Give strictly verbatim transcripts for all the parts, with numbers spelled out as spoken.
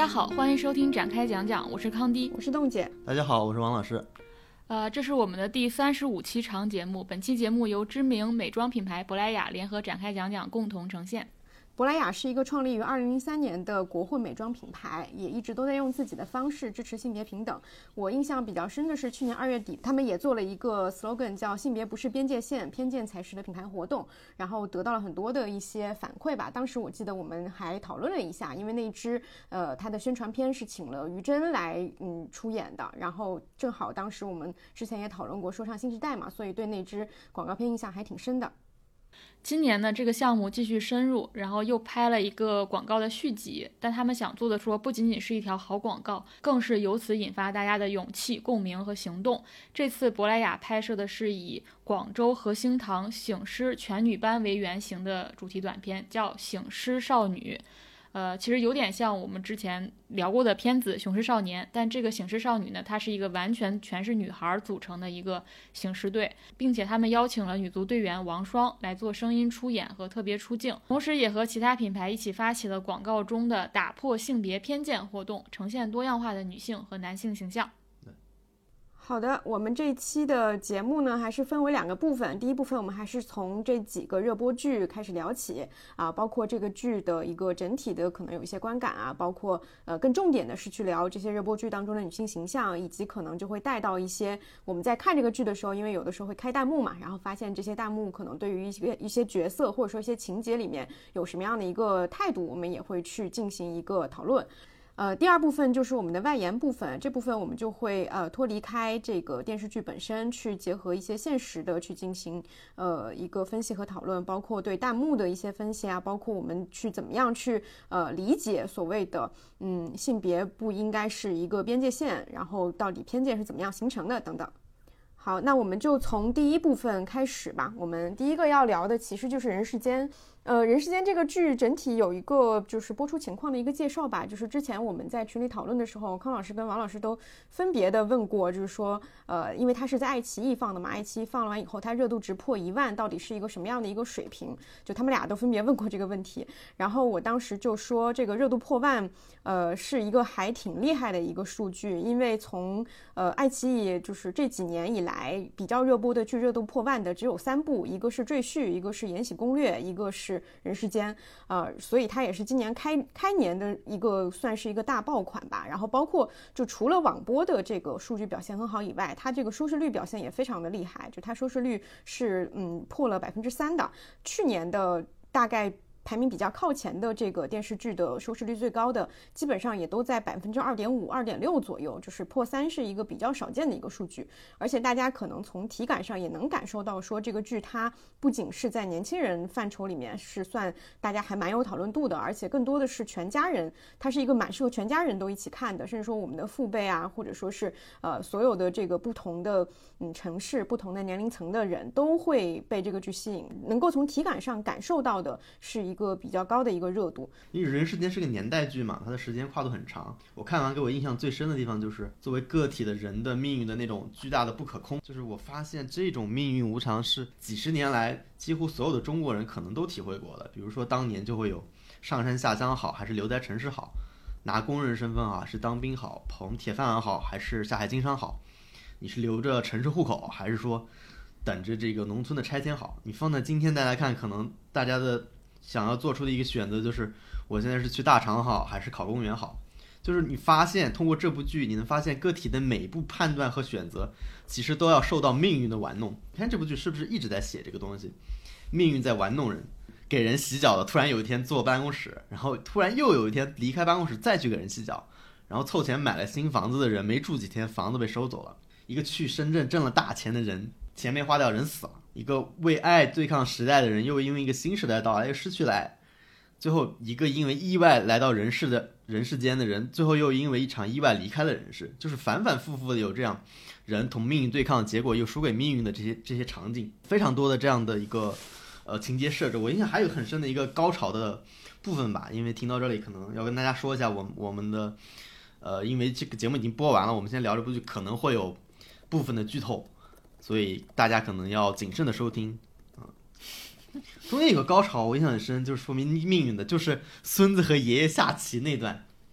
好，欢迎收听展开讲讲，我是康迪， 我是栋姐。 大家好，我是王老师。 呃，这是我们的第三十五期长节目，本期节目由知名美妆品牌珀莱雅联合展开讲讲共同呈现。 珀莱雅是一个创立于二零零三年的国货美妆品牌，也一直都在用自己的方式支持性别平等。我印象比较深的是去年二月底，他们也做了一个 slogan 叫性别不是边界线，偏见才是的品牌活动，然后得到了很多的一些反馈吧。当时我记得我们还讨论了一下，因为那支呃它的宣传片是请了于真来嗯出演的，然后正好当时我们之前也讨论过说唱新时代嘛，所以对那支广告片印象还挺深的。 今年呢，这个项目继续深入，然后又拍了一个广告的续集，但他们想做的说不仅仅是一条好广告，更是由此引发大家的勇气、共鸣和行动。这次珀莱雅拍摄的是以广州和兴堂醒狮全女班为原型的主题短片，叫《醒狮少女》。呃，其实有点像我们之前聊过的片子《雄狮少年》，但这个醒狮少女呢，它是一个完全全是女孩组成的一个醒狮队，并且他们邀请了女足队员王霜来做声音出演和特别出镜，同时也和其他品牌一起发起了广告中的打破性别偏见活动，呈现多样化的女性和男性形象。 好的，我们这一期的节目呢，还是分为两个部分。第一部分我们还是从这几个热播剧开始聊起啊，包括这个剧的一个整体的可能有一些观感啊，包括呃更重点的是去聊这些热播剧当中的女性形象，以及可能就会带到一些我们在看这个剧的时候，因为有的时候会开弹幕嘛，然后发现这些弹幕可能对于一些一些角色或者说一些情节里面有什么样的一个态度，我们也会去进行一个讨论。呃，第二部分就是我们的外延部分，这部分我们就会呃脱离开这个电视剧本身，去结合一些现实的去进行呃一个分析和讨论，包括对弹幕的一些分析啊，包括我们去怎么样去呃理解所谓的嗯性别不应该是一个边界线，然后到底偏见是怎么样形成的等等。好，那我们就从第一部分开始吧。我们第一个要聊的其实就是人世间。呃，人世间这个剧整体有一个就是播出情况的一个介绍吧，就是之前我们在群里讨论的时候，康老师跟王老师都分别的问过，就是说，呃，因为它是在爱奇艺放的嘛，爱奇艺放了完以后，它热度值破一万，到底是一个什么样的一个水平？就他们俩都分别问过这个问题，然后我当时就说，这个热度破万，呃，是一个还挺厉害的一个数据，因为从呃爱奇艺就是这几年以来比较热播的剧热度破万的只有三部，一个是赘婿，一个是延禧攻略，一个是人世间，呃，所以它也是今年开开年的一个算是一个大爆款吧。然后包括就除了网播的这个数据表现很好以外，它这个收视率表现也非常的厉害，就它收视率是嗯破了百分之三的，去年的大概排名比较靠前的这个电视剧的收视率最高的，基本上也都在百分之二点五、二点六左右，就是破三是一个比较少见的一个数据。而且大家可能从体感上也能感受到，说这个剧它不仅是在年轻人范畴里面是算大家还蛮有讨论度的，而且更多的是全家人，它是一个蛮适合全家人都一起看的，甚至说我们的父辈啊，或者说是呃所有的这个不同的嗯城市、不同的年龄层的人都会被这个剧吸引，能够从体感上感受到的是一个一个比较高的一个热度。 因为人世间是个年代剧嘛，它的时间跨度很长，我看完给我印象最深的地方就是作为个体的人的命运的那种巨大的不可控，就是我发现这种命运无常是几十年来几乎所有的中国人可能都体会过的。比如说当年就会有上山下乡好还是留在城市好，拿工人身份好还是当兵好，捧铁饭碗好还是下海经商好，你是留着城市户口还是说等着这个农村的拆迁好。你放在今天大家看，可能大家的想要做出的一个选择就是我现在是去大厂好还是考公务员好。就是你发现通过这部剧，你能发现个体的每一步判断和选择其实都要受到命运的玩弄。你看这部剧是不是一直在写这个东西，命运在玩弄人。给人洗脚的突然有一天坐办公室，然后突然又有一天离开办公室再去给人洗脚，然后凑钱买了新房子的人没住几天房子被收走了，一个去深圳挣了大钱的人钱没花掉人死了，一个为爱对抗时代的人又因为一个新时代到来又失去了爱，最后一个因为意外来到人世的人世间的人最后又因为一场意外离开了人世。就是反反复复的有这样人同命运对抗结果又输给命运的这些这些场景，非常多的这样的一个呃情节设置。我印象还有很深的一个高潮的部分吧，因为听到这里可能要跟大家说一下我我们的呃因为这个节目已经播完了，我们现在聊这部剧可能会有部分的剧透，所以大家可能要谨慎的收听。中间有个高潮我印象很深，就是说明命运的，就是孙子和爷爷下棋那段。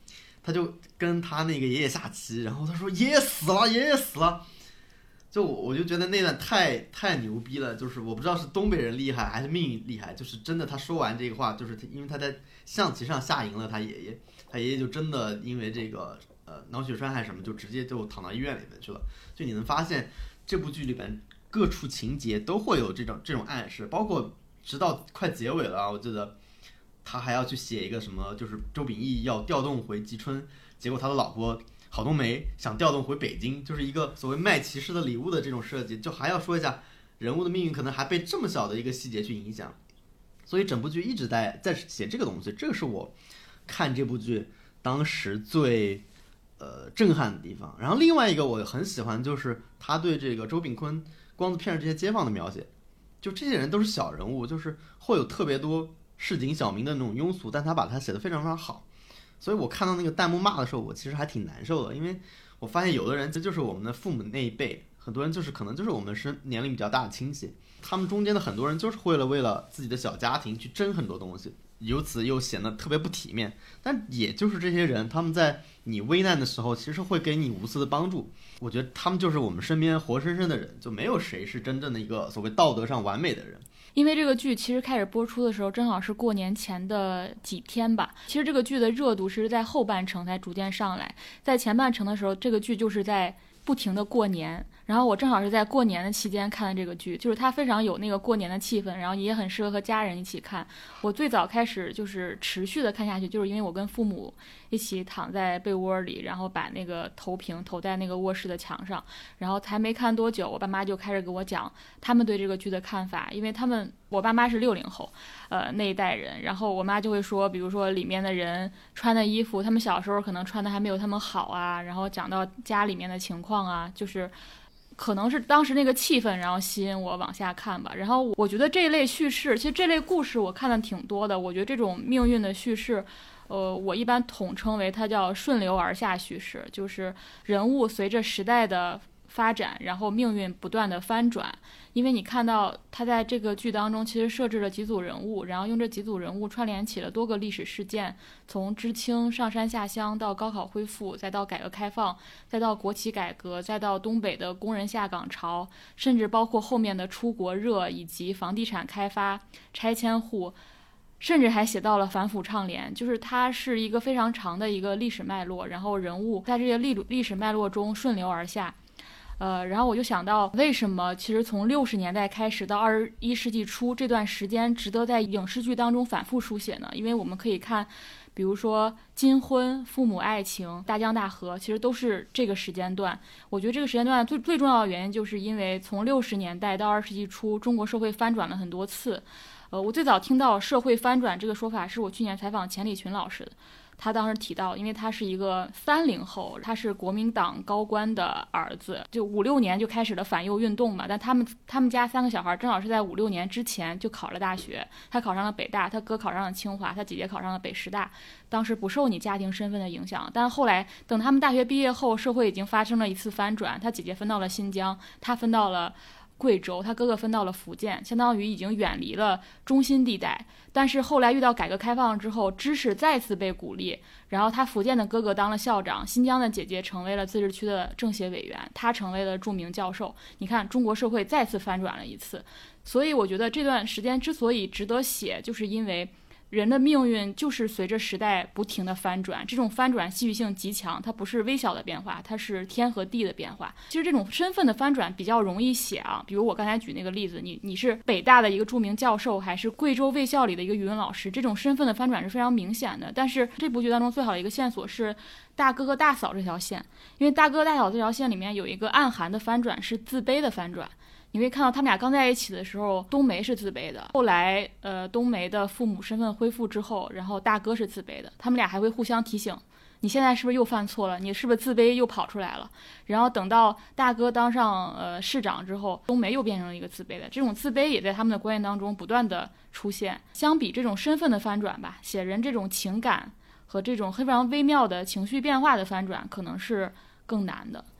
他就跟他那个爷爷下棋，然后他说爷爷死了，爷爷死了。就我我就觉得那段太太牛逼了，就是我不知道是东北人厉害还是命运厉害，就是真的他说完这个话，就是因为他在象棋上下赢了他爷爷，他爷爷就真的因为这个呃脑血栓还是什么，就直接就躺到医院里面去了。就你能发现这部剧里边各处情节都会有这种这种暗示，包括直到快结尾了，我记得他还要去写一个什么，就是周秉义要调动回吉春，结果他的老婆郝冬梅想调动回北京，就是一个所谓卖骑士的礼物的这种设计。就还要说一下人物的命运可能还被这么小的一个细节去影响，所以整部剧一直在在写这个东西，这个是我看这部剧当时最呃震撼的地方。然后另外一个我很喜欢就是他对这个周炳坤、光子片这些街坊的描写，就这些人都是小人物，就是会有特别多市井小民的那种庸俗，但他把它写得非常非常好。所以我看到那个弹幕骂的时候，我其实还挺难受的，因为我发现有的人这就是我们的父母那一辈，很多人就是可能就是我们是年龄比较大的亲戚，他们中间的很多人就是为了为了自己的小家庭去争很多东西，由此又显得特别不体面。但也就是这些人，他们在你危难的时候其实会给你无私的帮助，我觉得他们就是我们身边活生生的人，就没有谁是真正的一个所谓道德上完美的人。 因为这个剧其实开始播出的时候正好是过年前的几天吧，其实这个剧的热度是在后半程才逐渐上来，在前半程的时候这个剧就是在不停的过年，然后我正好是在过年的期间看的这个剧，就是它非常有那个过年的气氛，然后也很适合和家人一起看。我最早开始就是持续的看下去，就是因为我跟父母一起躺在被窝里，然后把那个投屏投在那个卧室的墙上，然后才没看多久，我爸妈就开始给我讲他们对这个剧的看法，因为他们我爸妈是六零后，呃那一代人，然后我妈就会说，比如说里面的人穿的衣服，他们小时候可能穿的还没有他们好啊，然后讲到家里面的情况啊，就是可能是当时那个气氛然后吸引我往下看吧。然后我觉得这一类叙事，其实这类故事我看的挺多的，我觉得这种命运的叙事呃，我一般统称为它叫顺流而下叙事，就是人物随着时代的发展，然后命运不断的翻转。因为你看到他在这个剧当中其实设置了几组人物，然后用这几组人物串联起了多个历史事件，从知青上山下乡到高考恢复，再到改革开放，再到国企改革，再到东北的工人下岗潮，甚至包括后面的出国热以及房地产开发、拆迁户，甚至还写到了反腐倡廉，就是它是一个非常长的一个历史脉络，然后人物在这些历历史脉络中顺流而下。呃，然后我就想到，为什么其实从六十年代开始到二十一世纪初这段时间值得在影视剧当中反复书写呢？因为我们可以看，比如说金婚、父母爱情、大江大河，其实都是这个时间段。我觉得这个时间段最最重要的原因，就是因为从六十年代到二十世纪初，中国社会翻转了很多次。呃，我最早听到社会翻转这个说法，是我去年采访钱理群老师的。他当时提到，因为他是一个三零后，他是国民党高官的儿子，就五六年就开始了反右运动嘛。但他们他们家三个小孩正好是在五六年之前就考了大学，他考上了北大，他哥考上了清华，他姐姐考上了北师大。当时不受你家庭身份的影响，但后来等他们大学毕业后，社会已经发生了一次翻转，他姐姐分到了新疆，他分到了贵州，他哥哥分到了福建，相当于已经远离了中心地带。但是后来遇到改革开放之后，知识再次被鼓励，然后他福建的哥哥当了校长，新疆的姐姐成为了自治区的政协委员，他成为了著名教授。你看中国社会再次翻转了一次。所以我觉得这段时间之所以值得写，就是因为人的命运就是随着时代不停的翻转，这种翻转戏剧性极强，它不是微小的变化，它是天和地的变化。其实这种身份的翻转比较容易写啊，比如我刚才举那个例子，你你是北大的一个著名教授，还是贵州卫校里的一个语文老师，这种身份的翻转是非常明显的。但是这部剧当中最好的一个线索是大哥和大嫂这条线，因为大哥大嫂这条线里面有一个暗含的翻转，是自卑的翻转。你会看到他们俩刚在一起的时候，冬梅是自卑的，后来呃冬梅的父母身份恢复之后，然后大哥是自卑的，他们俩还会互相提醒，你现在是不是又犯错了，你是不是自卑又跑出来了。然后等到大哥当上呃市长之后，冬梅又变成了一个自卑的，这种自卑也在他们的关系当中不断的出现。相比这种身份的翻转吧，写人这种情感和这种非常微妙的情绪变化的翻转可能是更难的。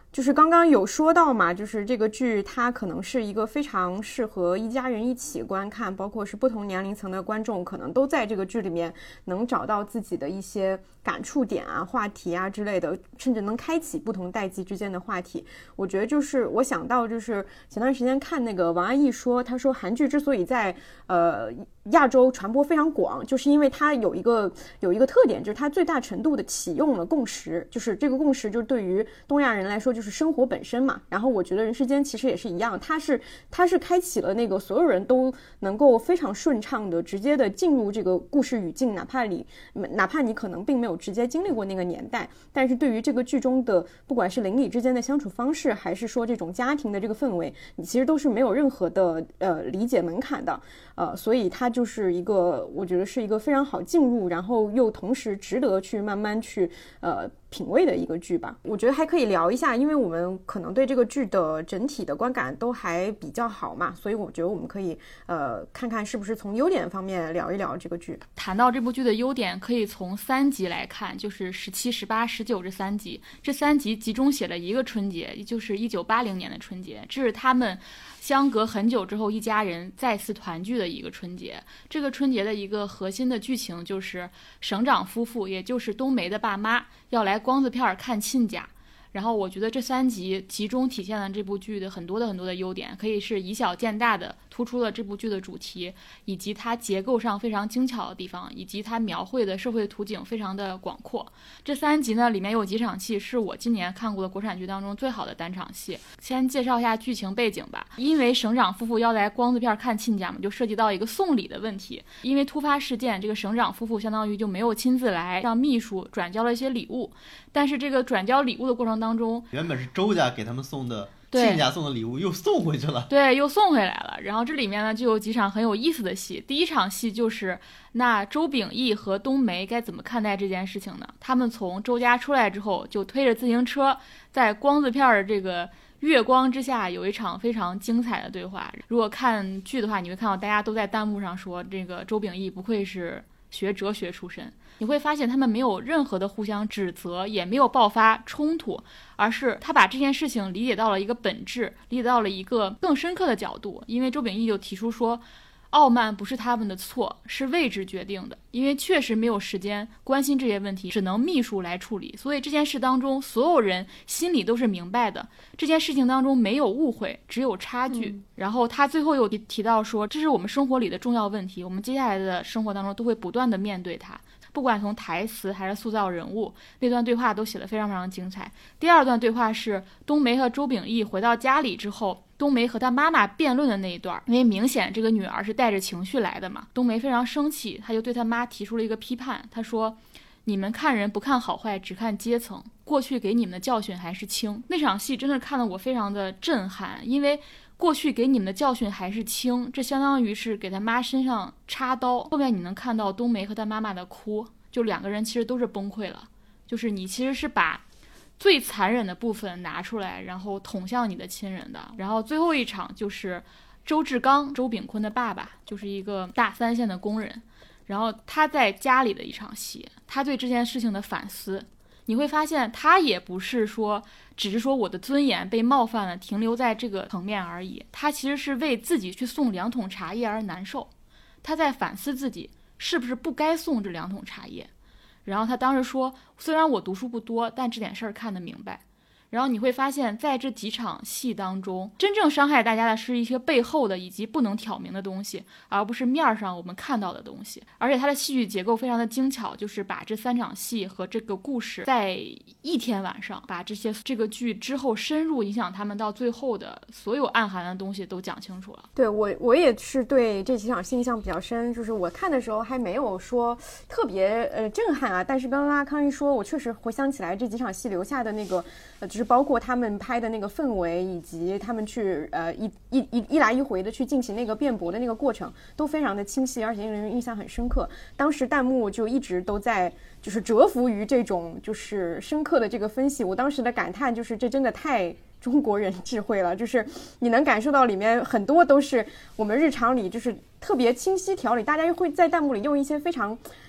就是刚刚有说到嘛，就是这个剧它可能是一个非常适合一家人一起观看，包括是不同年龄层的观众可能都在这个剧里面能找到自己的一些感触点啊、话题啊之类的，甚至能开启不同代际之间的话题。我觉得就是我想到就是前段时间看那个王安忆说，他说韩剧之所以在呃亚洲传播非常广，就是因为它有一个有一个特点，就是它最大程度的启用了共识，就是这个共识就是对于东亚人来说就是生活本身嘛。然后我觉得人世间其实也是一样，它是它是开启了那个所有人都能够非常顺畅的直接的进入这个故事语境，哪怕你哪怕你可能并没有直接经历过那个年代，但是对于这个剧中的不管是邻里之间的相处方式，还是说这种家庭的这个氛围，你其实都是没有任何的呃理解门槛的。呃，所以它就是一个，我觉得是一个非常好进入，然后又同时值得去慢慢去呃品味的一个剧吧。我觉得还可以聊一下，因为我们可能对这个剧的整体的观感都还比较好嘛，所以我觉得我们可以呃看看是不是从优点方面聊一聊这个剧。 谈到这部剧的优点，可以从三集来看，就是十七、十八、十九这三集，这三集集中写了一个春节，也就是一九八零年的春节，这是他们相隔很久之后一家人再次团聚的一个春节。这个春节的一个核心的剧情就是省长夫妇，也就是冬梅的爸妈要来光字片看亲家。然后我觉得这三集集中体现了这部剧的很多的很多的优点，可以是以小见大的突出了这部剧的主题，以及它结构上非常精巧的地方，以及它描绘的社会图景非常的广阔。这三集呢里面有几场戏是我今年看过的国产剧当中最好的单场戏。先介绍一下剧情背景吧。因为省长夫妇要来光字片看亲家嘛，就涉及到一个送礼的问题。因为突发事件，这个省长夫妇相当于就没有亲自来，让秘书转交了一些礼物，但是这个转交礼物的过程当中， 原本是周家给他们送的亲家送的礼物又送回去了， 对，又送回来了。然后这里面呢就有几场很有意思的戏。第一场戏就是那周秉义和冬梅该怎么看待这件事情呢？他们从周家出来之后，就推着自行车在光字片的这个月光之下有一场非常精彩的对话。如果看剧的话，你会看到大家都在弹幕上说这个周秉义不愧是学哲学出身。你会发现他们没有任何的互相指责，也没有爆发冲突，而是他把这件事情理解到了一个本质，理解到了一个更深刻的角度。因为周秉义就提出说，傲慢不是他们的错，是位置决定的，因为确实没有时间关心这些问题，只能秘书来处理。所以这件事当中所有人心里都是明白的，这件事情当中没有误会，只有差距、嗯、然后他最后又提到说，这是我们生活里的重要问题，我们接下来的生活当中都会不断的面对它，不管从台词还是塑造人物，那段对话都写得非常非常精彩。第二段对话是冬梅和周秉义回到家里之后，冬梅和她妈妈辩论的那一段，因为明显这个女儿是带着情绪来的嘛，冬梅非常生气，她就对她妈提出了一个批判，她说，你们看人不看好坏，只看阶层，过去给你们的教训还是轻。那场戏真的看得我非常的震撼，因为过去给你们的教训还是轻，这相当于是给他妈身上插刀。后面你能看到冬梅和他妈妈的哭，就两个人其实都是崩溃了，就是你其实是把最残忍的部分拿出来，然后捅向你的亲人的。然后最后一场就是周志刚，周秉坤的爸爸，就是一个大三线的工人，然后他在家里的一场戏，他对这件事情的反思，你会发现他也不是说只是说我的尊严被冒犯了，停留在这个层面而已，他其实是为自己去送两桶茶叶而难受，他在反思自己是不是不该送这两桶茶叶。然后他当时说，虽然我读书不多，但这点事儿看得明白。然后你会发现在这几场戏当中，真正伤害大家的是一些背后的以及不能挑明的东西，而不是面上我们看到的东西。而且它的戏剧结构非常的精巧，就是把这三场戏和这个故事在一天晚上把这些这个剧之后深入影响他们到最后的所有暗含的东西都讲清楚了。 对，我我也是对这几场戏印象比较深，就是我看的时候还没有说特别呃震撼啊，但是刚刚阿康一说，我确实回想起来这几场戏留下的那个呃就是包括他们拍的那个氛围，以及他们去呃一一一一来一回的去进行那个辩驳的那个过程，都非常的清晰，而且令人印象很深刻。当时弹幕就一直都在就是折服于这种就是深刻的这个分析。我当时的感叹就是这真的太中国人智慧了，就是你能感受到里面很多都是我们日常里就是特别清晰条理，大家会在弹幕里用一些非常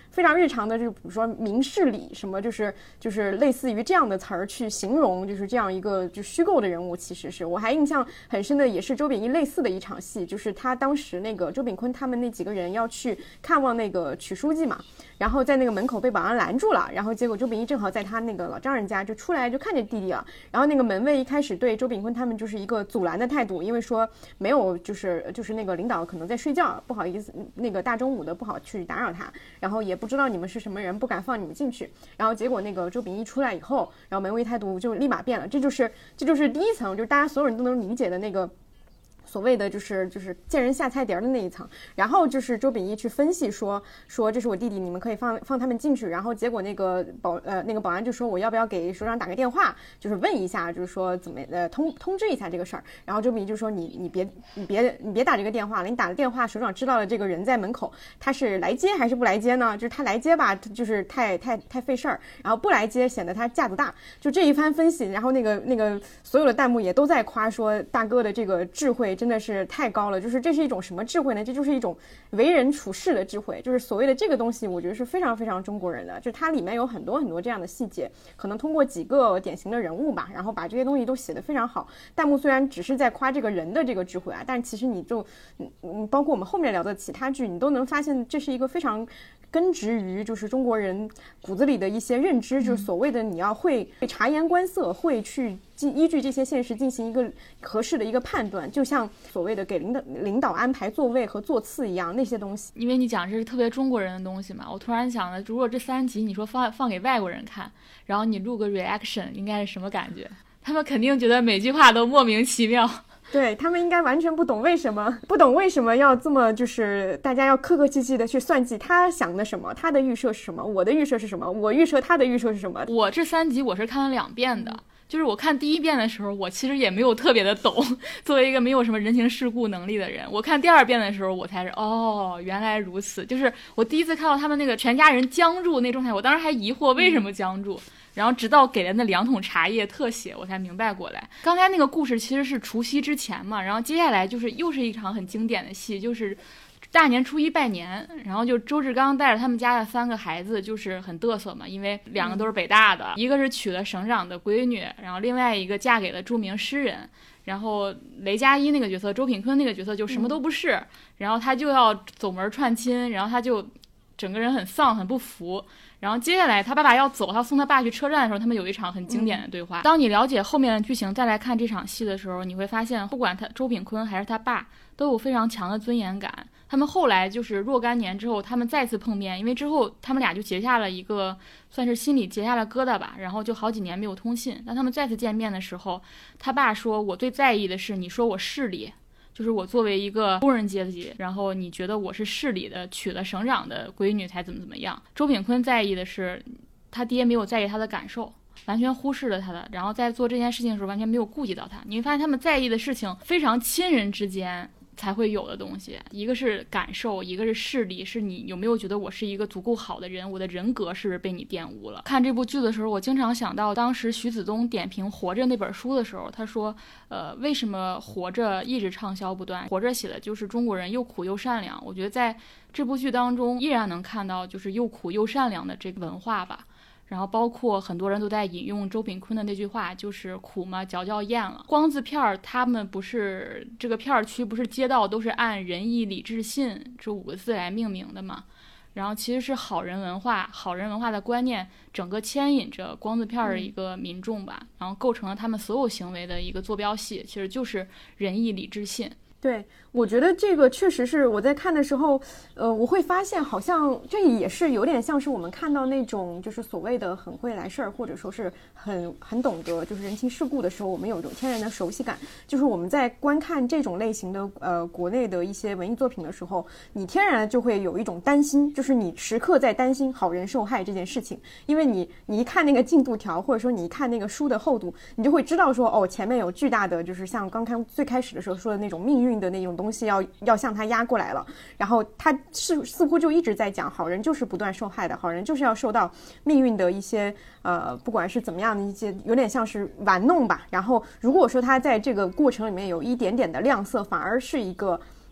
非常日常的，就比如说明事理什么，就是就是类似于这样的词儿去形容，就是这样一个就虚构的人物。其实是我还印象很深的，也是周秉义类似的一场戏，就是他当时那个周秉昆他们那几个人要去看望那个曲书记嘛，然后在那个门口被保安拦住了，然后结果周秉义正好在他那个老丈人家就出来就看见弟弟了，然后那个门卫一开始对周秉昆他们就是一个阻拦的态度，因为说没有就是就是那个领导可能在睡觉，不好意思，那个大中午的不好去打扰他，然后也不知道你们是什么人，不敢放你们进去。然后结果那个周秉义出来以后，然后门卫态度就立马变了，这就是这就是第一层，就是大家所有人都能理解的那个所谓的就是就是见人下菜碟的那一层。然后就是周秉义去分析说说这是我弟弟，你们可以放放他们进去。然后结果那个保呃那个保安就说我要不要给首长打个电话，就是问一下，就是说怎么呃通通知一下这个事儿。然后周秉义就说你你别你别你别打这个电话了，你打了电话首长知道了这个人在门口，他是来接还是不来接呢？就是他来接吧，就是太太太费事儿，然后不来接显得他架子大。就这一番分析，然后那个那个所有的弹幕也都在夸说大哥的这个智慧真的是太高了，就是这是一种什么智慧呢？这就是一种为人处事的智慧，就是所谓的这个东西我觉得是非常非常中国人的，就它里面有很多很多这样的细节，可能通过几个典型的人物吧，然后把这些东西都写得非常好。弹幕虽然只是在夸这个人的这个智慧啊，但其实你就嗯包括我们后面聊的其他剧，你都能发现这是一个非常根植于就是中国人骨子里的一些认知，就是所谓的你要会察言观色，会去依据这些现实进行一个合适的一个判断，就像所谓的给领导领导安排座位和座次一样，那些东西。 因为你讲这是特别中国人的东西嘛，我突然想了，如果这三集你说放放给外国人看，然后你录个 reaction， 应该是什么感觉？他们肯定觉得每句话都莫名其妙。 对，他们应该完全不懂为什么不懂为什么要这么就是大家要客客气气的去算计他想的什么，他的预设是什么，我的预设是什么，我预设他的预设是什么。 我这三集我是看了两遍的，就是我看第一遍的时候我其实也没有特别的懂，作为一个没有什么人情世故能力的人，我看第二遍的时候我才是哦原来如此，就是我第一次看到他们那个全家人僵住那状态，我当时还疑惑为什么僵住、嗯然后直到给了那两桶茶叶特写我才明白过来。刚才那个故事其实是除夕之前嘛，然后接下来就是又是一场很经典的戏，就是大年初一拜年，然后就周志刚带着他们家的三个孩子就是很嘚瑟嘛，因为两个都是北大的、嗯、一个是娶了省长的闺女，然后另外一个嫁给了著名诗人，然后雷佳音那个角色周品坤那个角色就什么都不是、嗯、然后他就要走门串亲，然后他就整个人很丧很不服，然后接下来他爸爸要走，他送他爸去车站的时候，他们有一场很经典的对话、嗯、当你了解后面的剧情再来看这场戏的时候，你会发现不管他周秉昆还是他爸都有非常强的尊严感。他们后来就是若干年之后他们再次碰面，因为之后他们俩就结下了一个算是心里结下了疙瘩吧，然后就好几年没有通信。当他们再次见面的时候，他爸说我最在意的是你说我势利，就是我作为一个工人阶级，然后你觉得我是市里的娶了省长的闺女才怎么怎么样。周秉昆在意的是他爹没有在意他的感受，完全忽视了他的，然后在做这件事情的时候完全没有顾及到他。你会发现他们在意的事情非常亲人之间才会有的东西，一个是感受，一个是势力，是你有没有觉得我是一个足够好的人，我的人格是不是被你玷污了。看这部剧的时候我经常想到当时徐子东点评活着那本书的时候，他说呃，为什么活着一直畅销不断，活着写的就是中国人又苦又善良。我觉得在这部剧当中依然能看到就是又苦又善良的这个文化吧。然后包括很多人都在引用周秉昆的那句话，就是苦嘛嚼嚼咽了。光字片儿他们不是这个片区不是街道都是按仁义礼智信这五个字来命名的嘛，然后其实是好人文化好人文化的观念整个牵引着光字片的一个民众吧、嗯、然后构成了他们所有行为的一个坐标系，其实就是仁义礼智信。 对，我觉得这个确实是我在看的时候呃，我会发现好像这也是有点像是我们看到那种就是所谓的很会来事儿，或者说是很很懂得就是人情世故的时候，我们有一种天然的熟悉感。就是我们在观看这种类型的呃国内的一些文艺作品的时候，你天然就会有一种担心，就是你时刻在担心好人受害这件事情。因为你你一看那个进度条，或者说你一看那个书的厚度，你就会知道说哦，前面有巨大的就是像刚刚最开始的时候说的那种命运的那种东西要要向他压过来了，然后他是似乎就一直在讲好人就是不断受害的，好人就是要受到命运的一些呃不管是怎么样的一些有点像是玩弄吧。然后如果说他在这个过程里面有一点点的亮色，反而是一个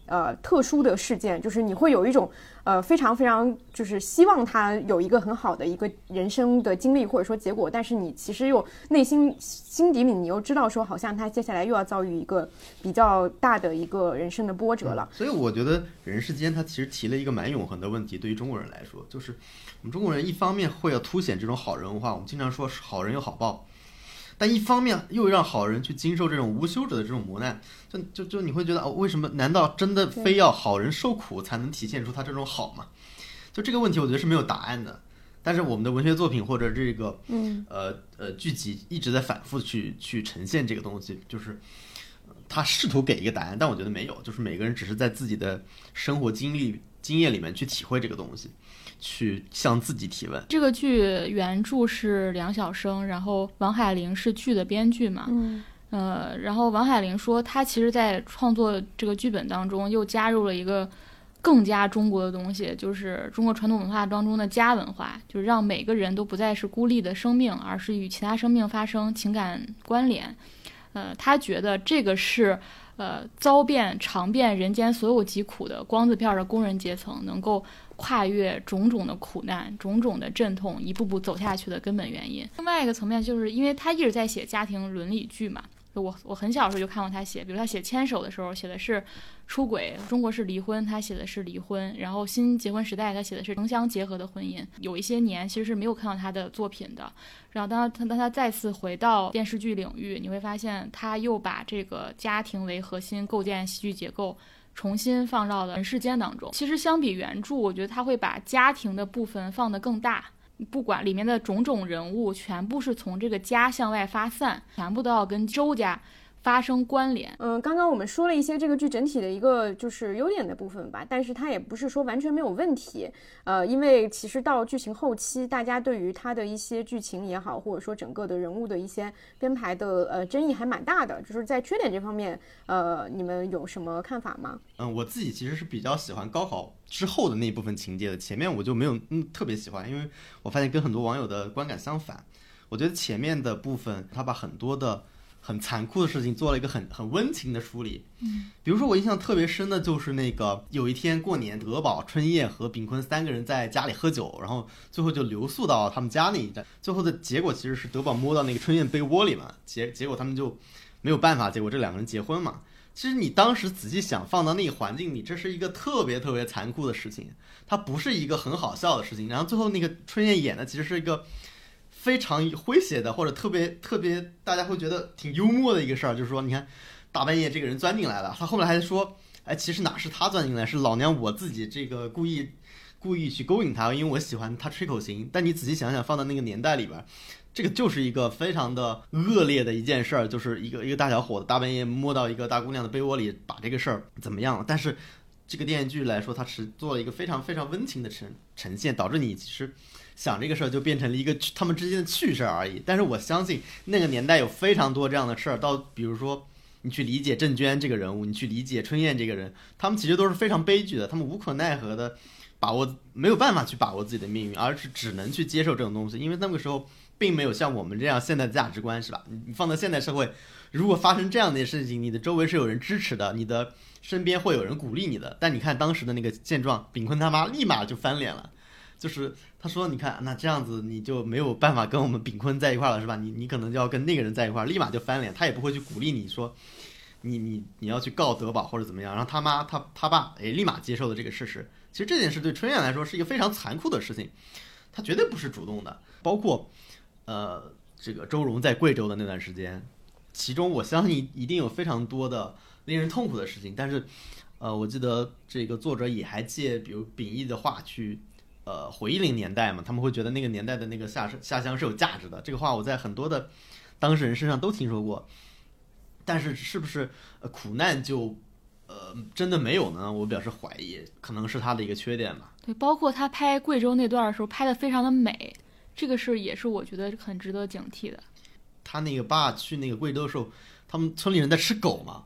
呃特殊的事件，就是你会有一种呃非常非常就是希望他有一个很好的一个人生的经历或者说结果，但是你其实又内心心底里你又知道说好像他接下来又要遭遇一个比较大的一个人生的波折了。 嗯、所以我觉得人世间它其实提了一个蛮永恒的问题，对于中国人来说，就是我们中国人一方面会要凸显这种好人文化，我们经常说好人有好报，但一方面又让好人去经受这种无休止的这种磨难，就就就你会觉得哦，为什么？难道真的非要好人受苦才能体现出他这种好吗？就这个问题，我觉得是没有答案的。但是我们的文学作品或者这个嗯呃呃剧集一直在反复去去呈现这个东西，就是他试图给一个答案，但我觉得没有，就是每个人只是在自己的生活经历经验里面去体会这个东西。去向自己提问。 这个剧原著是梁晓声，然后王海玲是剧的编剧嘛， 嗯， 呃，然后王海玲说，他其实在创作这个剧本当中又加入了一个更加中国的东西，就是中国传统文化当中的家文化，就是让每个人都不再是孤立的生命，而是与其他生命发生情感关联。呃，他觉得这个是呃遭遍尝遍人间所有疾苦的光字片的工人阶层能够跨越种种的苦难、种种的阵痛，一步步走下去的根本原因。另外一个层面，就是因为他一直在写家庭伦理剧嘛，我我很小的时候就看过他写，比如他写《牵手》的时候写的是出轨，中国式离婚他写的是离婚，然后新结婚时代他写的是城乡结合的婚姻。有一些年其实是没有看到他的作品的，然后当他当他再次回到电视剧领域，你会发现他又把这个家庭为核心构建戏剧结构重新放到了人世间当中。其实相比原著，我觉得他会把家庭的部分放得更大，不管里面的种种人物全部是从这个家向外发散，全部都要跟周家发生关联。 嗯，刚刚我们说了一些这个剧整体的一个就是优点的部分吧，但是它也不是说完全没有问题。呃，因为其实到剧情后期，大家对于它的一些剧情也好，或者说整个的人物的一些编排的呃争议还蛮大的。就是在缺点这方面，呃，你们有什么看法吗？ 嗯，我自己其实是比较喜欢高考之后的那一部分情节的，前面我就没有嗯特别喜欢，因为我发现跟很多网友的观感相反。我觉得前面的部分，他把很多的很残酷的事情做了一个很很温情的梳理。 嗯， 比如说我印象特别深的就是那个有一天过年，德宝、春燕和炳坤三个人在家里喝酒，然后最后就留宿到他们家那一站。最后的结果其实是德宝摸到那个春燕被窝里嘛，结结果他们就没有办法，结果这两个人结婚嘛。其实你当时仔细想，放到那个环境里，这是一个特别特别残酷的事情，它不是一个很好笑的事情。然后最后那个春燕演的其实是一个非常诙谐的，或者特别特别大家会觉得挺幽默的一个事儿，就是说你看大半夜这个人钻进来了，他后来还说，哎，其实哪是他钻进来，是老娘我自己这个故意故意去勾引他，因为我喜欢他吹口琴。但你仔细想想，放到那个年代里边，这个就是一个非常的恶劣的一件事儿，就是一个一个大小伙子大半夜摸到一个大姑娘的被窝里，把这个事儿怎么样了？但是这个电视剧来说，它是做了一个非常非常温情的呈呈现，导致你其实想这个事儿就变成了一个他们之间的趣事而已。但是我相信那个年代有非常多这样的事儿，到比如说你去理解郑娟这个人物，你去理解春燕这个人，他们其实都是非常悲剧的，他们无可奈何的把握，没有办法去把握自己的命运，而是只能去接受这种东西。因为那个时候并没有像我们这样现代的价值观，是吧？你放在现代社会，如果发生这样的事情，你的周围是有人支持的，你的身边会有人鼓励你的。但你看当时的那个现状，炳坤他妈立马就翻脸了，就是他说，你看那这样子你就没有办法跟我们炳坤在一块了，是吧？你你可能就要跟那个人在一块，立马就翻脸，他也不会去鼓励你说你你你要去告德宝或者怎么样。然后他妈他他爸也立马接受了这个事实。其实这件事对春燕来说是一个非常残酷的事情，他绝对不是主动的。包括呃这个周蓉在贵州的那段时间，其中我相信一定有非常多的令人痛苦的事情。但是呃我记得这个作者也还借比如秉义的话去呃回忆那个年代嘛，他们会觉得那个年代的那个下下乡是有价值的。这个话我在很多的当事人身上都听说过。但是是不是、呃、苦难就呃真的没有呢？我表示怀疑，可能是他的一个缺点吧。 对，包括他拍贵州那段的时候拍得非常的美，这个是也是我觉得很值得警惕的。 他那个爸去那个贵州的时候，他们村里人在吃狗嘛，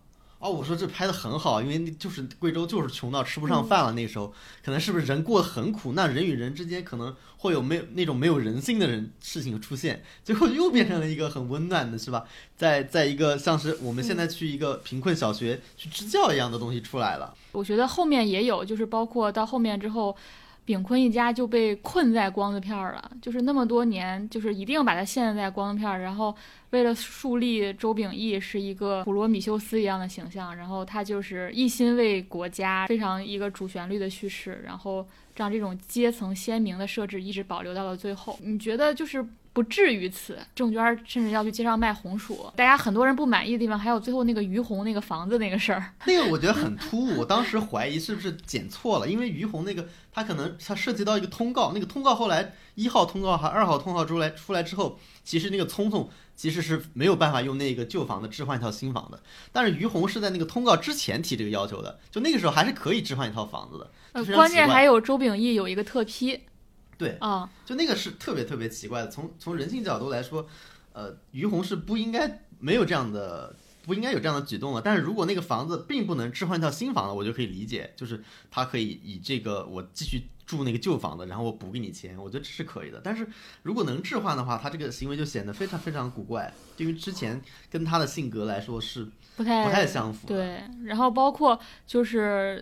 哦，我说这拍的很好，因为就是贵州就是穷到吃不上饭了，那时候、嗯、可能是不是人过得很苦，那人与人之间可能会有没有那种没有人性的人事情出现，最后又变成了一个很温暖的，是吧？在在一个像是我们现在去一个贫困小学、嗯、去支教一样的东西出来了。 我觉得后面也有，就是包括到后面之后。炳坤一家就被困在光字片了，就是那么多年，就是一定把它陷在光字片，然后为了树立周秉义是一个普罗米修斯一样的形象，然后他就是一心为国家，非常一个主旋律的叙事，然后让这种阶层鲜明的设置一直保留到了最后。你觉得就是不至于此，郑娟甚至要去街上卖红薯，大家很多人不满意的地方还有最后那个于洪那个房子那个事儿， 那个我觉得很突兀，我当时怀疑是不是剪错了，因为于洪那个他可能他涉及到一个通告，那个通告后来一号通告还二号通告出来出来之后，其实那个聪聪其实是没有办法用那个旧房子置换一套新房的，但是于洪是在那个通告之前提这个要求的，就那个时候还是可以置换一套房子的。 呃，关键还有周秉义有一个特批。 对啊， 就那个是特别特别奇怪的。从从人性角度来说，呃，于洪是不应该没有这样的，不应该有这样的举动的。但是如果那个房子并不能置换一套新房子，我就可以理解，就是他可以以这个我继续住那个旧房子，然后我补给你钱，我觉得这是可以的。但是如果能置换的话，他这个行为就显得非常非常古怪，因为之前跟他的性格来说是不太不太相符。 对，然后包括就是。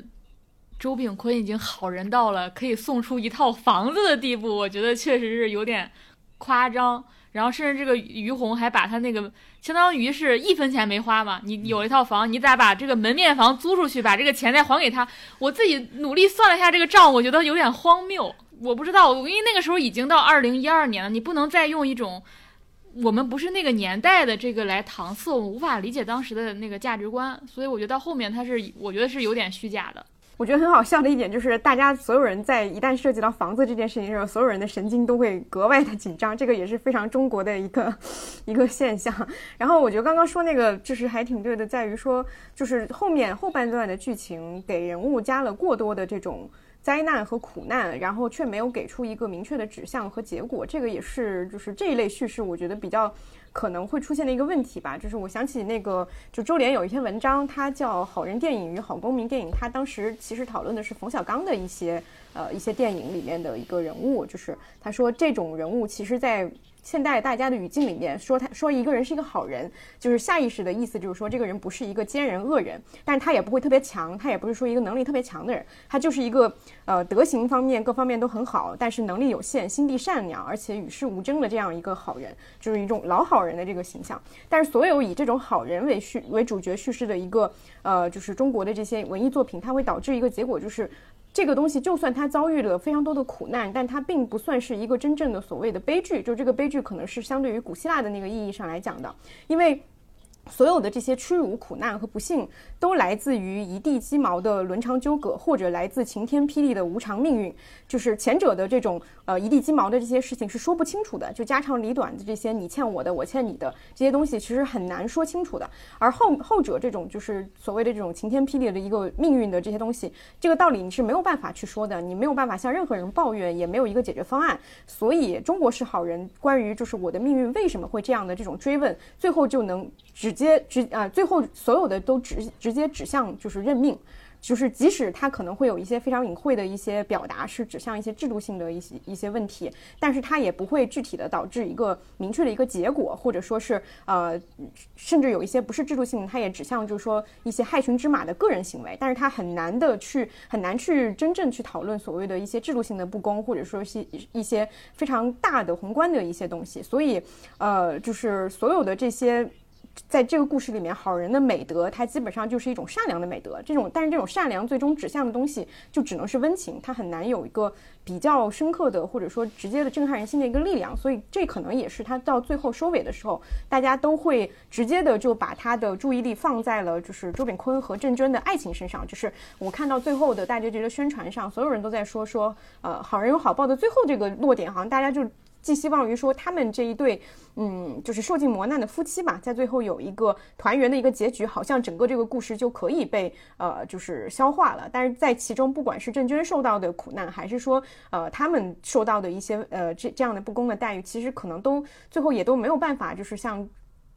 周炳坤已经好人到了可以送出一套房子的地步，我觉得确实是有点夸张。然后甚至这个于洪还把他那个相当于是一分钱没花嘛，你有一套房，你咋把这个门面房租出去，把这个钱再还给他？我自己努力算了一下这个账，我觉得有点荒谬。我不知道，因为那个时候已经到二零一二年了，你不能再用一种我们不是那个年代的这个来搪塞，我们无法理解当时的那个价值观，所以我觉得到后面他是我觉得是有点虚假的。 我觉得很好笑的一点就是，大家所有人在一旦涉及到房子这件事情的时候，所有人的神经都会格外的紧张，这个也是非常中国的一个一个现象。然后我觉得刚刚说那个就是还挺对的，在于说就是后面后半段的剧情给人物加了过多的这种灾难和苦难，然后却没有给出一个明确的指向和结果，这个也是就是这一类叙事我觉得比较可能会出现的一个问题吧。就是我想起那个就周联有一篇文章，它叫《好人电影与好公民电影》，它当时其实讨论的是冯小刚的一些呃一些电影里面的一个人物，就是他说这种人物其实在现代大家的语境里面说他说一个人是一个好人，就是下意识的意思就是说这个人不是一个奸人恶人，但是他也不会特别强，他也不是说一个能力特别强的人，他就是一个呃德行方面各方面都很好，但是能力有限，心地善良，而且与世无争的这样一个好人，就是一种老好人的这个形象。但是所有以这种好人为叙为主角叙事的一个呃就是中国的这些文艺作品，它会导致一个结果，就是这个东西就算它遭遇了非常多的苦难，但它并不算是一个真正的所谓的悲剧，就这个悲剧可能是相对于古希腊的那个意义上来讲的，因为所有的这些屈辱、苦难和不幸都来自于一地鸡毛的伦常纠葛，或者来自晴天霹雳的无常命运。就是前者的这种呃一地鸡毛的这些事情是说不清楚的，就家长里短的这些你欠我的我欠你的这些东西其实很难说清楚的。而后后者这种就是所谓的这种晴天霹雳的一个命运的这些东西，这个道理你是没有办法去说的，你没有办法向任何人抱怨，也没有一个解决方案。所以中国式好人关于就是我的命运为什么会这样的这种追问，最后就能直接直啊、呃，最后所有的都直直接指向就是认命。就是即使他可能会有一些非常隐晦的一些表达是指向一些制度性的一些一些问题，但是他也不会具体的导致一个明确的一个结果，或者说是呃，甚至有一些不是制度性的，他也指向就是说一些害群之马的个人行为，但是他很难的去很难去真正去讨论所谓的一些制度性的不公，或者说是一些非常大的宏观的一些东西。所以呃，就是所有的这些在这个故事里面，好人的美德它基本上就是一种善良的美德，这种但是这种善良最终指向的东西就只能是温情，它很难有一个比较深刻的或者说直接的震撼人心的一个力量。所以这可能也是他到最后收尾的时候，大家都会直接的就把他的注意力放在了就是周炳坤和郑娟的爱情身上。就是我看到最后的大结局的宣传上，所有人都在说说呃好人有好报的最后这个落点，好像大家就寄希望于说他们这一对嗯，就是受尽磨难的夫妻吧，在最后有一个团圆的一个结局，好像整个这个故事就可以被呃就是消化了。但是在其中，不管是郑娟受到的苦难，还是说呃他们受到的一些呃这这样的不公的待遇，其实可能都最后也都没有办法，就是像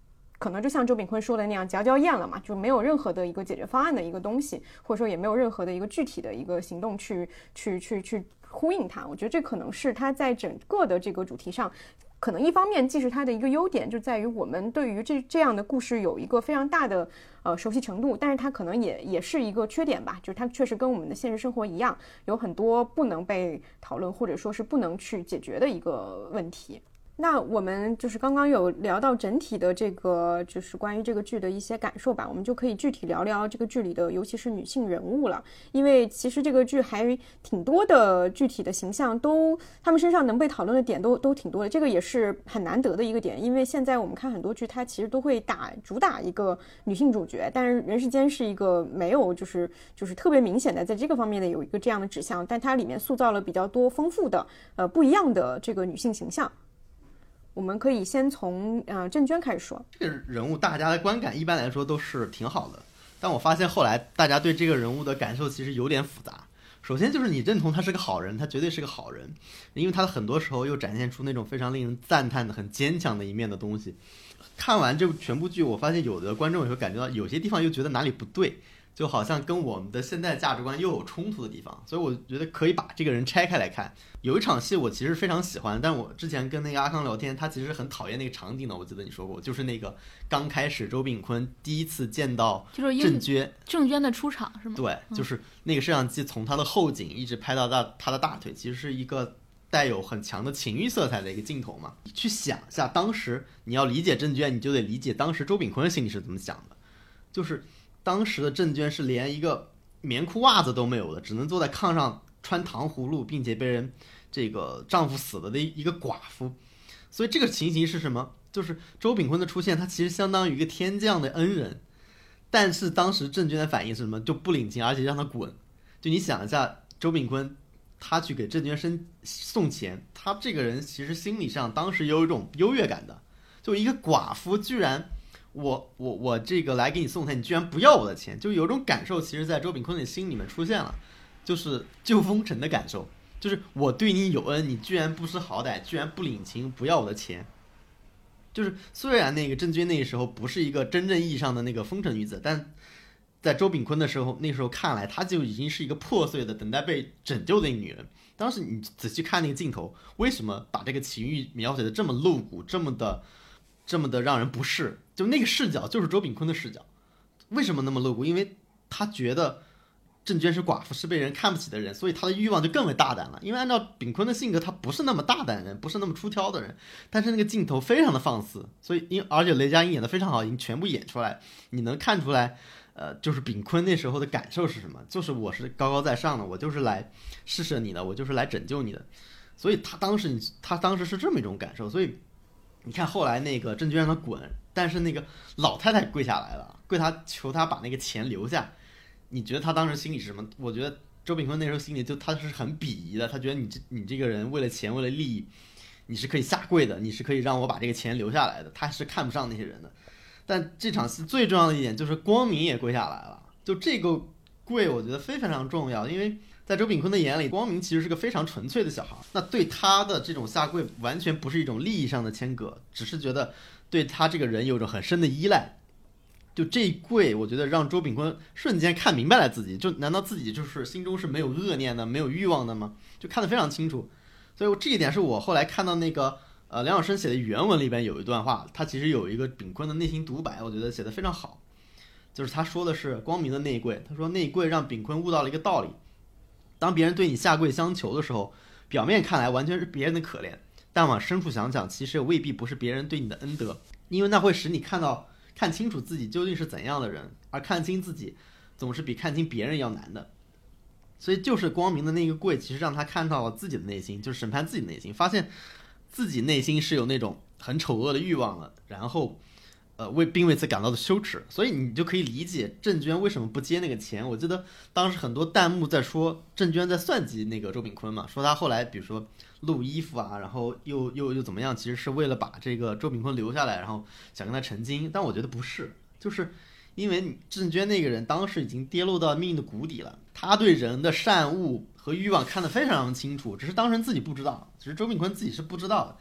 可能就像周秉昆说的那样嚼嚼咽了嘛，就没有任何的一个解决方案的一个东西，或者说也没有任何的一个具体的一个行动去去去去呼应它。我觉得这可能是它在整个的这个主题上，可能一方面既是它的一个优点，就在于我们对于这这样的故事有一个非常大的呃熟悉程度，但是它可能也也是一个缺点吧，就是它确实跟我们的现实生活一样，有很多不能被讨论或者说是不能去解决的一个问题。那我们就是刚刚有聊到整体的这个就是关于这个剧的一些感受吧，我们就可以具体聊聊这个剧里的尤其是女性人物了。因为其实这个剧还挺多的具体的形象都他们身上能被讨论的点都都挺多的，这个也是很难得的一个点。因为现在我们看很多剧它其实都会打主打一个女性主角，但是人世间是一个没有就是就是特别明显的在这个方面的有一个这样的指向，但它里面塑造了比较多丰富的呃不一样的这个女性形象。我们可以先从呃郑娟开始说。 这个人物大家的观感一般来说都是挺好的，但我发现后来大家对这个人物的感受其实有点复杂。首先就是你认同他是个好人，他绝对是个好人，因为他很多时候又展现出那种非常令人赞叹的很坚强的一面的东西。看完这部全部剧，我发现有的观众也会感觉到有些地方又觉得哪里不对，就好像跟我们的现代价值观又有冲突的地方，所以我觉得可以把这个人拆开来看。有一场戏我其实非常喜欢，但我之前跟那个阿康聊天，他其实很讨厌那个场景的，我记得你说过，就是那个刚开始周秉昆第一次见到郑娟， 郑娟的出场是吗？ 对，就是那个摄像机从他的后颈一直拍到大他的大腿，其实是一个带有很强的情欲色彩的一个镜头嘛。去想一下，当时你要理解郑娟，你就得理解当时周秉昆心里是怎么想的，就是当时的郑娟是连一个棉裤袜子都没有的，只能坐在炕上穿糖葫芦，并且被人这个丈夫死了的一个寡妇。所以这个情形是什么？就是周秉昆的出现，他其实相当于一个天降的恩人，但是当时郑娟的反应是什么？就不领情，而且让他滚。就你想一下，周秉昆他去给郑娟生送钱，他这个人其实心理上当时有一种优越感的，就一个寡妇居然我我我这个来给你送钱，你居然不要我的钱，就有种感受，其实在周秉昆的心里面出现了，就是救风尘的感受，就是我对你有恩，你居然不识好歹，居然不领情，不要我的钱。就是虽然那个郑娟那个时候不是一个真正意义上的那个风尘女子，但在周秉昆的时候，那时候看来，她就已经是一个破碎的等待被拯救的一个女人。当时你仔细看那个镜头，为什么把这个情欲描写的这么露骨，这么的这么的让人不适？就那个视角就是周秉昆的视角。为什么那么露骨？因为他觉得郑娟是寡妇，是被人看不起的人，所以他的欲望就更为大胆了。因为按照秉昆的性格，他不是那么大胆的人，不是那么出挑的人，但是那个镜头非常的放肆，所以因而且雷佳音演得非常好，已经全部演出来，你能看出来，呃，就是秉昆那时候的感受是什么？就是我是高高在上的，我就是来施舍你的，我就是来拯救你的，所以他当时他当时是这么一种感受。所以你看后来那个郑娟让他滚，但是那个老太太跪下来了，跪他求他把那个钱留下。你觉得他当时心里是什么？我觉得周秉昆那时候心里就他是很鄙夷的，他觉得你这你这个人为了钱为了利益，你是可以下跪的，你是可以让我把这个钱留下来的，他是看不上那些人的。但这场戏最重要的一点就是光明也跪下来了，就这个跪我觉得非常重要，因为在周秉昆的眼里，光明其实是个非常纯粹的小孩，那对他的这种下跪完全不是一种利益上的牵割，只是觉得对他这个人有着很深的依赖。就这一跪，我觉得让周秉昆瞬间看明白了自己，就难道自己就是心中是没有恶念的，没有欲望的吗？就看得非常清楚。所以这一点是我后来看到那个呃梁晓声写的原文里边有一段话，他其实有一个秉昆的内心独白，我觉得写得非常好。就是他说的是光明的那一跪，他说那一跪让秉昆悟到了一个道理：当别人对你下跪相求的时候，表面看来完全是别人的可怜，但往深处想想，其实也未必不是别人对你的恩德，因为那会使你看到。看清楚自己究竟是怎样的人，而看清自己总是比看清别人要难的。所以就是光明的那个跪，其实让他看到了自己的内心，就是审判自己的内心，发现自己内心是有那种很丑恶的欲望了，然后呃为并为此感到的羞耻。所以你就可以理解郑娟为什么不接那个钱。我记得当时很多弹幕在说郑娟在算计那个周秉昆嘛，说他后来比如说露衣服啊，然后又又又怎么样，其实是为了把这个周秉昆留下来，然后想跟他成亲。但我觉得不是，就是因为郑娟那个人当时已经跌落到命运的谷底了，他对人的善恶和欲望看得非常清楚，只是当事人自己不知道，只是周秉昆自己是不知道的。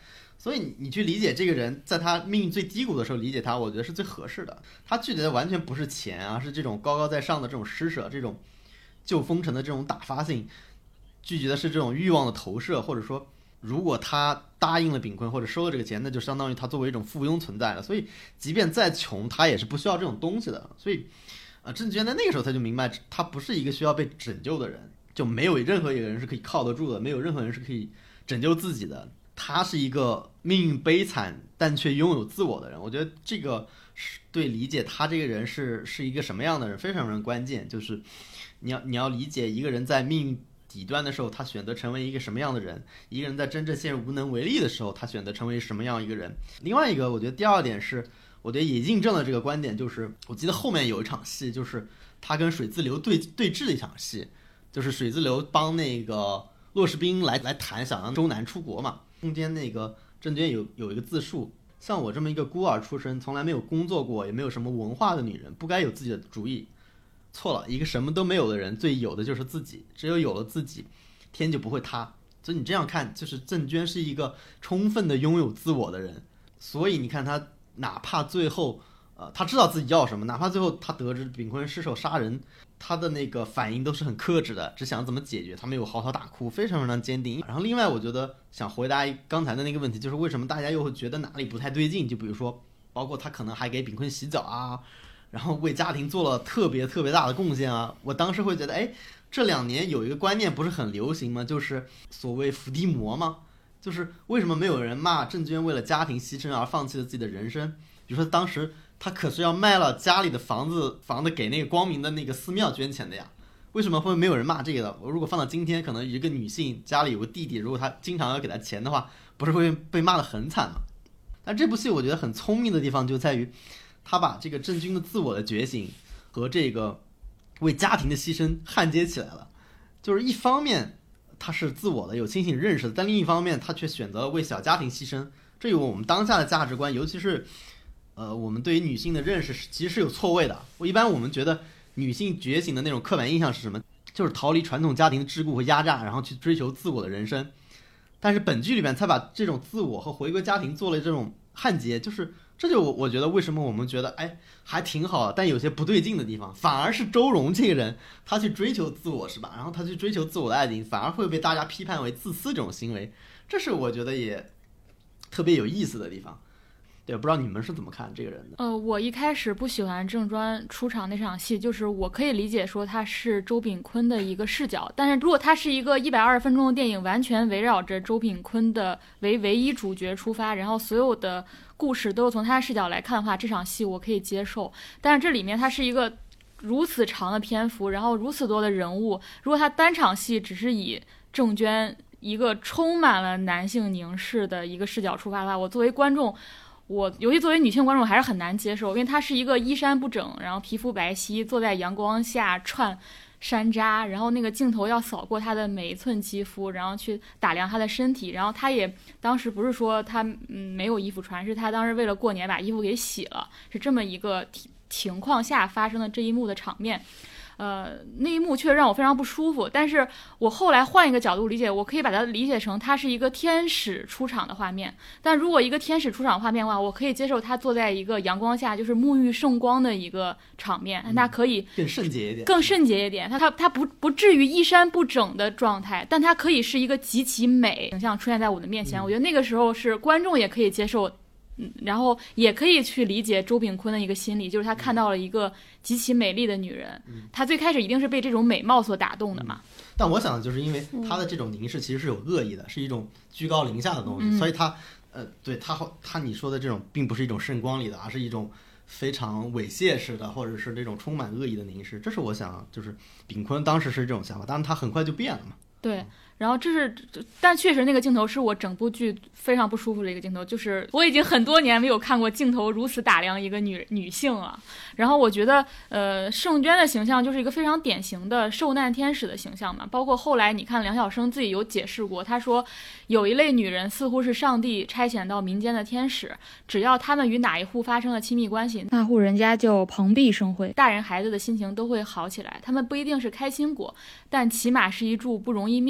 所以你去理解这个人，在他命运最低谷的时候理解他，我觉得是最合适的。他拒绝的完全不是钱啊，是这种高高在上的这种施舍，这种救风尘的这种打发性，拒绝的是这种欲望的投射，或者说如果他答应了炳坤或者收了这个钱，那就相当于他作为一种附庸存在了。所以即便再穷，他也是不需要这种东西的。所以呃，郑娟在那个时候他就明白，他不是一个需要被拯救的人，就没有任何一个人是可以靠得住的，没有任何人是可以拯救自己的。他是一个命运悲惨但却拥有自我的人，我觉得这个是对理解他这个人是是一个什么样的人非常非常关键。就是你要你要理解一个人在命运底端的时候，他选择成为一个什么样的人；一个人在真正陷入无能为力的时候，他选择成为什么样一个人。另外一个，我觉得第二点是，我觉得也印证了这个观点，就是我记得后面有一场戏，就是他跟水自流对对峙的一场戏，就是水自流帮那个骆士兵来来谈，想让周南出国嘛。中间那个郑娟有有一个自述，像我这么一个孤儿出身，从来没有工作过，也没有什么文化的女人，不该有自己的主意。错了，一个什么都没有的人，最有的就是自己，只有有了自己，天就不会塌。所以你这样看，就是郑娟是一个充分的拥有自我的人。所以你看他，哪怕最后呃，他知道自己要什么，哪怕最后他得知炳坤失手杀人，他的那个反应都是很克制的，只想怎么解决，他没有嚎啕大哭，非常非常坚定。然后另外我觉得想回答刚才的那个问题，就是为什么大家又会觉得哪里不太对劲，就比如说包括他可能还给炳坤洗澡啊，然后为家庭做了特别特别大的贡献啊，我当时会觉得，哎，这两年有一个观念不是很流行吗？就是所谓伏地魔吗？就是为什么没有人骂郑娟为了家庭牺牲而放弃了自己的人生？比如说当时他可是要卖了家里的房子房子给那个光明的那个寺庙捐钱的呀，为什么会没有人骂这个的？我如果放到今天，可能一个女性家里有个弟弟，如果他经常要给他钱的话，不是会被骂得很惨吗？但这部戏我觉得很聪明的地方就在于，他把这个郑钧的自我的觉醒和这个为家庭的牺牲焊接起来了。就是一方面他是自我的有清醒认识的，但另一方面他却选择了为小家庭牺牲。这与我们当下的价值观，尤其是呃，我们对于女性的认识其实是有错位的。我一般我们觉得女性觉醒的那种刻板印象是什么？就是逃离传统家庭的桎梏和压榨，然后去追求自我的人生。但是本剧里面才把这种自我和回归家庭做了这种焊接，就是这就我觉得为什么我们觉得哎还挺好，但有些不对劲的地方，反而是周蓉这个人，他去追求自我是吧？然后他去追求自我的爱情，反而会被大家批判为自私这种行为，这是我觉得也特别有意思的地方。对，不知道你们是怎么看这个人的？ 呃，我一开始不喜欢郑专出场那场戏，就是我可以理解说他是周炳坤的一个视角，但是如果他是一个一百二十分钟的电影，完全围绕着周炳坤的为唯一主角出发，然后所有的故事都是从他的视角来看的话，这场戏我可以接受。但是这里面它是一个如此长的篇幅，然后如此多的人物，如果他单场戏只是以郑娟一个充满了男性凝视的一个视角出发的话，我作为观众，我尤其作为女性观众还是很难接受，因为她是一个衣衫不整，然后皮肤白皙，坐在阳光下串山楂，然后那个镜头要扫过她的每一寸肌肤，然后去打量她的身体，然后她也当时不是说她嗯没有衣服穿，是她当时为了过年把衣服给洗了，是这么一个情况下发生的这一幕的场面。呃，那一幕确实让我非常不舒服，但是我后来换一个角度理解，我可以把它理解成它是一个天使出场的画面。但如果一个天使出场画面的话，我可以接受他坐在一个阳光下，就是沐浴圣光的一个场面，它可以更圣洁一点， 更圣洁一点。它它它不不至于衣衫不整的状态，但它可以是一个极其美形象出现在我的面前。嗯、我觉得那个时候是观众也可以接受。嗯，然后也可以去理解周炳坤的一个心理，就是他看到了一个极其美丽的女人，嗯、他最开始一定是被这种美貌所打动的嘛。 嗯、但我想的就是因为他的这种凝视其实是有恶意的，嗯、是一种居高临下的东西，嗯、所以他呃，对他他你说的这种并不是一种圣光里的，而是一种非常猥亵式的，或者是这种充满恶意的凝视。这是我想，就是炳坤当时是这种想法，当然他很快就变了嘛。 对。然后这是，但确实那个镜头是我整部剧非常不舒服的一个镜头，就是我已经很多年没有看过镜头如此打量一个女女性了。然后我觉得，呃，盛娟的形象就是一个非常典型的受难天使的形象嘛。包括后来你看梁晓声自己有解释过，他说有一类女人似乎是上帝差遣到民间的天使，只要他们与哪一户发生了亲密关系，那户人家就蓬荜生辉，大人孩子的心情都会好起来。他们不一定是开心果，但起码是一柱不容易灭的提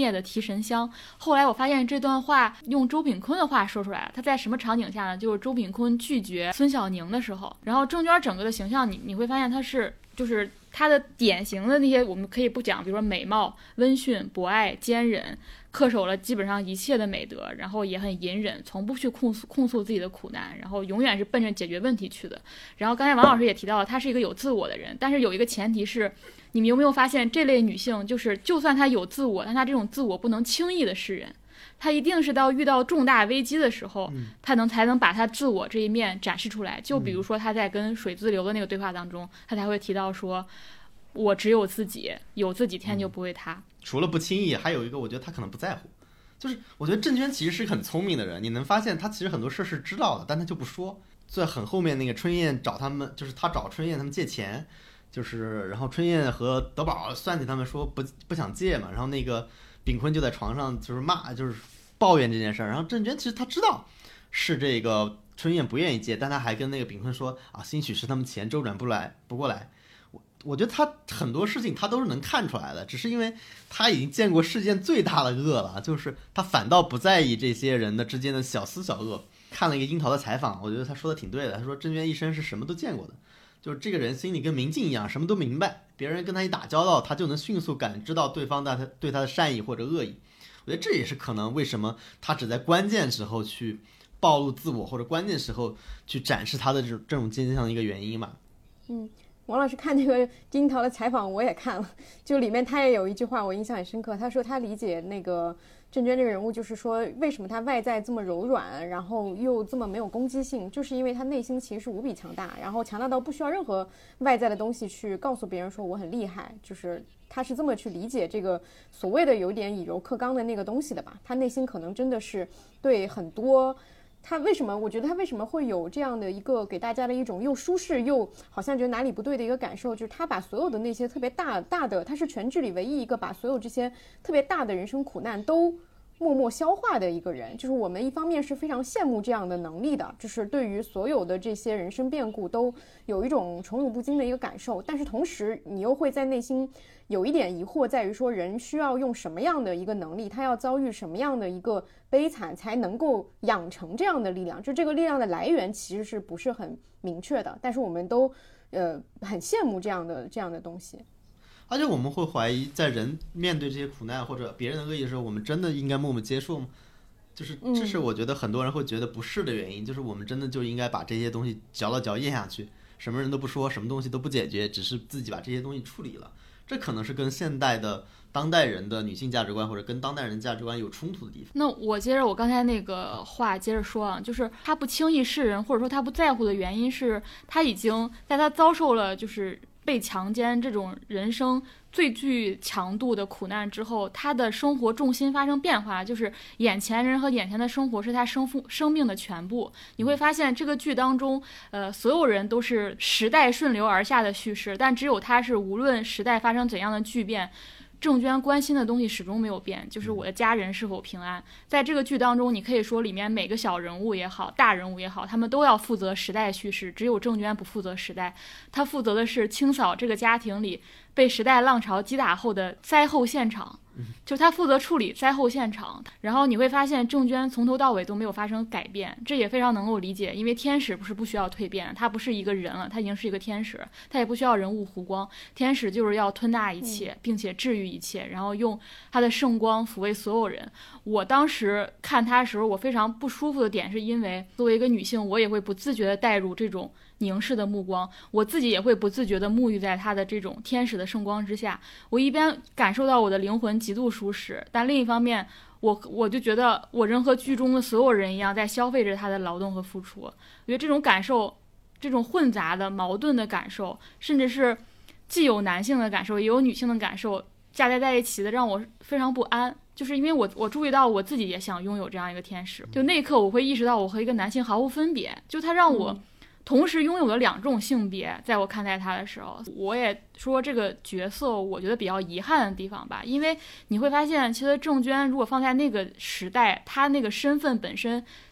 神香。后来我发现这段话用周秉昆的话说出来了，他在什么场景下呢？就是周秉昆拒绝孙小宁的时候。然后郑娟整个的形象你你会发现他是就是他的典型的那些我们可以不讲，比如说美貌、温驯、博爱、坚忍，恪守了基本上一切的美德，然后也很隐忍，从不去控诉控诉自己的苦难，然后永远是奔着解决问题去的。然后刚才王老师也提到了，她是一个有自我的人，但是有一个前提是，你们有没有发现这类女性就是就算她有自我，但她这种自我不能轻易的示人，她一定是到遇到重大危机的时候，她能才能把她自我这一面展示出来。就比如说她在跟水自流的那个对话当中，她才会提到说，我只有自己，有自己天就不会塌。 嗯、除了不轻易，还有一个我觉得她可能不在乎。就是我觉得郑娟其实是个很聪明的人，你能发现她其实很多事是知道的，但她就不说。在很后面那个春燕找他们，就是她找春燕他们借钱，就是然后春燕和德宝算计他们说不不想借嘛，然后那个秉昆就在床上就是骂，就是抱怨这件事儿。然后郑娟其实她知道是这个春燕不愿意借，但她还跟那个秉昆说啊，兴许是他们钱周转不来不过来。我觉得他很多事情他都是能看出来的，只是因为他已经见过世间最大的恶了，就是他反倒不在意这些人的之间的小思小恶。看了一个樱桃的采访，我觉得他说的挺对的，他说郑娟一生是什么都见过的，就是这个人心里跟明镜一样，什么都明白，别人跟他一打交道，他就能迅速感知到对方的对他的善意或者恶意。我觉得这也是可能为什么他只在关键时候去暴露自我，或者关键时候去展示他的这种这种坚强的一个原因嘛。 嗯，王老师看那个樱桃的采访我也看了，就里面他也有一句话我印象很深刻，他说他理解那个郑娟这个人物，就是说为什么他外在这么柔软，然后又这么没有攻击性，就是因为他内心其实是无比强大，然后强大到不需要任何外在的东西去告诉别人说我很厉害，就是他是这么去理解这个所谓的有点以柔克刚的那个东西的吧。他内心可能真的是对很多，他为什么我觉得他为什么会有这样的一个给大家的一种又舒适又好像觉得哪里不对的一个感受，就是他把所有的那些特别大大的，他是全剧里唯一一个把所有这些特别大的人生苦难都默默消化的一个人。就是我们一方面是非常羡慕这样的能力的，就是对于所有的这些人生变故都有一种宠辱不惊的一个感受，但是同时你又会在内心有一点疑惑，在于说人需要用什么样的一个能力，他要遭遇什么样的一个悲惨才能够养成这样的力量，就这个力量的来源其实是不是很明确的，但是我们都呃很羡慕这样的这样的东西。 而且我们会怀疑，在人面对这些苦难或者别人的恶意的时候，我们真的应该默默接受吗？就是这是我觉得很多人会觉得不是的原因，就是我们真的就应该把这些东西嚼了嚼咽下去，什么人都不说，什么东西都不解决，只是自己把这些东西处理了。这可能是跟现代的当代人的女性价值观或者跟当代人的价值观有冲突的地方。 那我接着我刚才那个话接着说啊，就是他不轻易示人，或者说他不在乎的原因是他已经在他遭受了就是被强奸这种人生最具强度的苦难之后，他的生活重心发生变化，就是眼前人和眼前的生活是他生生命的全部。你会发现这个剧当中呃，所有人都是时代顺流而下的叙事，但只有他是无论时代发生怎样的巨变，郑娟关心的东西始终没有变，就是我的家人是否平安。在这个剧当中，你可以说里面每个小人物也好，大人物也好，他们都要负责时代叙事，只有郑娟不负责时代，她负责的是清扫这个家庭里被时代浪潮击打后的灾后现场，就是他负责处理灾后现场。然后你会发现郑娟从头到尾都没有发生改变，这也非常能够理解，因为天使不是不需要蜕变，他不是一个人了，他已经是一个天使，他也不需要人物弧光，天使就是要吞纳一切并且治愈一切，然后用他的圣光抚慰所有人。我当时看他的时候，我非常不舒服的点是因为作为一个女性，我也会不自觉的带入这种凝视的目光，我自己也会不自觉地沐浴在他的这种天使的圣光之下。我一边感受到我的灵魂极度舒适，但另一方面我我就觉得我人和剧中的所有人一样在消费着他的劳动和付出。我觉得这种感受，这种混杂的矛盾的感受，甚至是既有男性的感受也有女性的感受嫁接在一起的，让我非常不安。就是因为我我注意到我自己也想拥有这样一个天使，就那一刻我会意识到我和一个男性毫无分别，就他让我同时拥有了两种性别。在我看待他的时候，我也说这个角色我觉得比较遗憾的地方吧，因为你会发现其实郑娟如果放在那个时代，她那个身份本身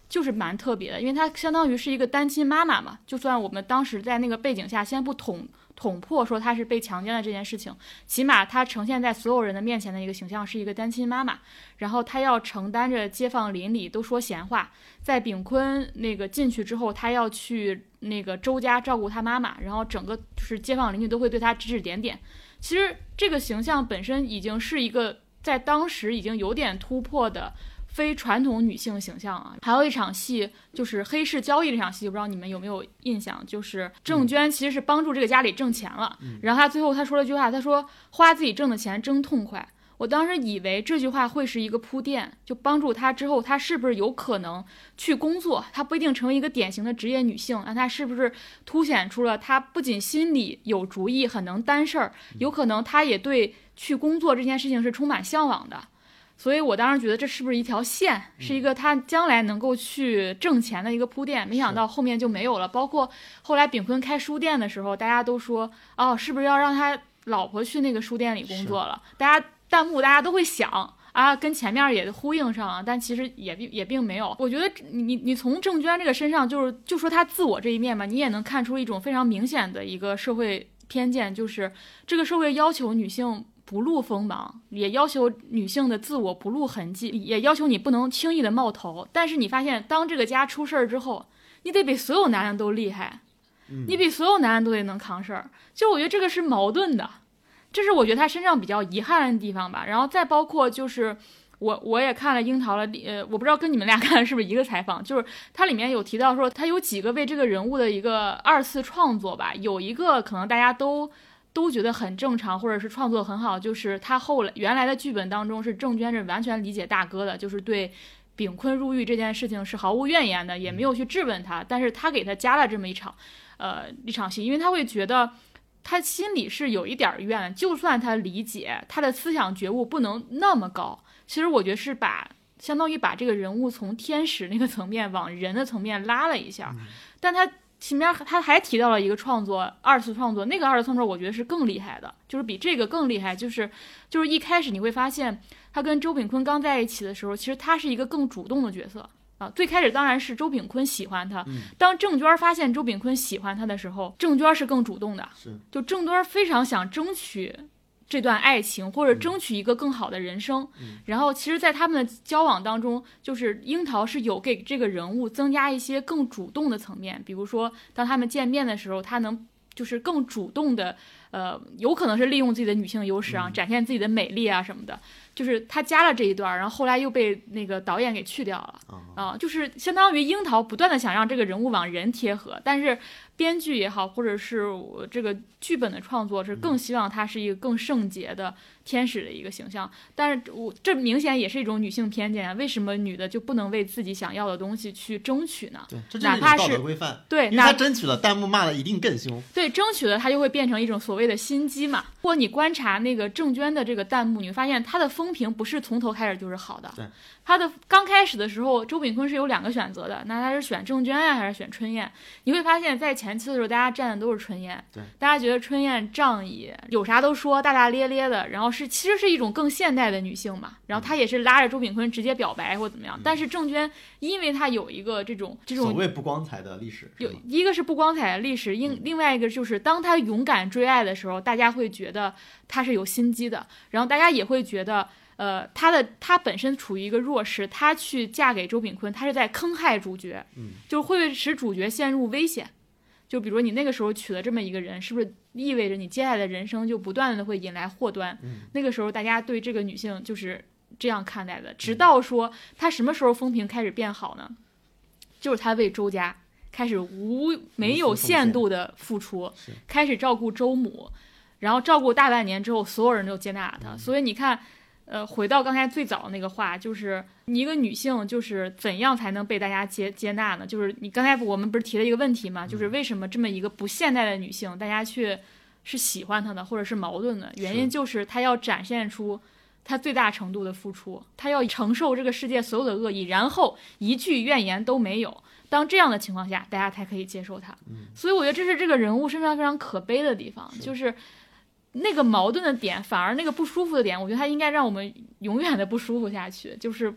就是蛮特别的，因为她相当于是一个单亲妈妈嘛，就算我们当时在那个背景下先不捅捅破说她是被强奸的这件事情，起码她呈现在所有人的面前的一个形象是一个单亲妈妈，然后她要承担着街坊邻里都说闲话，在炳坤那个进去之后，她要去那个周家照顾她妈妈，然后整个就是街坊邻居都会对她指指点点。其实这个形象本身已经是一个在当时已经有点突破的非传统女性形象啊。还有一场戏就是黑市交易这场戏，不知道你们有没有印象，就是郑娟其实是帮助这个家里挣钱了、嗯、然后她最后她说了句话，她说花自己挣的钱真痛快。我当时以为这句话会是一个铺垫，就帮助她之后她是不是有可能去工作，她不一定成为一个典型的职业女性，那她是不是凸显出了她不仅心里有主意很能担事儿，有可能她也对去工作这件事情是充满向往的。所以我当时觉得这是不是一条线，是一个他将来能够去挣钱的一个铺垫，没想到后面就没有了。包括后来炳坤开书店的时候，大家都说哦，是不是要让他老婆去那个书店里工作了，大家弹幕大家都会想啊，跟前面也呼应上了，但其实也也并没有。我觉得你你从郑娟这个身上，就是就说她自我这一面嘛，你也能看出一种非常明显的一个社会偏见，就是这个社会要求女性不露锋芒，也要求女性的自我不露痕迹，也要求你不能轻易的冒头。但是你发现当这个家出事儿之后，你得比所有男人都厉害，你比所有男人都得能扛事儿。就我觉得这个是矛盾的，这是我觉得他身上比较遗憾的地方吧。然后再包括就是我我也看了樱桃了，呃，我不知道跟你们俩看的是不是一个采访，就是它里面有提到说他有几个为这个人物的一个二次创作吧，有一个可能大家都都觉得很正常，或者是创作很好，就是他后来原来的剧本当中是郑娟是完全理解大哥的，就是对炳坤入狱这件事情是毫无怨言的，也没有去质问他，但是他给他加了这么一场呃一场戏，因为他会觉得他心里是有一点怨，就算他理解，他的思想觉悟不能那么高。其实我觉得是把相当于把这个人物从天使那个层面往人的层面拉了一下，但他前面他还提到了一个创作，二次创作，那个二次创作我觉得是更厉害的，就是比这个更厉害，就是就是一开始你会发现他跟周炳坤刚在一起的时候，其实他是一个更主动的角色啊。最开始当然是周炳坤喜欢他，当郑娟发现周炳坤喜欢他的时候，郑娟是更主动的，就郑娟非常想争取这段爱情，或者争取一个更好的人生、嗯、然后其实在他们的交往当中，就是樱桃是有给这个人物增加一些更主动的层面，比如说当他们见面的时候，他能就是更主动的呃，有可能是利用自己的女性优势啊、嗯，展现自己的美丽啊什么的，就是他加了这一段，然后后来又被那个导演给去掉了啊、哦呃，就是相当于樱桃不断的想让这个人物往人贴合，但是编剧也好，或者是这个剧本的创作是更希望他是一个更圣洁的天使的一个形象，但是我这明显也是一种女性偏见啊！为什么女的就不能为自己想要的东西去争取呢？ 对，这就是一种道德规范。 对， 因为他争取了，弹幕骂的一定更凶。 对，争取了，他就会变成一种所谓的心机嘛。如果你观察那个郑娟的这个弹幕，你会发现她的风评不是从头开始就是好的。 对， 她的刚开始的时候，周炳坤是有两个选择的，那他是选郑娟呀，还是选春燕？你会发现在前期的时候，大家站的都是春燕。 对， 大家觉得春燕仗义，有啥都说，大大咧咧的，然后是其实是一种更现代的女性嘛。然后她也是拉着周炳坤直接表白或怎么样。嗯、但是郑娟，因为她有一个这种这种所谓不光彩的历史， 有一个是不光彩的历史，另、嗯、另外一个就是当她勇敢追爱的时候，大家会觉得她是有心机的，然后大家也会觉得。呃，她的她本身处于一个弱势，她去嫁给周炳坤，她是在坑害主角，嗯，就是会使主角陷入危险。就比如你那个时候娶了这么一个人，是不是意味着你接下来的人生就不断的会引来祸端？嗯，那个时候大家对这个女性就是这样看待的，直到说她什么时候风评开始变好呢？就是她为周家开始无没有限度的付出，开始照顾周母，然后照顾大半年之后，所有人都接纳了她、嗯。所以你看。呃，回到刚才最早那个话，就是你一个女性，就是怎样才能被大家接接纳呢？就是你刚才我们不是提了一个问题吗？就是为什么这么一个不现代的女性，大家却是喜欢她的，或者是矛盾的？原因就是她要展现出她最大程度的付出，她要承受这个世界所有的恶意，然后一句怨言都没有。当这样的情况下，大家才可以接受她。嗯、所以我觉得这是这个人物身上非常可悲的地方，就是。那个矛盾的点，反而那个不舒服的点，我觉得他应该让我们永远的不舒服下去。就是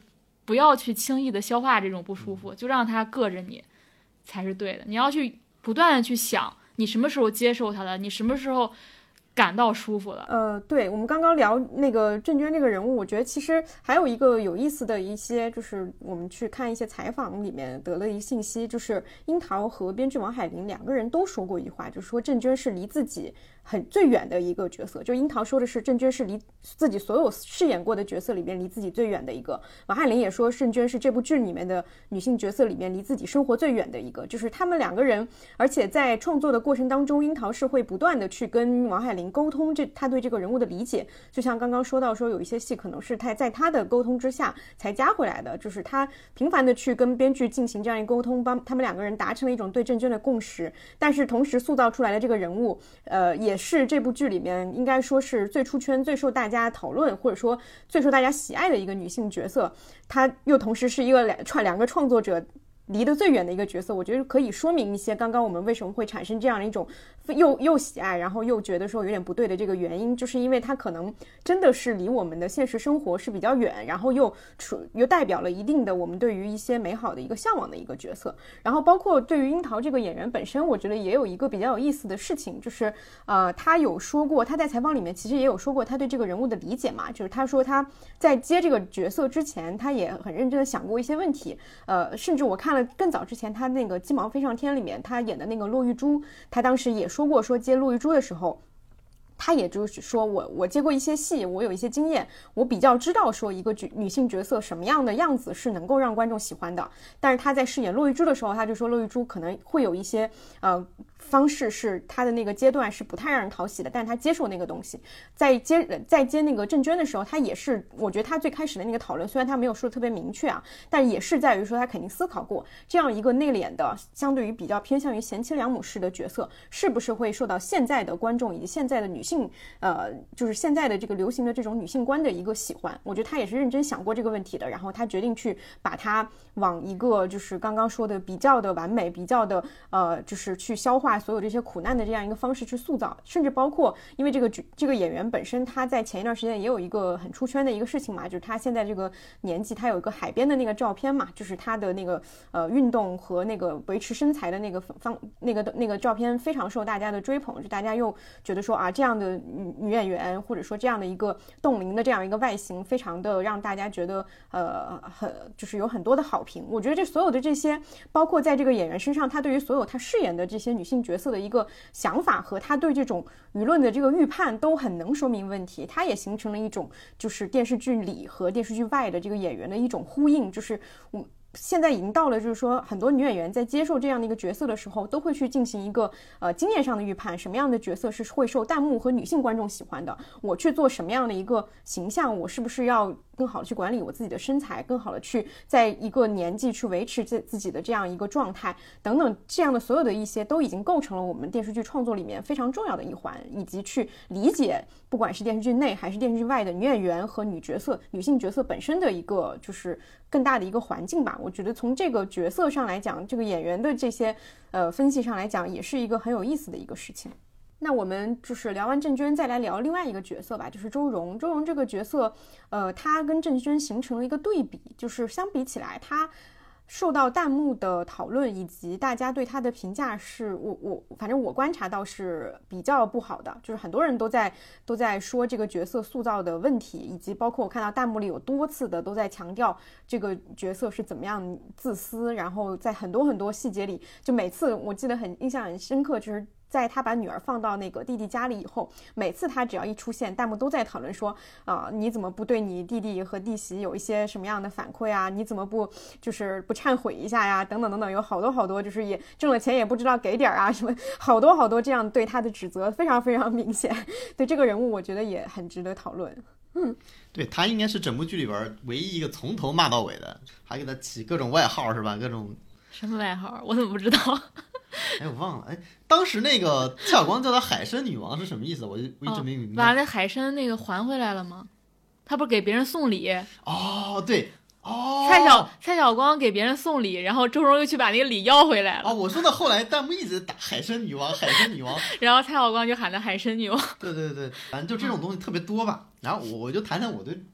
不要去轻易的消化这种不舒服，就让它硌着你才是对的。你要去不断的去想你什么时候接受它的，你什么时候感到舒服了。 呃，对，我们刚刚聊那个郑娟这个人物，我觉得其实还有一个有意思的一些，就是我们去看一些采访里面得了一个信息，就是樱桃和编剧王海玲两个人都说过一句话，就是说郑娟是离自己很最远的一个角色。就樱桃说的是郑娟是离自己所有饰演过的角色里面离自己最远的一个，王海玲也说郑娟是这部剧里面的女性角色里面离自己生活最远的一个。就是他们两个人，而且在创作的过程当中，樱桃是会不断的去跟王海玲沟通这他对这个人物的理解，就像刚刚说到说有一些戏可能是他在他的沟通之下才加回来的，就是他频繁的去跟编剧进行这样一个沟通，帮他们两个人达成了一种对郑娟的共识，但是同时塑造出来的这个人物呃，也是这部剧里面应该说是最出圈最受大家讨论或者说最受大家喜爱的一个女性角色，她又同时是一个两创两个创作者离得最远的一个角色。我觉得可以说明一些刚刚我们为什么会产生这样的一种又又喜爱然后又觉得说有点不对的这个原因，就是因为它可能真的是离我们的现实生活是比较远，然后又又代表了一定的我们对于一些美好的一个向往的一个角色。然后包括对于樱桃这个演员本身，我觉得也有一个比较有意思的事情，就是呃，他有说过，他在采访里面其实也有说过他对这个人物的理解嘛，就是他说他在接这个角色之前，他也很认真的想过一些问题，呃，甚至我看了更早之前他那个《鸡毛飞上天》里面他演的那个骆玉珠，他当时也说过说接骆玉珠的时候，他也就是说我我接过一些戏，我有一些经验，我比较知道说一个女性角色什么样的样子是能够让观众喜欢的。但是他在饰演骆玉珠的时候，他就说骆玉珠可能会有一些呃方式是他的那个阶段是不太让人讨喜的，但是他接受那个东西。在接在接那个郑娟的时候，他也是我觉得他最开始的那个讨论，虽然他没有说的特别明确啊，但也是在于说他肯定思考过这样一个内敛的相对于比较偏向于贤妻良母式的角色是不是会受到现在的观众以及现在的女性呃，就是现在的这个流行的这种女性观的一个喜欢。我觉得他也是认真想过这个问题的，然后他决定去把它往一个就是刚刚说的比较的完美比较的呃，就是去消化所有这些苦难的这样一个方式去塑造。甚至包括因为这个这个演员本身他在前一段时间也有一个很出圈的一个事情嘛，就是他现在这个年纪他有一个海边的那个照片嘛，就是他的那个呃运动和那个维持身材的那个方那个那个照片非常受大家的追捧，就大家又觉得说啊这样的女演员或者说这样的一个冻龄的这样一个外形非常的让大家觉得呃很就是有很多的好评。我觉得这所有的这些包括在这个演员身上他对于所有他饰演的这些女性角色的一个想法和他对这种舆论的这个预判都很能说明问题，他也形成了一种就是电视剧里和电视剧外的这个演员的一种呼应。就是我现在已经到了就是说很多女演员在接受这样的一个角色的时候都会去进行一个呃经验上的预判，什么样的角色是会受弹幕和女性观众喜欢的，我去做什么样的一个形象，我是不是要更好的去管理我自己的身材，更好的去在一个年纪去维持自己的这样一个状态等等，这样的所有的一些都已经构成了我们电视剧创作里面非常重要的一环，以及去理解不管是电视剧内还是电视剧外的女演员和女角色女性角色本身的一个就是更大的一个环境吧。我觉得从这个角色上来讲，这个演员的这些呃分析上来讲也是一个很有意思的一个事情。那我们就是聊完郑娟再来聊另外一个角色吧，就是周蓉。周蓉这个角色呃，她跟郑娟形成了一个对比，就是相比起来她受到弹幕的讨论以及大家对她的评价是我我反正我观察到是比较不好的，就是很多人都在都在说这个角色塑造的问题，以及包括我看到弹幕里有多次的都在强调这个角色是怎么样自私，然后在很多很多细节里，就每次我记得很印象很深刻，就是在他把女儿放到那个弟弟家里以后，每次他只要一出现，弹幕都在讨论说啊、呃，你怎么不对你弟弟和弟媳有一些什么样的反馈啊？你怎么不就是不忏悔一下呀？等等等等，有好多好多，就是也挣了钱也不知道给点啊，什么好多好多这样对他的指责非常非常明显。对这个人物，我觉得也很值得讨论。嗯， 对，他应该是整部剧里边唯一一个从头骂到尾的，还给他起各种外号是吧？各种什么外号？我怎么不知道？ 哎，我忘了。哎，当时那个蔡晓光叫她海参女王是什么意思？我就我一直没明白。 把、哦、那海参那个还回来了吗？他不是给别人送礼？ 哦，对，哦， 蔡晓蔡晓光给别人送礼，然后周蓉又去把那个礼要回来了。 哦，我说的后来弹幕一直打海参女王，海参女王， 然后蔡晓光就喊她海参女王。 对对对，反正就这种东西特别多吧。然后我我就谈谈我对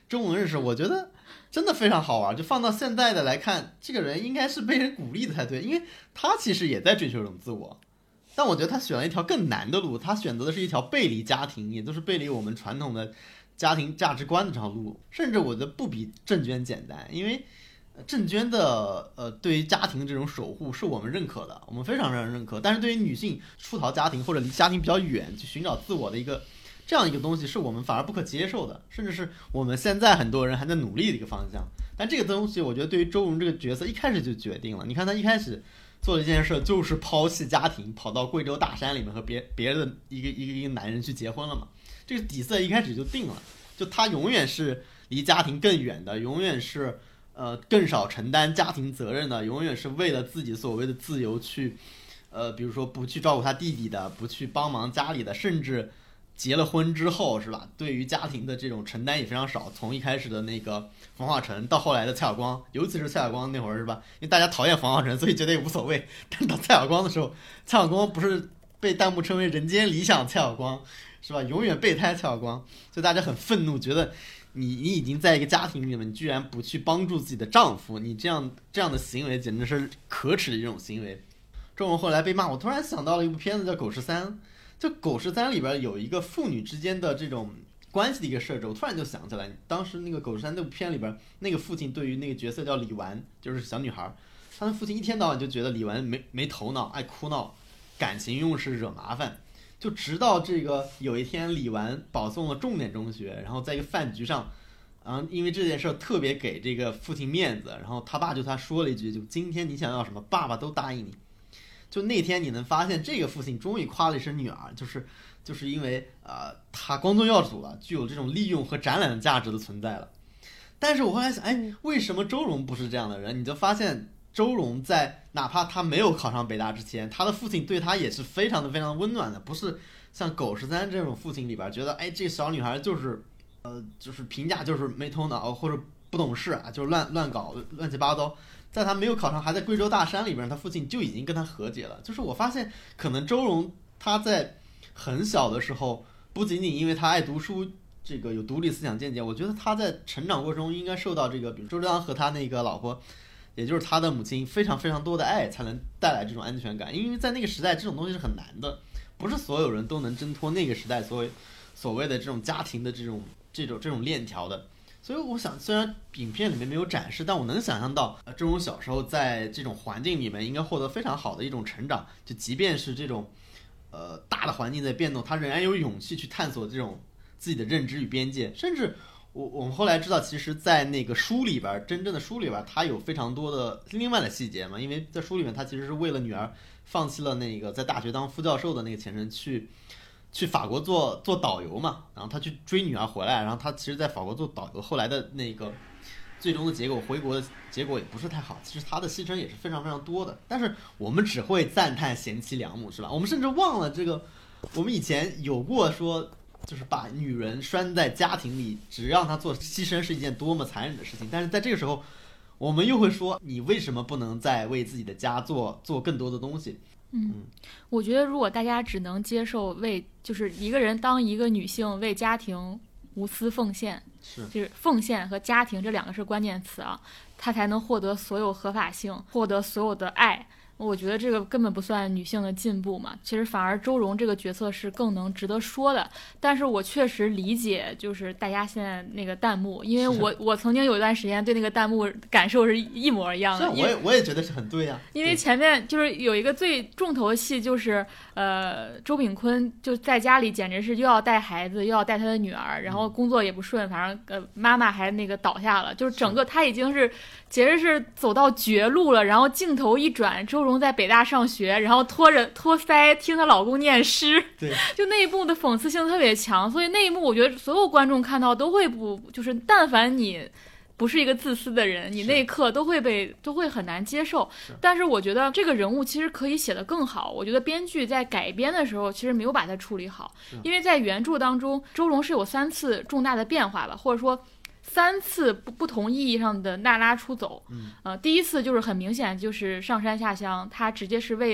中文认识，我觉得真的非常好玩。就放到现代的来看，这个人应该是被人鼓励的才对，因为他其实也在追求这种自我，但我觉得他选了一条更难的路，他选择的是一条背离家庭，也就是背离我们传统的家庭价值观的这条路，甚至我觉得不比郑娟简单，因为郑娟的呃对于家庭的这种守护是我们认可的，我们非常非常认可。但是对于女性出逃家庭或者离家庭比较远去寻找自我的一个这样一个东西，是我们反而不可接受的，甚至是我们现在很多人还在努力的一个方向。但这个东西，我觉得对于周蓉这个角色一开始就决定了。你看她一开始做了一件事，就是抛弃家庭，跑到贵州大山里面和别别的一个一个一个男人去结婚了嘛。这个底色一开始就定了，就她永远是离家庭更远的，永远是。呃，更少承担家庭责任的，永远是为了自己所谓的自由去，呃，比如说不去照顾他弟弟的，不去帮忙家里的，甚至结了婚之后，是吧？对于家庭的这种承担也非常少。从一开始的那个冯化成，到后来的蔡晓光，尤其是蔡晓光那会儿，是吧？因为大家讨厌冯化成，所以觉得也无所谓。但到蔡晓光的时候，蔡晓光不是被弹幕称为人间理想蔡晓光，是吧？永远备胎蔡晓光，所以大家很愤怒，觉得。你你已经在一个家庭里面，你居然不去帮助自己的丈夫，你这样这样的行为简直是可耻的一种行为。周蓉后来被骂，我突然想到了一部片子叫《狗十三》，就《狗十三》里边有一个父女之间的这种关系的一个设置，我突然就想起来，当时那个《狗十三》那部片里边，那个父亲对于那个角色叫李纨，就是小女孩，他的父亲一天到晚就觉得李纨没没头脑，爱哭闹，感情用事，惹麻烦。就直到这个有一天李纨保送了重点中学，然后在一个饭局上，然后因为这件事特别给这个父亲面子，然后他爸就他说了一句，就今天你想要什么爸爸都答应你。就那天你能发现这个父亲终于夸了一声女儿，就是就是因为呃他光宗耀祖了，具有这种利用和展览的价值的存在了。但是我后来想，哎，为什么周蓉不是这样的人？你就发现周蓉在哪怕她没有考上北大之前，她的父亲对她也是非常的非常温暖的，不是像《狗十三》这种父亲里边觉得，哎，这个小女孩就是呃就是评价就是没头脑或者不懂事啊，就是乱乱搞乱七八糟。在她没有考上，还在贵州大山里边，她父亲就已经跟她和解了。就是我发现，可能周蓉她在很小的时候，不仅仅因为她爱读书，这个有独立思想见解，我觉得她在成长过程中应该受到这个，比如周章和他那个老婆。也就是他的母亲非常非常多的爱，才能带来这种安全感。因为在那个时代，这种东西是很难的，不是所有人都能挣脱那个时代所谓所谓的这种家庭的这种这种这种链条的。所以我想，虽然影片里面没有展示，但我能想象到，呃，这种小时候在这种环境里面应该获得非常好的一种成长。就即便是这种，呃，大的环境在变动，他仍然有勇气去探索这种自己的认知与边界，甚至。我我们后来知道，其实，在那个书里边，真正的书里边，它有非常多的另外的细节嘛。因为在书里面，他其实是为了女儿放弃了那个在大学当副教授的那个前程，去去法国做做导游嘛。然后他去追女儿回来，然后他其实，在法国做导游，后来的那个最终的结果，回国的结果也不是太好。其实他的牺牲也是非常非常多的。但是我们只会赞叹贤妻良母，是吧？我们甚至忘了这个，我们以前有过说。就是把女人拴在家庭里，只让她做牺牲是一件多么残忍的事情。但是在这个时候，我们又会说，你为什么不能再为自己的家做做更多的东西？ 嗯，我觉得如果大家只能接受为就是一个人当一个女性为家庭无私奉献， 是就是奉献和家庭这两个是关键词啊，她才能获得所有合法性，获得所有的爱。我觉得这个根本不算女性的进步嘛，其实反而周蓉这个角色是更能值得说的。但是我确实理解，就是大家现在那个弹幕，因为我我曾经有一段时间对那个弹幕感受是一模一样的。 我也我也觉得是很对呀、啊。 因为前面就是有一个最重头的戏，就是呃周秉昆就在家里简直是又要带孩子，又要带他的女儿，然后工作也不顺，反正呃妈妈还那个倒下了，就是整个他已经是简直是走到绝路了。然后镜头一转，周蓉在北大上学，然后拖着托腮听她老公念诗， 对， 就那一幕的讽刺性特别强，所以那一幕我觉得所有观众看到都会不，就是但凡你不是一个自私的人，你那一刻都会被都会很难接受。但是我觉得这个人物其实可以写得更好，我觉得编剧在改编的时候其实没有把它处理好，因为在原著当中周蓉是有三次重大的变化吧，或者说三次不不同意义上的娜拉出走。 嗯， 呃，第一次就是很明显就是上山下乡，他直接是为了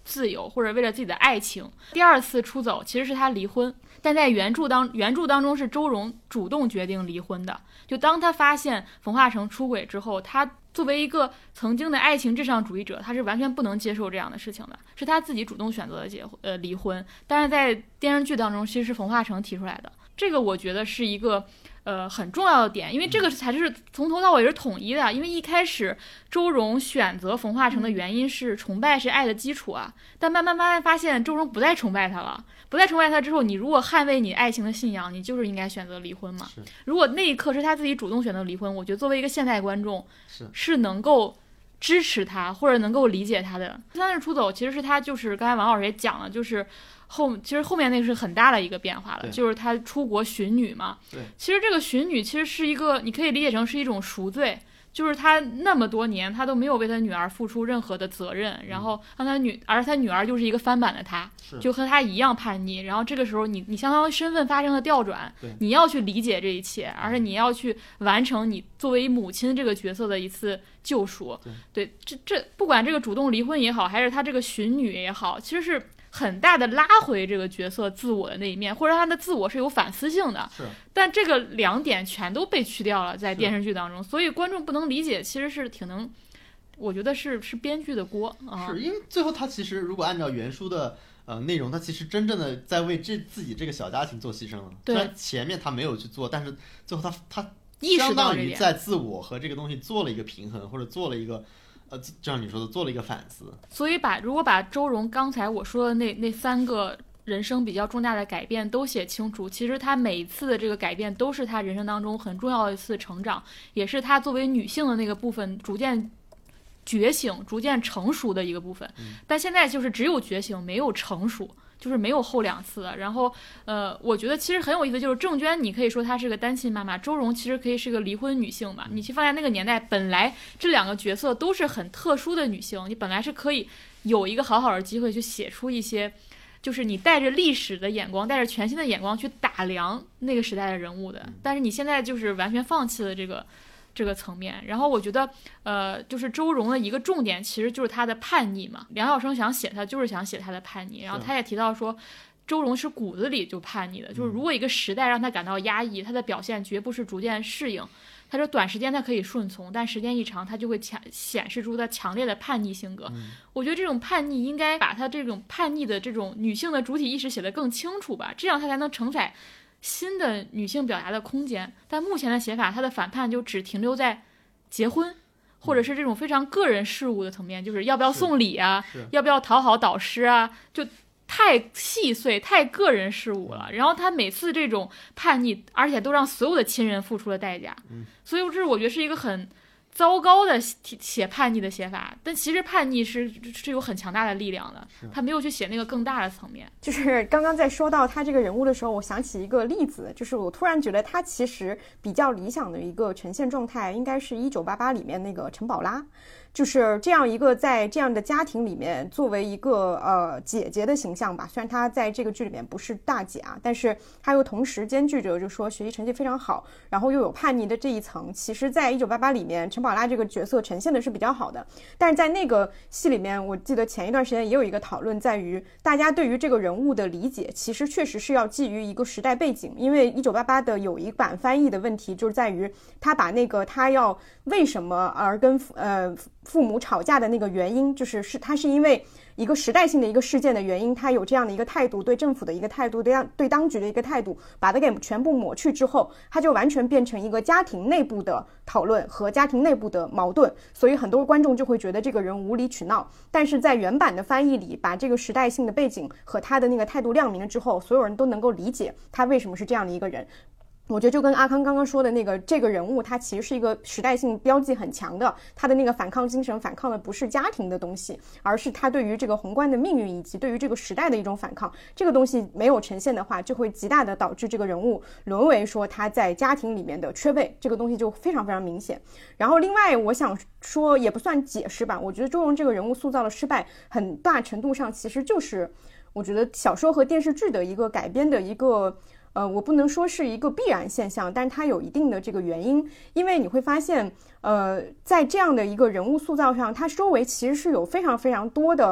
自由或者为了自己的爱情。第二次出走其实是他离婚，但在原著当原著当中是周蓉主动决定离婚的。就当他发现冯化成出轨之后，他作为一个曾经的爱情至上主义者，他是完全不能接受这样的事情的，是他自己主动选择的结呃离婚。但是在电视剧当中，其实是冯化成提出来的。这个我觉得是一个呃很重要的点，因为这个才是从头到尾是统一的。因为一开始周蓉选择冯化成的原因是崇拜是爱的基础啊，但慢慢慢慢发现周蓉不再崇拜他了，不再崇拜他之后，你如果捍卫你爱情的信仰，你就是应该选择离婚嘛。如果那一刻是他自己主动选择离婚，我觉得作为一个现代观众是是能够支持他或者能够理解他的。三次出走其实是他就是刚才王老师也讲了，就是后其实后面那个是很大的一个变化了，就是他出国寻女嘛。 对， 其实这个寻女其实是一个你可以理解成是一种赎罪，就是他那么多年他都没有为他女儿付出任何的责任，然后让他女而他女儿就是一个翻版的他，就和他一样叛逆。然后这个时候你你相当于身份发生了调转，你要去理解这一切，而且你要去完成你作为母亲这个角色的一次救赎。对，对这这不管这个主动离婚也好，还是他这个寻女也好，其实是很大的拉回这个角色自我的那一面，或者他的自我是有反思性的。 是， 但这个两点全都被去掉了在电视剧当中，所以观众不能理解，其实是挺能，我觉得是是编剧的锅啊。 是因为最后他其实如果按照原书的呃内容，他其实真正的在为这自己这个小家庭做牺牲了。虽然前面他没有去做，但是最后他他相当于在自我和这个东西做了一个平衡，或者做了一个。呃，就像你说的，做了一个反思。 所以把如果把周蓉刚才我说的那那三个人生比较重大的改变都写清楚，其实她每一次的这个改变都是她人生当中很重要的一次成长，也是她作为女性的那个部分逐渐觉醒、逐渐成熟的一个部分。 嗯、 但现在就是只有觉醒，没有成熟。就是没有后两次了。然后呃我觉得其实很有意思，就是郑娟你可以说她是个单亲妈妈，周蓉其实可以是个离婚女性嘛。你去放在那个年代，本来这两个角色都是很特殊的女性，你本来是可以有一个好好的机会去写出一些就是你带着历史的眼光，带着全新的眼光去打量那个时代的人物的，但是你现在就是完全放弃了这个这个层面。然后我觉得呃，就是周蓉的一个重点其实就是她的叛逆嘛，梁晓声想写她就是想写她的叛逆，然后他也提到说周蓉是骨子里就叛逆的，就是如果一个时代让她感到压抑，她的表现绝不是逐渐适应。他说短时间他可以顺从，但时间一长他就会强显示出他强烈的叛逆性格、嗯、我觉得这种叛逆应该把他这种叛逆的这种女性的主体意识写得更清楚吧，这样他才能承载新的女性表达的空间。但目前的写法，他的反叛就只停留在结婚或者是这种非常个人事务的层面，就是要不要送礼啊，要不要讨好导师啊，就太细碎太个人事务了。然后他每次这种叛逆而且都让所有的亲人付出了代价、嗯、所以这是我觉得是一个很糟糕的写叛逆的写法。但其实叛逆是是有很强大的力量的，他没有去写那个更大的层面。 就是刚刚在说到他这个人物的时候，我想起一个例子，就是我突然觉得他其实比较理想的一个呈现状态应该是一九八八里面那个陈宝拉，就是这样一个在这样的家庭里面作为一个呃姐姐的形象吧，虽然她在这个剧里面不是大姐啊，但是她又同时兼具着就说学习成绩非常好，然后又有叛逆的这一层。其实在一九八八里面陈宝拉这个角色呈现的是比较好的，但是在那个戏里面我记得前一段时间也有一个讨论，在于大家对于这个人物的理解其实确实是要基于一个时代背景，因为一九八八的有一版翻译的问题就是在于他把那个他要为什么而跟呃父母吵架的那个原因，就是是他是因为一个时代性的一个事件的原因，他有这样的一个态度，对政府的一个态度，对对当局的一个态度，把它给全部抹去之后，他就完全变成一个家庭内部的讨论和家庭内部的矛盾，所以很多观众就会觉得这个人无理取闹。但是在原版的翻译里，把这个时代性的背景和他的那个态度亮明了之后，所有人都能够理解他为什么是这样的一个人。我觉得就跟阿康刚刚说的那个这个人物，他其实是一个时代性标记很强的，他的那个反抗精神反抗的不是家庭的东西，而是他对于这个宏观的命运以及对于这个时代的一种反抗。这个东西没有呈现的话，就会极大的导致这个人物沦为说他在家庭里面的缺位，这个东西就非常非常明显。然后另外我想说也不算解释吧，我觉得周蓉这个人物塑造的失败很大程度上其实就是我觉得小说和电视剧的一个改编的一个呃，我不能说是一个必然现象，但是它有一定的这个原因。因为你会发现呃，在这样的一个人物塑造上，它周围其实是有非常非常多的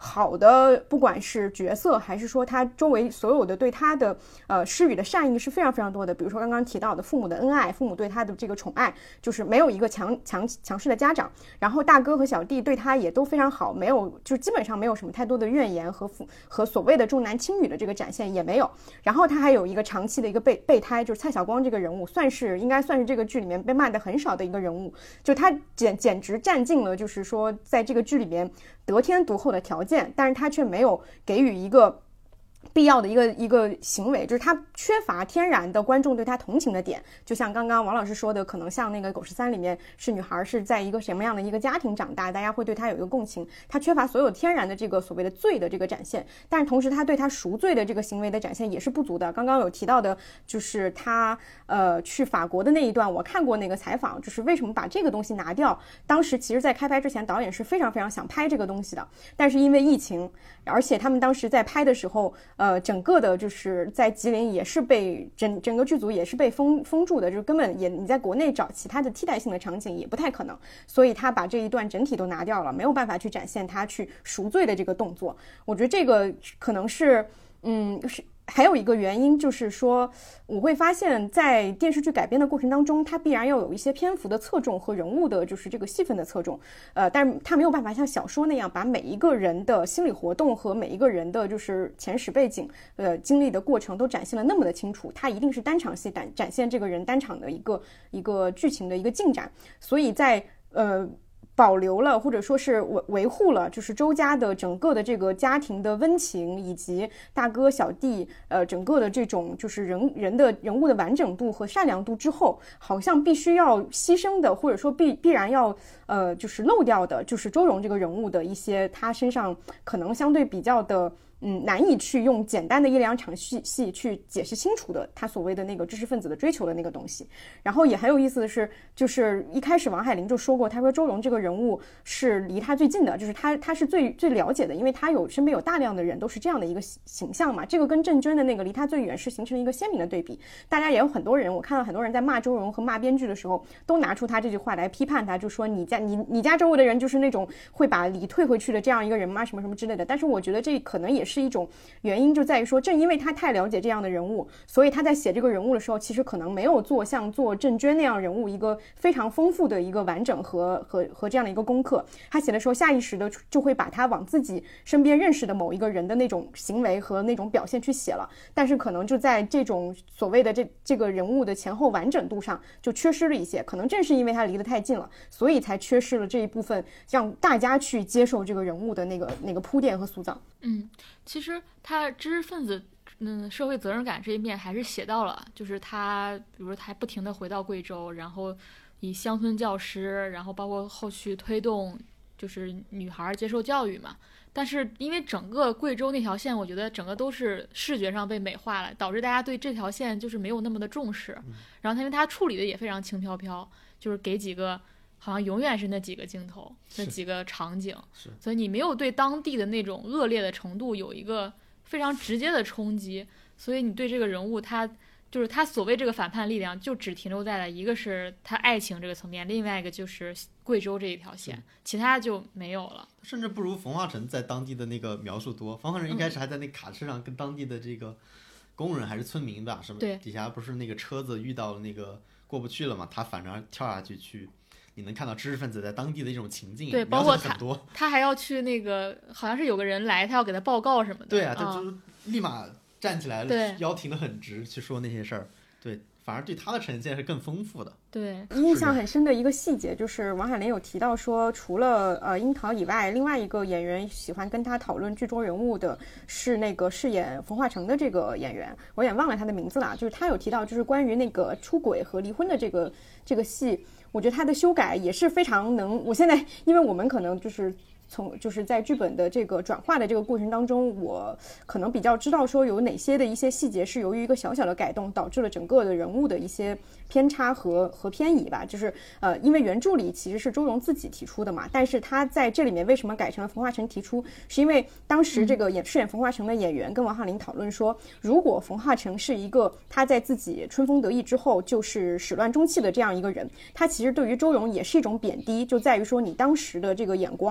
好的，不管是角色还是说他周围所有的对他的呃施予的善意是非常非常多的。比如说刚刚提到的父母的恩爱，父母对他的这个宠爱，就是没有一个强强强势的家长，然后大哥和小弟对他也都非常好，没有就基本上没有什么太多的怨言和和所谓的重男轻女的这个展现也没有。然后他还有一个长期的一个备备胎，就是蔡晓光这个人物，算是应该算是这个剧里面被骂的很少的一个人物，就他简简直占尽了就是说在这个剧里面得天独厚的条件，但是他却没有给予一个必要的一个一个行为，就是他缺乏天然的观众对他同情的点。就像刚刚王老师说的，可能像那个狗十三里面是女孩是在一个什么样的一个家庭长大，大家会对他有一个共情，他缺乏所有天然的这个所谓的罪的这个展现，但是同时他对他赎罪的这个行为的展现也是不足的。刚刚有提到的就是他呃去法国的那一段，我看过那个采访，就是为什么把这个东西拿掉，当时其实在开拍之前导演是非常非常想拍这个东西的，但是因为疫情，而且他们当时在拍的时候呃，整个的就是在吉林也是被整整个剧组也是被封封住的，就是根本也你在国内找其他的替代性的场景也不太可能，所以他把这一段整体都拿掉了，没有办法去展现他去赎罪的这个动作。我觉得这个可能是嗯是。还有一个原因就是说，我会发现在电视剧改编的过程当中，它必然要有一些篇幅的侧重和人物的就是这个戏份的侧重，呃，但是它没有办法像小说那样把每一个人的心理活动和每一个人的就是前史背景呃经历的过程都展现了那么的清楚，它一定是单场戏展展现这个人单场的一个一个剧情的一个进展，所以在呃保留了或者说是维护了就是周家的整个的这个家庭的温情，以及大哥小弟呃整个的这种就是人人的人物的完整度和善良度之后，好像必须要牺牲的或者说必必然要呃就是漏掉的就是周蓉这个人物的一些他身上可能相对比较的嗯，难以去用简单的一两场戏戏去解释清楚的他所谓的那个知识分子的追求的那个东西。然后也很有意思的是，就是一开始王海玲就说过，他说周蓉这个人物是离他最近的，就是他他是最最了解的，因为他有身边有大量的人都是这样的一个形象嘛。这个跟郑娟的那个离他最远是形成了一个鲜明的对比。大家也有很多人，我看到很多人在骂周蓉和骂编剧的时候，都拿出他这句话来批判他，就说你家你你家周围的人就是那种会把礼退回去的这样一个人吗？什么什么之类的。但是我觉得这可能也是是一种原因，就在于说正因为他太了解这样的人物，所以他在写这个人物的时候其实可能没有做像做郑娟那样人物一个非常丰富的一个完整和和和这样的一个功课。他写的时候下意识的就会把他往自己身边认识的某一个人的那种行为和那种表现去写了，但是可能就在这种所谓的这这个人物的前后完整度上就缺失了一些，可能正是因为他离得太近了，所以才缺失了这一部分让大家去接受这个人物的那个那个铺垫和塑造。 嗯，其实他知识分子嗯社会责任感这一面还是写到了，就是他比如说他不停地回到贵州，然后以乡村教师，然后包括后续推动就是女孩接受教育嘛。但是因为整个贵州那条线我觉得整个都是视觉上被美化了，导致大家对这条线就是没有那么的重视，然后因为他处理的也非常轻飘飘，就是给几个好像永远是那几个镜头那几个场景，所以你没有对当地的那种恶劣的程度有一个非常直接的冲击，所以你对这个人物他就是他所谓这个反叛力量就只停留在了一个是他爱情这个层面，另外一个就是贵州这一条线，其他就没有了， 甚至不如冯化成在当地的那个描述多。冯化成一开始还在那卡车上跟当地的这个工人还是村民吧，是不是底下不是那个车子遇到了那个过不去了嘛，他反而跳下去去，你能看到知识分子在当地的一种情境， 对，包括他他还要去那个好像是有个人来，他要给他报告什么的， 对啊，他就是立马站起来了，腰挺得很直去说那些事儿，对，反而对他的呈现是更丰富的。 对， 印象很深的一个细节就是王海玲有提到说，除了呃樱桃以外，另外一个演员喜欢跟他讨论剧中人物的是那个饰演冯化成的这个演员，我也忘了他的名字了，就是他有提到就是关于那个出轨和离婚的这个这个戏，我觉得他的修改也是非常能，我现在因为我们可能就是从就是在剧本的这个转化的这个过程当中，我可能比较知道说有哪些的一些细节是由于一个小小的改动导致了整个的人物的一些偏差和和偏移吧。就是呃，因为原著里其实是周蓉自己提出的嘛，但是他在这里面为什么改成了冯化成提出，是因为当时这个演饰演冯化成的演员跟王海玲讨论说，如果冯化成是一个他在自己春风得意之后就是始乱终弃的这样一个人，他其实对于周蓉也是一种贬低，就在于说你当时的这个眼光和当时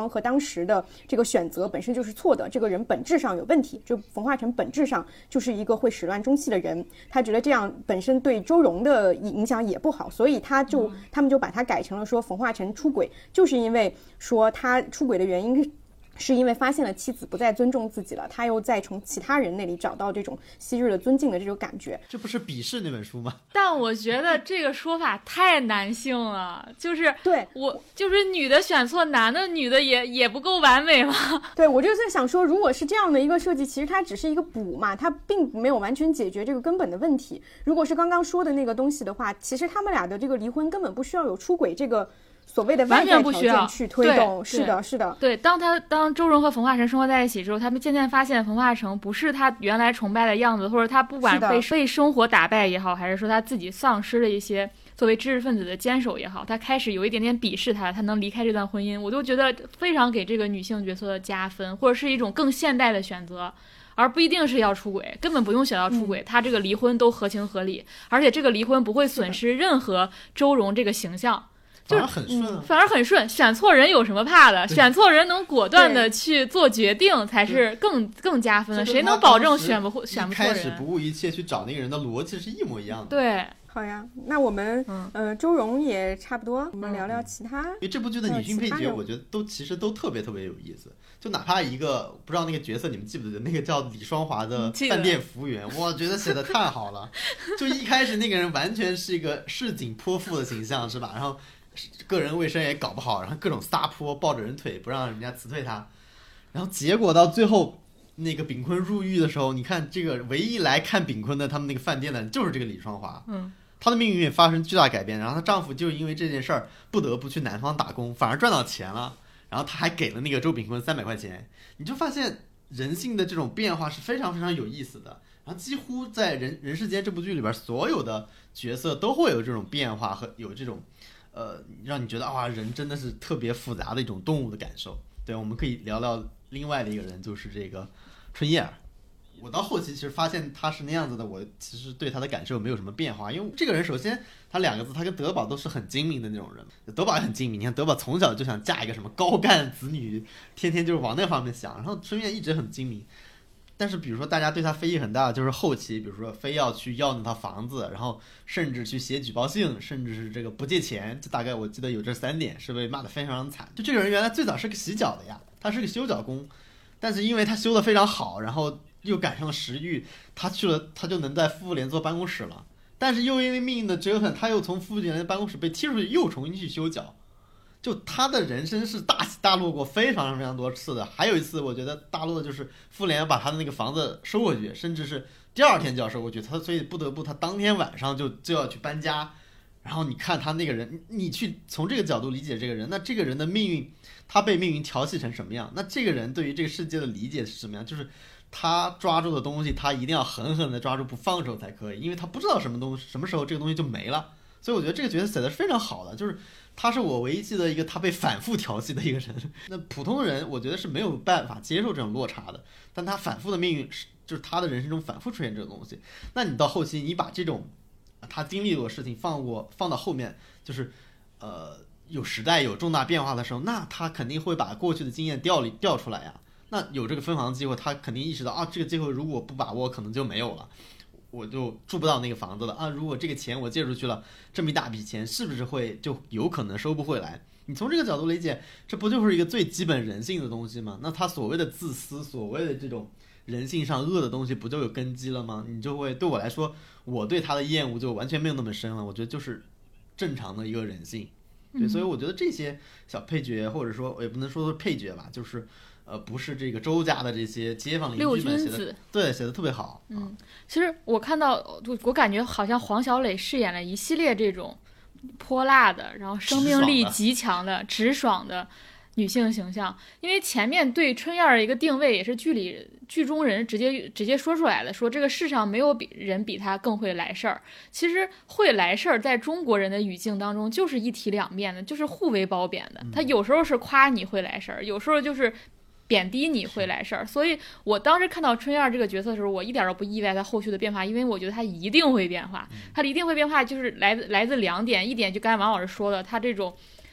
时的这个选择本身就是错的，这个人本质上有问题，就冯化成本质上就是一个会始乱终弃的人，他觉得这样本身对周荣的影响也不好，所以他就、嗯、他们就把它改成了说冯化成出轨就是因为说他出轨的原因是因为发现了妻子不再尊重自己了，他又再从其他人那里找到这种昔日的尊敬的这种感觉。 这不是鄙视那本书吗？ 但我觉得这个说法太男性了，就是对我就是女的选错男的，女的也也不够完美吗？ 对，我就在想说，如果是这样的一个设计，其实它只是一个补嘛，它并没有完全解决这个根本的问题。如果是刚刚说的那个东西的话，其实他们俩的这个离婚根本不需要有出轨这个所谓的外在条件去推动。是的是的， 对，当他当周荣和冯化成生活在一起之后，他们渐渐发现冯化成不是他原来崇拜的样子，或者他不管被被生活打败也好，还是说他自己丧失了一些作为知识分子的坚守也好，他开始有一点点鄙视他，他能离开这段婚姻，我就觉得非常给这个女性角色的加分，或者是一种更现代的选择，而不一定是要出轨，根本不用选要出轨、嗯、他这个离婚都合情合理，而且这个离婚不会损失任何周荣这个形象， 反而很顺、啊嗯，反而很顺，选错人有什么怕的？选错人能果断的去做决定，才是更更加分的。谁能保证选不选不错人？ 一开始不顾一切去找那个人的逻辑是一模一样的。 对， 好呀，那我们嗯、呃、周荣也差不多，我们聊聊其他。 因为这部剧的女性配角，我觉得都其实都特别特别有意思。就哪怕一个不知道那个角色你们记不记得，那个叫李双华的饭店服务员，我觉得写的太好了。就一开始那个人完全是一个市井泼妇的形象，是吧？然后个人卫生也搞不好，然后各种撒泼，抱着人腿不让人家辞退他，然后结果到最后那个炳坤入狱的时候，你看这个唯一来看炳坤的他们那个饭店的就是这个李双华， 嗯， 她的命运也发生巨大改变，然后她丈夫就因为这件事儿不得不去南方打工，反而赚到钱了，然后他还给了那个周炳坤三百块钱，你就发现人性的这种变化是非常非常有意思的。然后几乎在人人世间这部剧里边，所有的角色都会有这种变化和有这种呃，让你觉得啊，人真的是特别复杂的一种动物的感受。对，我们可以聊聊另外的一个人，就是这个春燕儿。我到后期其实发现他是那样子的，我其实对他的感受没有什么变化，因为这个人首先他两个字，他跟德宝都是很精明的那种人，德宝也很精明。你看德宝从小就想嫁一个什么高干子女，天天就是往那方面想，然后春燕一直很精明。但是比如说大家对他非议很大的就是后期，比如说非要去要那套房子，然后甚至去写举报信，甚至是这个不借钱，这大概我记得有这三点是被骂得非常惨。就这个人原来最早是个洗脚的呀，他是个修脚工，但是因为他修得非常好，然后又赶上了时运，他去了他就能在妇联做办公室了，但是又因为命运的折腾，他又从妇联的办公室被踢出去，又重新去修脚。就他的人生是大起大落过非常非常多次的，还有一次我觉得大落的就是妇联把他的那个房子收过去，甚至是第二天就要收过去，他所以不得不他当天晚上就就要去搬家。然后你看他那个人，你去从这个角度理解这个人，那这个人的命运，他被命运调戏成什么样？那这个人对于这个世界的理解是什么样？就是他抓住的东西，他一定要狠狠的抓住不放手才可以，因为他不知道什么东西什么时候这个东西就没了。所以我觉得这个角色写的是非常好的，就是他是我唯一记得一个他被反复调戏的一个人。那普通人我觉得是没有办法接受这种落差的，但他反复的命运是就是他的人生中反复出现这种东西。那你到后期你把这种他经历过的事情放过放到后面，就是呃有时代有重大变化的时候，那他肯定会把过去的经验调里调出来呀。那有这个分房机会，他肯定意识到啊，这个机会如果不把握可能就没有了，我就住不到那个房子了啊！如果这个钱我借出去了，这么一大笔钱，是不是会就有可能收不回来？你从这个角度理解，这不就是一个最基本人性的东西吗？那他所谓的自私，所谓的这种人性上恶的东西，不就有根基了吗？你就会对我来说，我对他的厌恶就完全没有那么深了。我觉得就是正常的一个人性。对，所以我觉得这些小配角，或者说也不能说是配角吧，就是呃，不是这个周家的这些街坊邻居们写的，对，写的特别好。 嗯，其实我看到，我感觉好像黄小磊饰演了一系列这种泼辣的，然后生命力极强的、直爽的女性形象。因为前面对春燕的一个定位，也是剧里剧中人直接直接说出来的，说这个世上没有比人比他更会来事儿。其实会来事儿在中国人的语境当中就是一体两面的，就是互为褒贬的。他有时候是夸你会来事儿，有时候就是贬低你会来事儿。所以我当时看到春燕这个角色的时候，我一点都不意外他后续的变化，因为我觉得他一定会变化。他一定会变化就是来自来自两点，一点就刚才王老师说的，他这种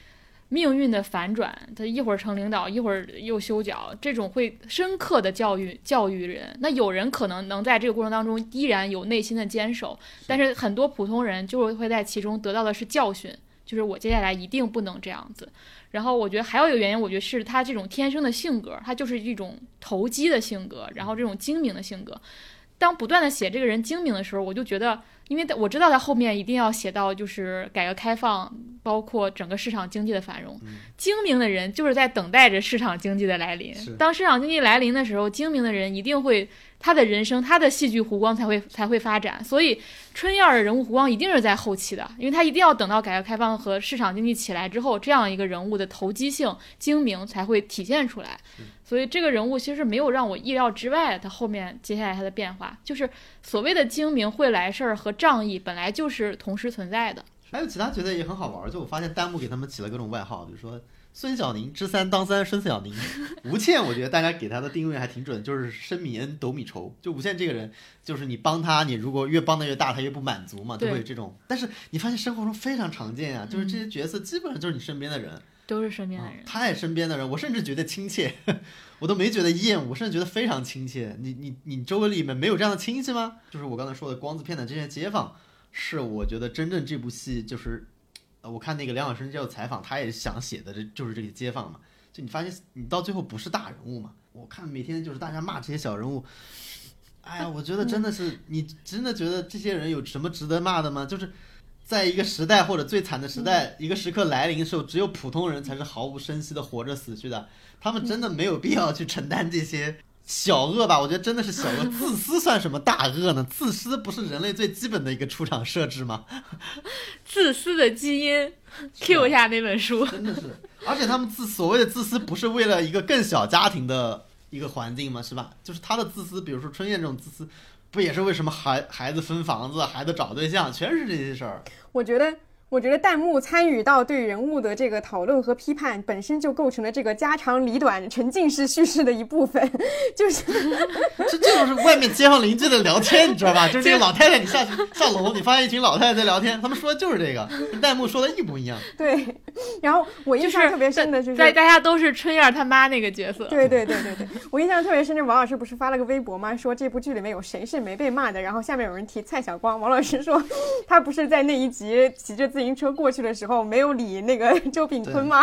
命运的反转，他一会儿成领导，一会儿又修脚，这种会深刻的教育教育人。那有人可能能在这个过程当中依然有内心的坚守，但是很多普通人就会在其中得到的是教训，就是我接下来一定不能这样子。然后我觉得还有一个原因，我觉得是他这种天生的性格，他就是一种投机的性格，然后这种精明的性格。当不断的写这个人精明的时候，我就觉得，因为我知道他后面一定要写到就是改革开放，包括整个市场经济的繁荣。 嗯、 精明的人就是在等待着市场经济的来临。当市场经济来临的时候，精明的人一定会他的人生，他的戏剧弧光才会才会发展。所以春燕的人物弧光一定是在后期的，因为他一定要等到改革开放和市场经济起来之后，这样一个人物的投机性、精明才会体现出来。所以这个人物其实没有让我意料之外，他后面接下来他的变化，就是所谓的精明会来事儿和仗义本来就是同时存在的。 还有其他角色也很好玩，就我发现弹幕给他们起了各种外号，比如说孙小宁知三当三孙小宁，吴倩我觉得大家给他的定位还挺准，就是深米恩斗米仇。就吴倩这个人，就是你帮他，你如果越帮的越大，他越不满足嘛，就会有这种。但是你发现生活中非常常见啊，就是这些角色基本上就是你身边的人。嗯， 都是身边的人、 嗯、太身边的人，我甚至觉得亲切，我都没觉得厌恶，我甚至觉得非常亲切。你你你周围里面没有这样的亲戚吗？就是我刚才说的光字片的这些街坊，是我觉得真正这部戏就是呃，我看那个梁晓声接受采访，他也想写的这就是这个街坊嘛。就你发现你到最后不是大人物嘛？我看每天就是大家骂这些小人物，哎呀，我觉得真的是，你真的觉得这些人有什么值得骂的吗？就是在一个时代或者最惨的时代，一个时刻来临的时候，只有普通人才是毫无声息的活着死去的，他们真的没有必要去承担这些小恶吧。我觉得真的是小恶，自私算什么大恶呢？自私不是人类最基本的一个出场设置吗？ 自私的基因 Q 一下那本书， 真的是。而且他们自所谓的自私不是为了一个更小家庭的一个环境吗？是吧？就是他的自私，比如说春燕这种自私，不也是为什么孩孩子分房子，孩子找对象，全是这些事儿。 我觉得我觉得弹幕参与到对人物的这个讨论和批判，本身就构成了这个家长里短沉浸式叙事的一部分，就是这这就是外面街坊邻居的聊天，你知道吧？就是这个老太太，你下上楼，你发现一群老太太在聊天，他们说的就是这个，跟弹幕说的一模一样。 对，然后我印象特别深的就是， 在大家都是春燕他妈那个角色。 对对对对对，我印象特别深，这王老师不是发了个微博吗？说这部剧里面有谁是没被骂的，然后下面有人提蔡晓光，王老师说他不是在那一集骑着自行车过去的时候没有理那个周秉坤吗？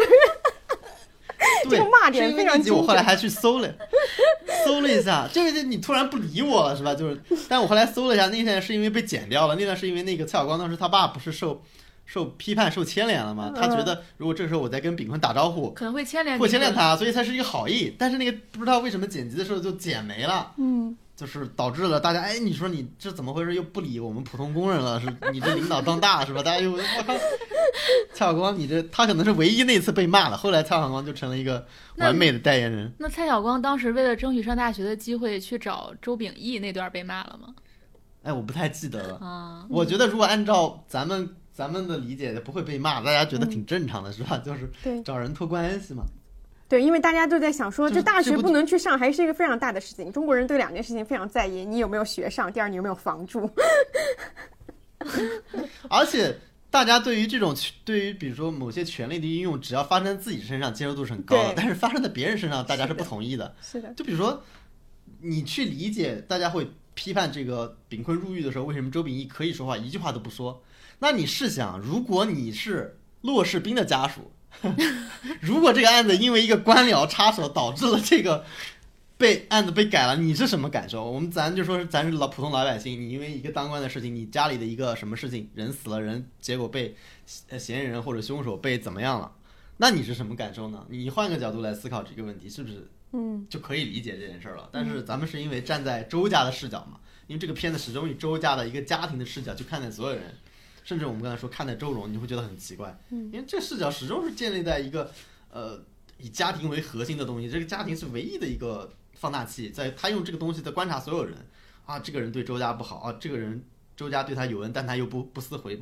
这个骂点非常精准。 我后来还去搜了搜了一下，就是你突然不理我了是吧？就是，但我后来搜了一下，那段是因为被剪掉了，那段是因为那个蔡晓光当时他爸不是受受批判受牵连了吗？他觉得如果这时候我再跟秉坤打招呼， 可能会牵连会牵连他，所以才是一个好意。但是那个不知道为什么剪辑的时候就剪没了， 嗯， 就是导致了大家哎，你说你这怎么回事？又不理我们普通工人了，是你这领导当大是吧？大家又我靠，蔡晓光你这他可能是唯一那次被骂了，后来蔡晓光就成了一个完美的代言人。 那, 那蔡晓光当时为了争取上大学的机会去找周秉义那段被骂了吗？ 哎，我不太记得了啊。 我觉得如果按照咱们咱们的理解，不会被骂，大家觉得挺正常的，嗯、是吧？就是找人托关系嘛。 对，因为大家都在想说，这大学不能去上，还是一个非常大的事情。中国人对两件事情非常在意：你有没有学上，第二你有没有房住。 而且大家对于这种对于比如说某些权利的应用，只要发生在自己身上，接受度是很高的；但是发生在别人身上，大家是不同意的。 是的。 就比如说，你去理解，大家会批判这个秉坤入狱的时候，为什么周秉义可以说话，一句话都不说？那你试想，如果你是骆世斌的家属。如果这个案子因为一个官僚插手导致了这个被案子被改了，你是什么感受？我们咱就说是咱是老普通老百姓，你因为一个当官的事情，你家里的一个什么事情，人死了人，结果被嫌疑人或者凶手被怎么样了，那你是什么感受呢？你换个角度来思考这个问题，是不是嗯就可以理解这件事了？但是咱们是因为站在周家的视角嘛，因为这个片子始终以周家的一个家庭的视角去看待所有人。甚至我们刚才说看待周荣，你会觉得很奇怪，因为这个视角始终是建立在一个呃以家庭为核心的东西，这个家庭是唯一的一个放大器，在他用这个东西在观察所有人啊，这个人对周家不好啊，这个人周家对他有恩，但他又不不思回报，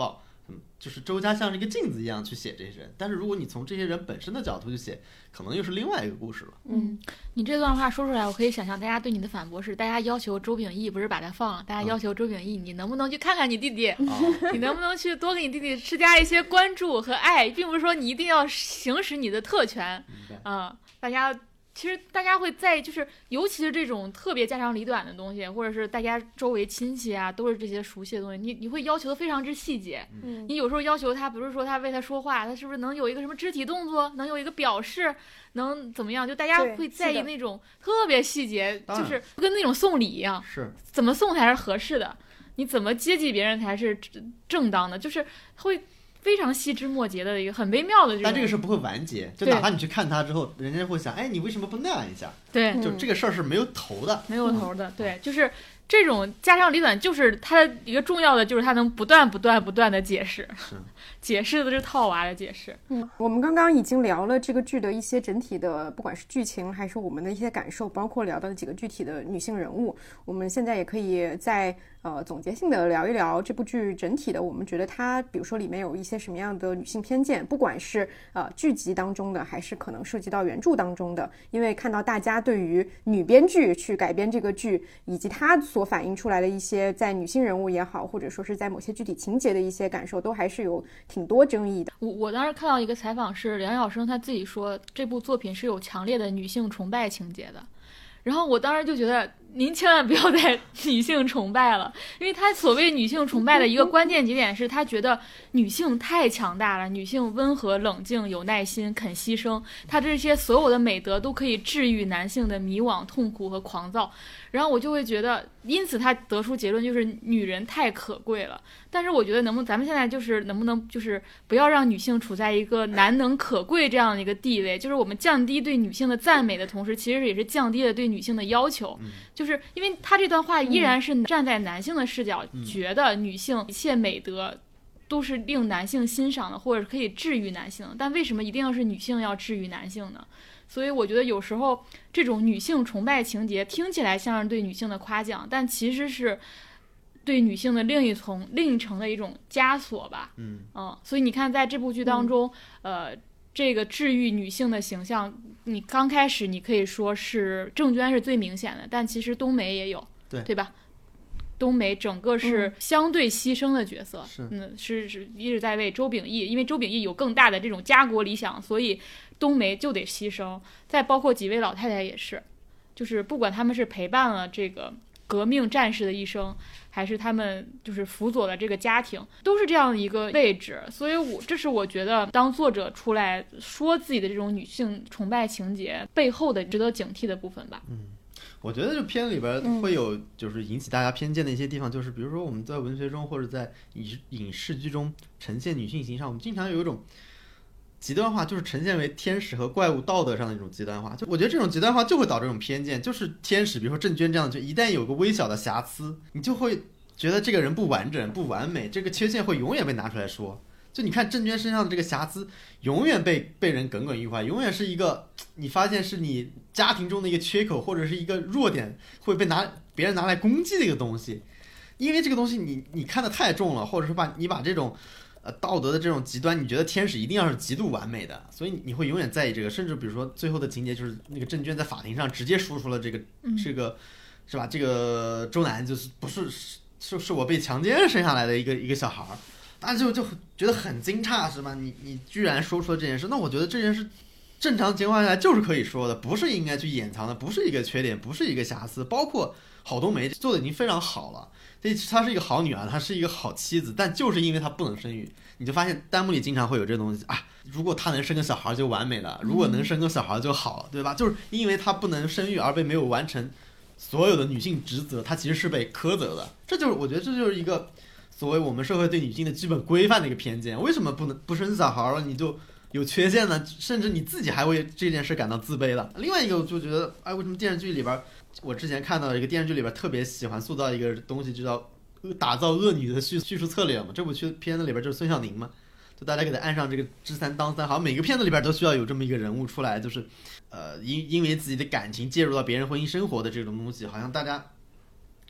嗯，就是周家像是一个镜子一样去写这些人，但是如果你从这些人本身的角度去写，可能又是另外一个故事了。 嗯，你这段话说出来，我可以想象大家对你的反驳是：大家要求周秉义不是把他放了，大家要求周秉义，你能不能去看看你弟弟？ 哦、 你能不能去多给你弟弟施加一些关注和爱，并不是说你一定要行使你的特权。啊、嗯，大家。其实大家会在就是尤其是这种特别家长里短的东西，或者是大家周围亲戚啊都是这些熟悉的东西，你你会要求的非常之细节。 嗯， 你有时候要求他不是说他为他说话，他是不是能有一个什么肢体动作，能有一个表示，能怎么样，就大家会在意那种特别细节，就是跟那种送礼一样， 是怎么送才是合适的，你怎么接济别人才是正当的，就是会非常细枝末节的一个很微妙的这种。 但这个事不会完结，就哪怕你去看他之后，人家会想，哎，你为什么不那样一下？ 对， 就这个事儿是没有头的， 没有头的。对，就是这种家长里短，就是它的一个重要的，就是它能不断不断不断的解释， 是解释的是套娃的解释。 嗯，我们刚刚已经聊了这个剧的一些整体的，不管是剧情还是我们的一些感受，包括聊到了几个具体的女性人物。我们现在也可以在呃总结性的聊一聊这部剧整体的，我们觉得它比如说里面有一些什么样的女性偏见，不管是呃剧集当中的，还是可能涉及到原著当中的。因为看到大家对于女编剧去改编这个剧，以及它所反映出来的一些在女性人物也好，或者说是在某些具体情节的一些感受，都还是有挺多争议的。 我我当时看到一个采访是梁晓声他自己说，这部作品是有强烈的女性崇拜情节的。然后我当时就觉得您千万不要再女性崇拜了，因为他所谓女性崇拜的一个关键节点是他觉得女性太强大了，女性温和冷静有耐心肯牺牲，他这些所有的美德都可以治愈男性的迷惘痛苦和狂躁。然后我就会觉得，因此他得出结论就是女人太可贵了。但是我觉得能不能咱们现在就是能不能就是不要让女性处在一个难能可贵这样的一个地位，就是我们降低对女性的赞美的同时，其实也是降低了对女性的要求。 嗯、 就是因为他这段话依然是站在男性的视角， 嗯、 觉得女性一切美德都是令男性欣赏的，或者可以治愈男性，但为什么一定要是女性要治愈男性呢？所以我觉得有时候这种女性崇拜情节听起来像是对女性的夸奖，但其实是对女性的另一层另一层的一种枷锁吧。 嗯嗯，所以你看在这部剧当中，嗯、呃，这个治愈女性的形象，你刚开始你可以说是郑娟是最明显的，但其实冬梅也有， 对对吧？冬梅整个是相对牺牲的角色， 嗯、 嗯，是是一直在为周秉义，因为周秉义有更大的这种家国理想，所以冬梅就得牺牲。再包括几位老太太也是，就是不管他们是陪伴了这个革命战士的一生，还是他们就是辅佐了这个家庭，都是这样的一个位置。所以我这是我觉得当作者出来说自己的这种女性崇拜情节背后的值得警惕的部分吧。 嗯，我觉得这片里边会有就是引起大家偏见的一些地方，就是比如说我们在文学中或者在影影视剧中呈现女性形象，我们经常有一种极端化，就是呈现为天使和怪物道德上的一种极端化。就我觉得这种极端化就会导致这种偏见，就是天使比如说郑娟这样，就一旦有个微小的瑕疵，你就会觉得这个人不完整不完美，这个缺陷会永远被拿出来说。就你看郑娟身上的这个瑕疵永远被被人耿耿于怀，永远是一个你发现是你家庭中的一个缺口或者是一个弱点，会被拿别人拿来攻击的一个东西。因为这个东西你你看得太重了，或者是把你把这种呃道德的这种极端，你觉得天使一定要是极度完美的，所以你会永远在意这个。甚至比如说最后的情节就是那个郑娟在法庭上直接说出了这个、嗯、这个是吧，这个周南就是不是是是我被强奸生下来的一个一个小孩，大家就就觉得很惊诧是吧？你你居然说出了这件事，那我觉得这件事正常情况下就是可以说的，不是应该去掩藏的，不是一个缺点，不是一个瑕疵。包括郝冬梅做的已经非常好了，她是一个好女儿，她是一个好妻子，但就是因为她不能生育，你就发现弹幕里经常会有这东西啊，如果她能生个小孩就完美了，如果能生个小孩就好了，对吧？就是因为她不能生育而被没有完成所有的女性职责，她其实是被苛责的。这就是我觉得这就是一个所谓我们社会对女性的基本规范的一个偏见。为什么不能不生小孩了你就有缺陷呢？甚至你自己还为这件事感到自卑了。另外一个我就觉得，哎，为什么电视剧里边，我之前看到一个电视剧里边特别喜欢塑造一个东西，就叫打造恶女的叙叙述策略嘛。这部片子里边就是孙晓宁嘛，就大家给他按上这个知三当三，好像每个片子里边都需要有这么一个人物出来，就是呃因因为自己的感情介入到别人婚姻生活的这种东西，好像大家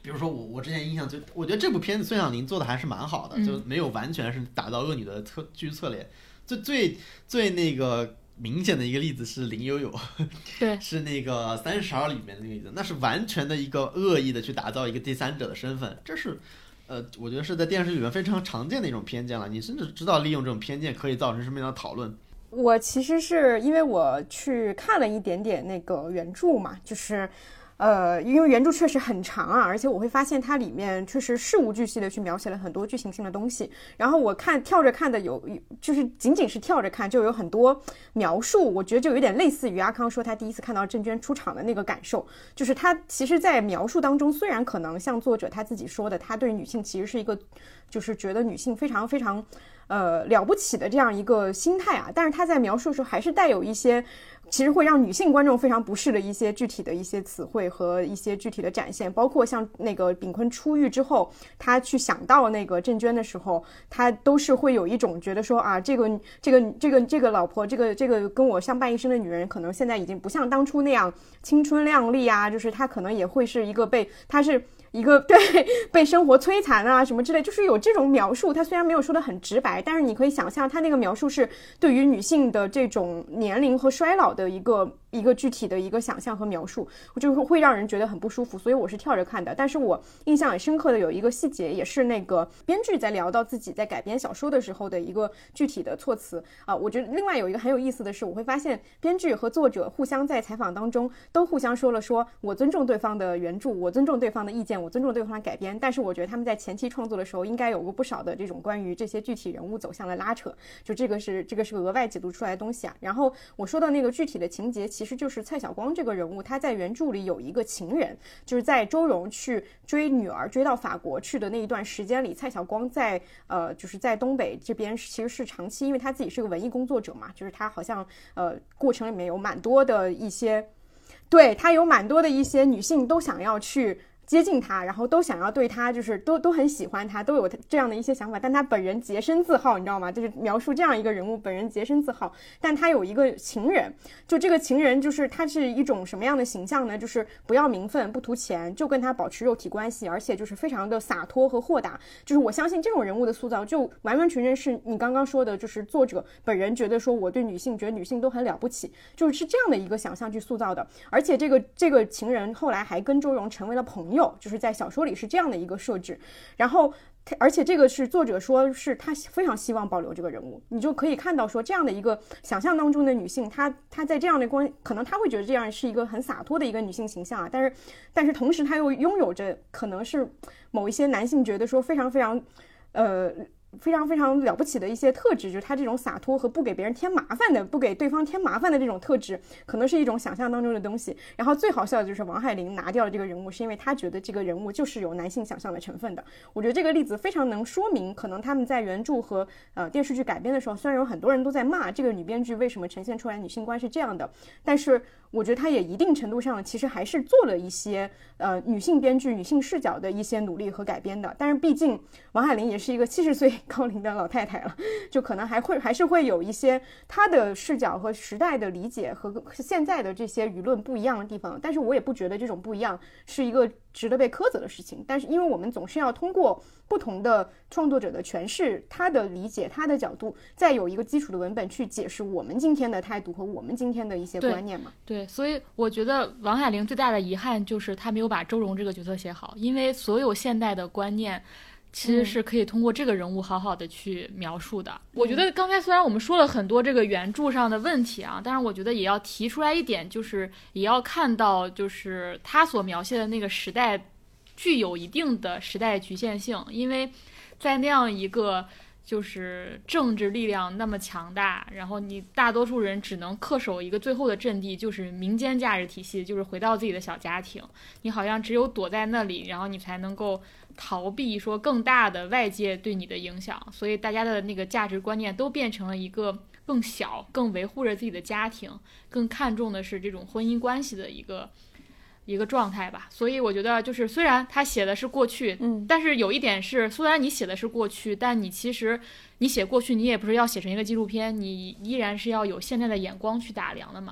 比如说我我之前印象最，我觉得这部片子孙晓宁做的还是蛮好的， 嗯、 就没有完全是打造恶女的策剧策略。最最最那个明显的一个例子是林有有， 对， 是那个三十二里面的那个例子，那是完全的一个恶意的去打造一个第三者的身份，这是。呃，我觉得是在电视剧里面非常常见的一种偏见了。你甚至知道利用这种偏见可以造成什么样的讨论。 我其实是因为我去看了一点点那个原著嘛，就是呃，因为原著确实很长啊，而且我会发现它里面确实事无巨细的去描写了很多剧情性的东西。然后我看跳着看的有，就是仅仅是跳着看就有很多描述，我觉得就有点类似于阿康说他第一次看到郑娟出场的那个感受，就是他其实在描述当中，虽然可能像作者他自己说的，他对女性其实是一个就是觉得女性非常非常呃了不起的这样一个心态啊，但是他在描述的时候还是带有一些其实会让女性观众非常不适的一些具体的一些词汇和一些具体的展现，包括像那个炳坤出狱之后，他去想到那个郑娟的时候，他都是会有一种觉得说啊，这个这个这个这个老婆，这个这个跟我相伴一生的女人，可能现在已经不像当初那样青春靓丽啊，就是她可能也会是一个被，她是一个对被生活摧残啊什么之类，就是有这种描述。他虽然没有说得很直白，但是你可以想象他那个描述是对于女性的这种年龄和衰老的一个一个具体的一个想象和描述，就是会让人觉得很不舒服，所以我是跳着看的。但是我印象很深刻的有一个细节，也是那个编剧在聊到自己在改编小说的时候的一个具体的措辞啊。我觉得另外有一个很有意思的是，我会发现编剧和作者互相在采访当中都互相说了说，我尊重对方的原著，我尊重对方的意见，我尊重对方的改编，但是我觉得他们在前期创作的时候应该有过不少的这种关于这些具体人物走向的拉扯，就这个是这个是额外解读出来的东西啊。然后我说到那个具体的情节，其实就是蔡晓光这个人物，他在原著里有一个情人，就是在周蓉去追女儿追到法国去的那一段时间里，蔡晓光在呃就是在东北这边其实是长期，因为他自己是个文艺工作者嘛，就是他好像呃过程里面有蛮多的一些，对，他有蛮多的一些女性都想要去接近他，然后都想要对他就是都都很喜欢他，都有这样的一些想法，但他本人洁身自好，你知道吗？就是描述这样一个人物，本人洁身自好，但他有一个情人，就这个情人就是他是一种什么样的形象呢？就是不要名分，不图钱，就跟他保持肉体关系，而且就是非常的洒脱和豁达。就是我相信这种人物的塑造，就完完全全是你刚刚说的，就是作者本人觉得说我对女性觉得女性都很了不起，就是是这样的一个想象去塑造的。而且这个这个情人后来还跟周蓉成为了朋友。就是在小说里是这样的一个设置，然后而且这个是作者说是他非常希望保留这个人物，你就可以看到说这样的一个想象当中的女性，她她在这样的关，可能她会觉得这样是一个很洒脱的一个女性形象啊，但是但是同时她又拥有着可能是某一些男性觉得说非常非常呃非常非常了不起的一些特质，就是他这种洒脱和不给别人添麻烦的，不给对方添麻烦的这种特质，可能是一种想象当中的东西。然后最好笑的就是王海玲拿掉了这个人物，是因为他觉得这个人物就是有男性想象的成分的。我觉得这个例子非常能说明，可能他们在原著和呃电视剧改编的时候，虽然有很多人都在骂这个女编剧为什么呈现出来女性观是这样的，但是我觉得他也一定程度上其实还是做了一些呃女性编剧、女性视角的一些努力和改编的。但是毕竟王海玲也是一个七十岁高龄的老太太了，就可能还会还是会有一些她的视角和时代的理解和现在的这些舆论不一样的地方。但是我也不觉得这种不一样是一个值得被苛责的事情。但是因为我们总是要通过不同的创作者的诠释，他的理解，他的角度，再有一个基础的文本去解释我们今天的态度和我们今天的一些观念嘛。 对，对，所以我觉得王海玲最大的遗憾就是她没有把周蓉这个角色写好，因为所有现代的观念其实是可以通过这个人物好好的去描述的。嗯、我觉得刚才虽然我们说了很多这个原著上的问题啊，但是我觉得也要提出来一点，就是也要看到就是他所描写的那个时代具有一定的时代局限性，因为在那样一个就是政治力量那么强大，然后你大多数人只能恪守一个最后的阵地，就是民间价值体系，就是回到自己的小家庭，你好像只有躲在那里，然后你才能够逃避说更大的外界对你的影响，所以大家的那个价值观念都变成了一个更小、更维护着自己的家庭、更看重的是这种婚姻关系的一个一个状态吧。所以我觉得就是虽然他写的是过去， 嗯， 但是有一点是，虽然你写的是过去，但你其实你写过去你也不是要写成一个纪录片，你依然是要有现在的眼光去打量的嘛。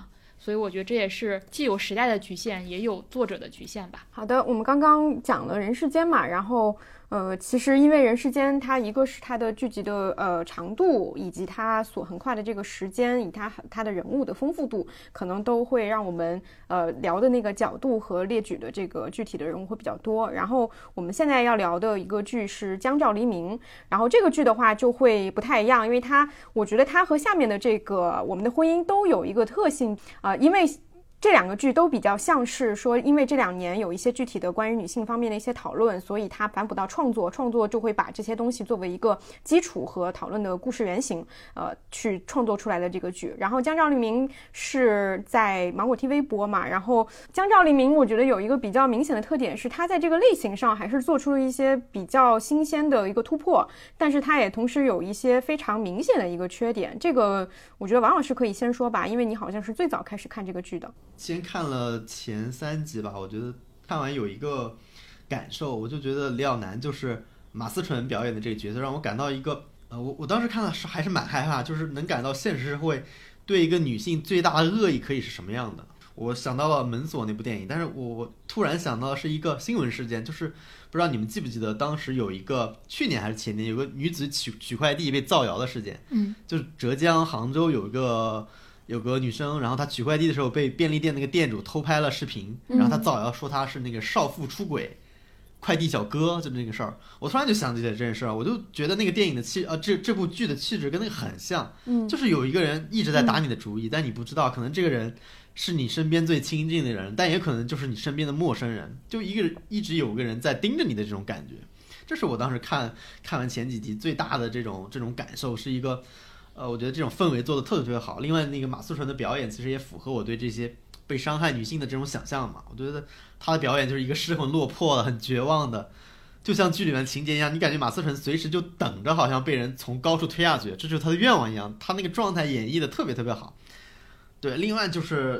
所以我觉得这也是既有时代的局限，也有作者的局限吧。 好的，我们刚刚讲了人世间嘛，然后呃，其实因为人世间它一个是它的剧集的呃长度，以及它所横跨的这个时间，以它它的人物的丰富度，可能都会让我们呃聊的那个角度和列举的这个具体的人物会比较多。然后我们现在要聊的一个剧是《江照黎明》，然后这个剧的话就会不太一样，因为它我觉得它和下面的这个《我们的婚姻》都有一个特性啊、呃，因为这两个剧都比较像是说，因为这两年有一些具体的关于女性方面的一些讨论，所以它反哺到创作，创作就会把这些东西作为一个基础和讨论的故事原型，呃，去创作出来的这个剧。然后《江照黎明》是在芒果 T V 播嘛，然后《江照黎明》我觉得有一个比较明显的特点是，它在这个类型上还是做出了一些比较新鲜的一个突破，但是它也同时有一些非常明显的一个缺点。这个我觉得王老师可以先说吧，因为你好像是最早开始看这个剧的。 先看了前三集吧，我觉得看完有一个感受，我就觉得李小男就是马思纯表演的这个角色，让我感到一个呃，我我当时看了是还是蛮害怕，就是能感到现实社会对一个女性最大的恶意可以是什么样的。我想到了《门锁》那部电影，但是我我突然想到的是一个新闻事件，就是不知道你们记不记得，当时有一个去年还是前年有个女子取取快递被造谣的事件， 嗯， 就是浙江杭州有一个。有个女生，然后她取快递的时候被便利店那个店主偷拍了视频，然后她造谣说她是那个少妇出轨，快递小哥，就那个事儿。我突然就想起来这件事儿，我就觉得那个电影的气，呃，这这部剧的气质跟那个很像， 嗯， 就是有一个人一直在打你的主意，嗯、但你不知道，可能这个人是你身边最亲近的人，但也可能就是你身边的陌生人，就一个一直有个人在盯着你的这种感觉。这是我当时看看完前几集最大的这种这种感受，是一个。呃，我觉得这种氛围做的特别特别好。另外，那个马思纯的表演其实也符合我对这些被伤害女性的这种想象嘛。我觉得她的表演就是一个失魂落魄的、很绝望的，就像剧里面情节一样，你感觉马思纯随时就等着，好像被人从高处推下去，这就是她的愿望一样。她那个状态演绎的特别特别好。对，另外就是，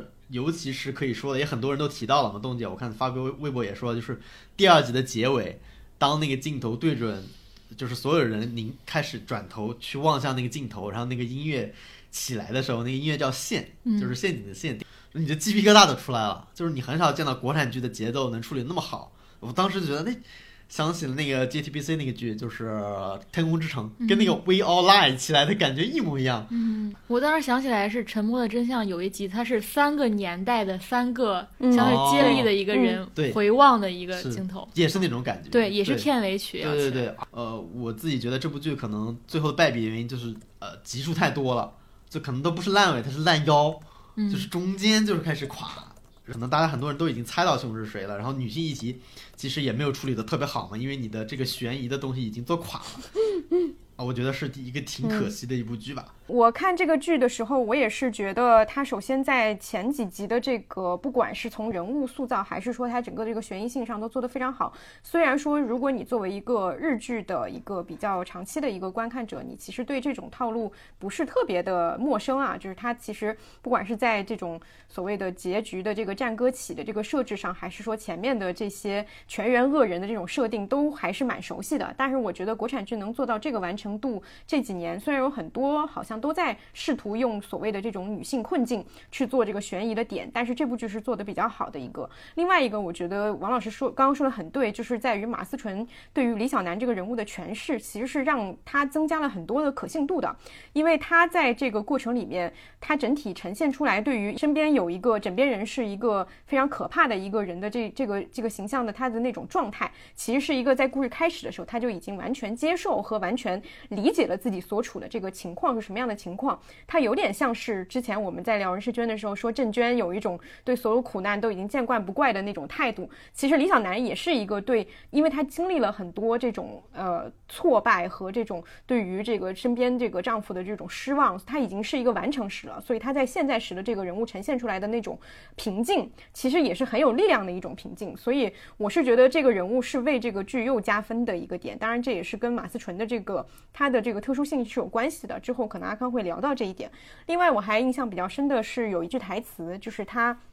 尤其是可以说的，也很多人都提到了嘛，栋姐，我看发微微博也说，就是第二集的结尾，当那个镜头对准。就是所有人，您开始转头去望向那个镜头，然后那个音乐起来的时候，那个音乐叫陷，就是陷阱的陷，你的鸡皮疙瘩都出来了。就是你很少见到国产剧的节奏能处理那么好。我当时觉得，那想起了那个 J T B C 那个剧，就是《天空之城》，跟那个 We All Lie 起来的感觉一模一样。 嗯，我当时想起来是《沉默的真相》有一集，它是三个年代的三个相对接力的一个人回望的一个镜头， 哦嗯、也是那种感觉。 对，也是片尾曲。 对对对，呃，我自己觉得这部剧可能最后的败笔的原因就是呃集数太多了，就可能都不是烂尾，它是烂腰， 嗯、 就是中间就是开始垮。可能大家很多人都已经猜到凶手是谁了，然后女性议题其实也没有处理的特别好嘛，因为你的这个悬疑的东西已经做垮了。啊，我觉得是一个挺可惜的一部剧吧。 嗯、我看这个剧的时候，我也是觉得它首先在前几集的这个，不管是从人物塑造，还是说它整个这个悬疑性上都做得非常好。虽然说，如果你作为一个日剧的一个比较长期的一个观看者，你其实对这种套路不是特别的陌生啊，就是它其实不管是在这种所谓的结局的这个战歌起的这个设置上，还是说前面的这些全员恶人的这种设定，都还是蛮熟悉的。但是我觉得国产剧能做到这个完成程度，这几年虽然有很多好像都在试图用所谓的这种女性困境去做这个悬疑的点，但是这部剧是做的比较好的一个。另外一个，我觉得王老师说刚刚说的很对，就是在于马思纯对于李小男这个人物的诠释，其实是让他增加了很多的可信度的，因为他在这个过程里面，他整体呈现出来对于身边有一个枕边人是一个非常可怕的一个人的这这个这个形象的他的那种状态，其实是一个在故事开始的时候他就已经完全接受和完全理解了自己所处的这个情况是什么样的情况。他有点像是之前我们在聊人世间的时候说郑娟有一种对所有苦难都已经见惯不怪的那种态度，其实李小男也是一个对，因为他经历了很多这种呃挫败和这种对于这个身边这个丈夫的这种失望，他已经是一个完成时了，所以他在现在时的这个人物呈现出来的那种平静，其实也是很有力量的一种平静。所以我是觉得这个人物是为这个剧又加分的一个点，当然这也是跟马思纯的这个他的这个特殊性是有关系的，之后可能阿康会聊到这一点。另外我还印象比较深的是有一句台词，就是他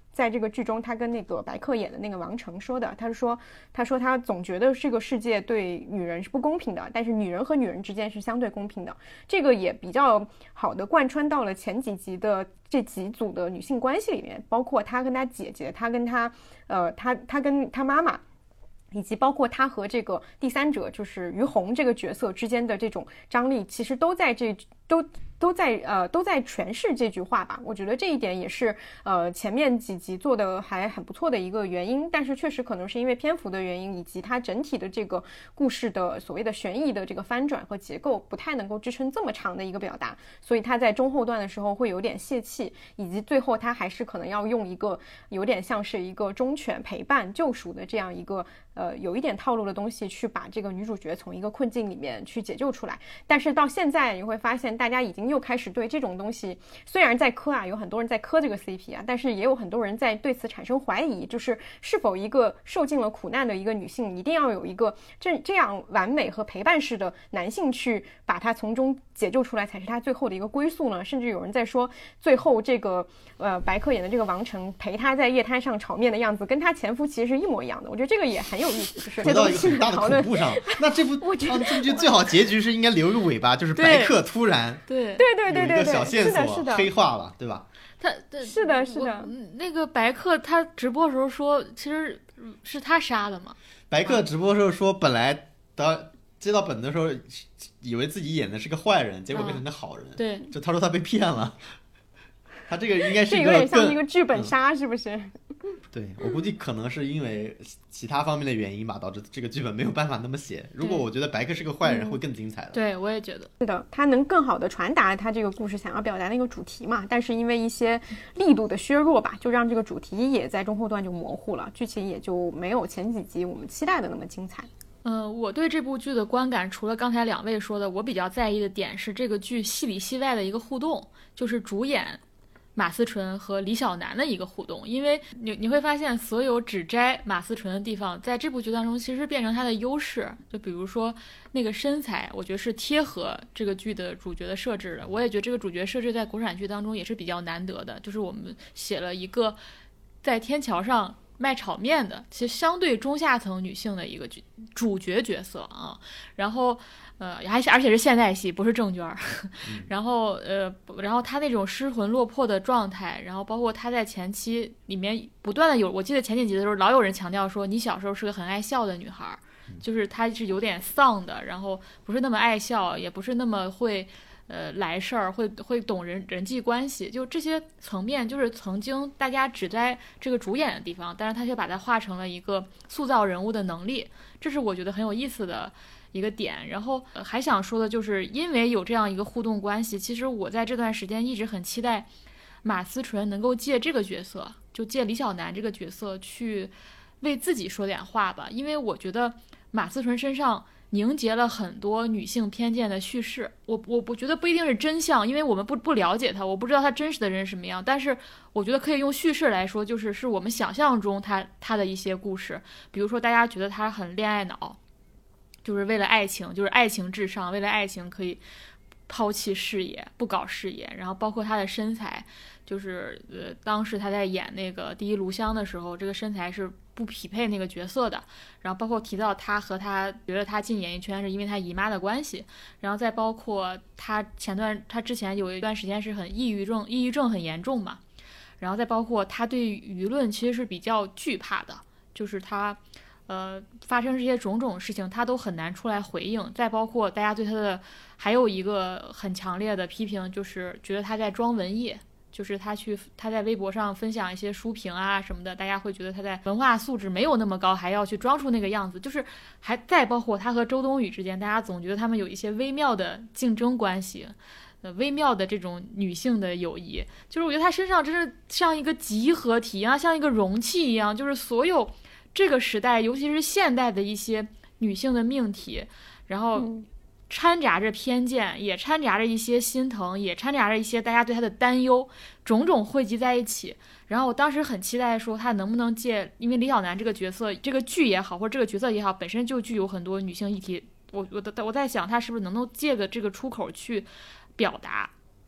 在这个剧中他跟那个白客演的那个王成说的，他是说他说他总觉得这个世界对女人是不公平的，但是女人和女人之间是相对公平的。这个也比较好的贯穿到了前几集的这几组的女性关系里面，包括他跟他姐姐，他跟他呃他他跟他妈妈，以及包括他和这个第三者就是于红这个角色之间的这种张力，其实都在这都都在呃都在诠释这句话吧。我觉得这一点也是呃前面几集做的还很不错的一个原因，但是确实可能是因为篇幅的原因，以及它整体的这个故事的所谓的悬疑的这个翻转和结构不太能够支撑这么长的一个表达，所以它在中后段的时候会有点泄气，以及最后它还是可能要用一个有点像是一个忠犬陪伴救赎的这样一个呃有一点套路的东西去把这个女主角从一个困境里面去解救出来。但是到现在你会发现大家已经又开始对这种东西虽然在磕啊，有很多人在磕这个 C P 啊，但是也有很多人在对此产生怀疑，就是是否一个受尽了苦难的一个女性一定要有一个这这样完美和陪伴式的男性去把她从中解救出来才是她最后的一个归宿呢？甚至有人在说最后这个呃白客演的这个王成陪她在夜摊上炒面的样子跟她前夫其实是一模一样的。我觉得这个也很有意思，就是回到一个很大的恐怖上。那这部我觉得这部剧最好结局是应该留一个尾巴，就是白客突然对对对对对有一个小线索黑化了，对吧？ 他是的是的， 那个白客他直播的时候说其实是他杀的嘛。 白客直播的时候说本来到接到本的时候以为自己演的是个坏人，结果变成个好人、 啊、对， 就他说他被骗了。他这个应该是一个这有点像一个剧本杀、嗯、是不是？ 对，我估计可能是因为其他方面的原因吧，导致这个剧本没有办法那么写。如果我觉得白客是个坏人、嗯、会更精彩的。 对，我也觉得是的，他能更好的传达他这个故事想要表达那个主题嘛，但是因为一些力度的削弱吧，就让这个主题也在中后段就模糊了，剧情也就没有前几集我们期待的那么精彩。 嗯、呃，我对这部剧的观感，除了刚才两位说的，我比较在意的点是这个剧戏里戏外的一个互动，就是主演马思纯和李小男的一个互动。因为你你会发现所有只摘马思纯的地方在这部剧当中其实变成他的优势，就比如说那个身材我觉得是贴合这个剧的主角的设置的。我也觉得这个主角设置在国产剧当中也是比较难得的，就是我们写了一个在天桥上卖炒面的其实相对中下层女性的一个主角角色啊，然后呃，还是而且是现代戏，不是正卷。然后呃，然后他那种失魂落魄的状态，然后包括他在前期里面不断的有，我记得前几集的时候老有人强调说你小时候是个很爱笑的女孩，就是她是有点丧的，然后不是那么爱笑，也不是那么会呃来事儿，会会懂人人际关系，就这些层面就是曾经大家只在这个主演的地方，但是他却把它化成了一个塑造人物的能力，这是我觉得很有意思的一个点。然后、呃、还想说的就是因为有这样一个互动关系，其实我在这段时间一直很期待马思纯能够借这个角色，就借李小男这个角色去为自己说点话吧。因为我觉得马思纯身上凝结了很多女性偏见的叙事，我我我觉得不一定是真相，因为我们不不了解她，我不知道她真实的人是什么样，但是我觉得可以用叙事来说，就是是我们想象中她她的一些故事。比如说大家觉得她很恋爱脑，就是为了爱情，就是爱情至上，为了爱情可以抛弃事业，不搞事业。然后包括她的身材，就是呃，当时她在演那个第一炉香的时候，这个身材是不匹配那个角色的。然后包括提到她和她觉得她进演艺圈是因为她姨妈的关系，然后再包括她前段她之前有一段时间是很抑郁症，抑郁症很严重嘛。然后再包括她对舆论其实是比较惧怕的，就是她呃，发生这些种种事情他都很难出来回应。再包括大家对他的还有一个很强烈的批评，就是觉得他在装文艺，就是他去他在微博上分享一些书评啊什么的，大家会觉得他在文化素质没有那么高，还要去装出那个样子。就是还再包括他和周冬雨之间，大家总觉得他们有一些微妙的竞争关系，呃，微妙的这种女性的友谊。就是我觉得他身上真是像一个集合体一样，像一个容器一样，就是所有这个时代尤其是现代的一些女性的命题，然后掺杂着偏见，也掺杂着一些心疼，也掺杂着一些大家对她的担忧，种种汇集在一起。然后我当时很期待说她能不能借，因为李小男这个角色，这个剧也好或者这个角色也好，本身就具有很多女性议题，我我我在想她是不是能够借个这个出口去表达。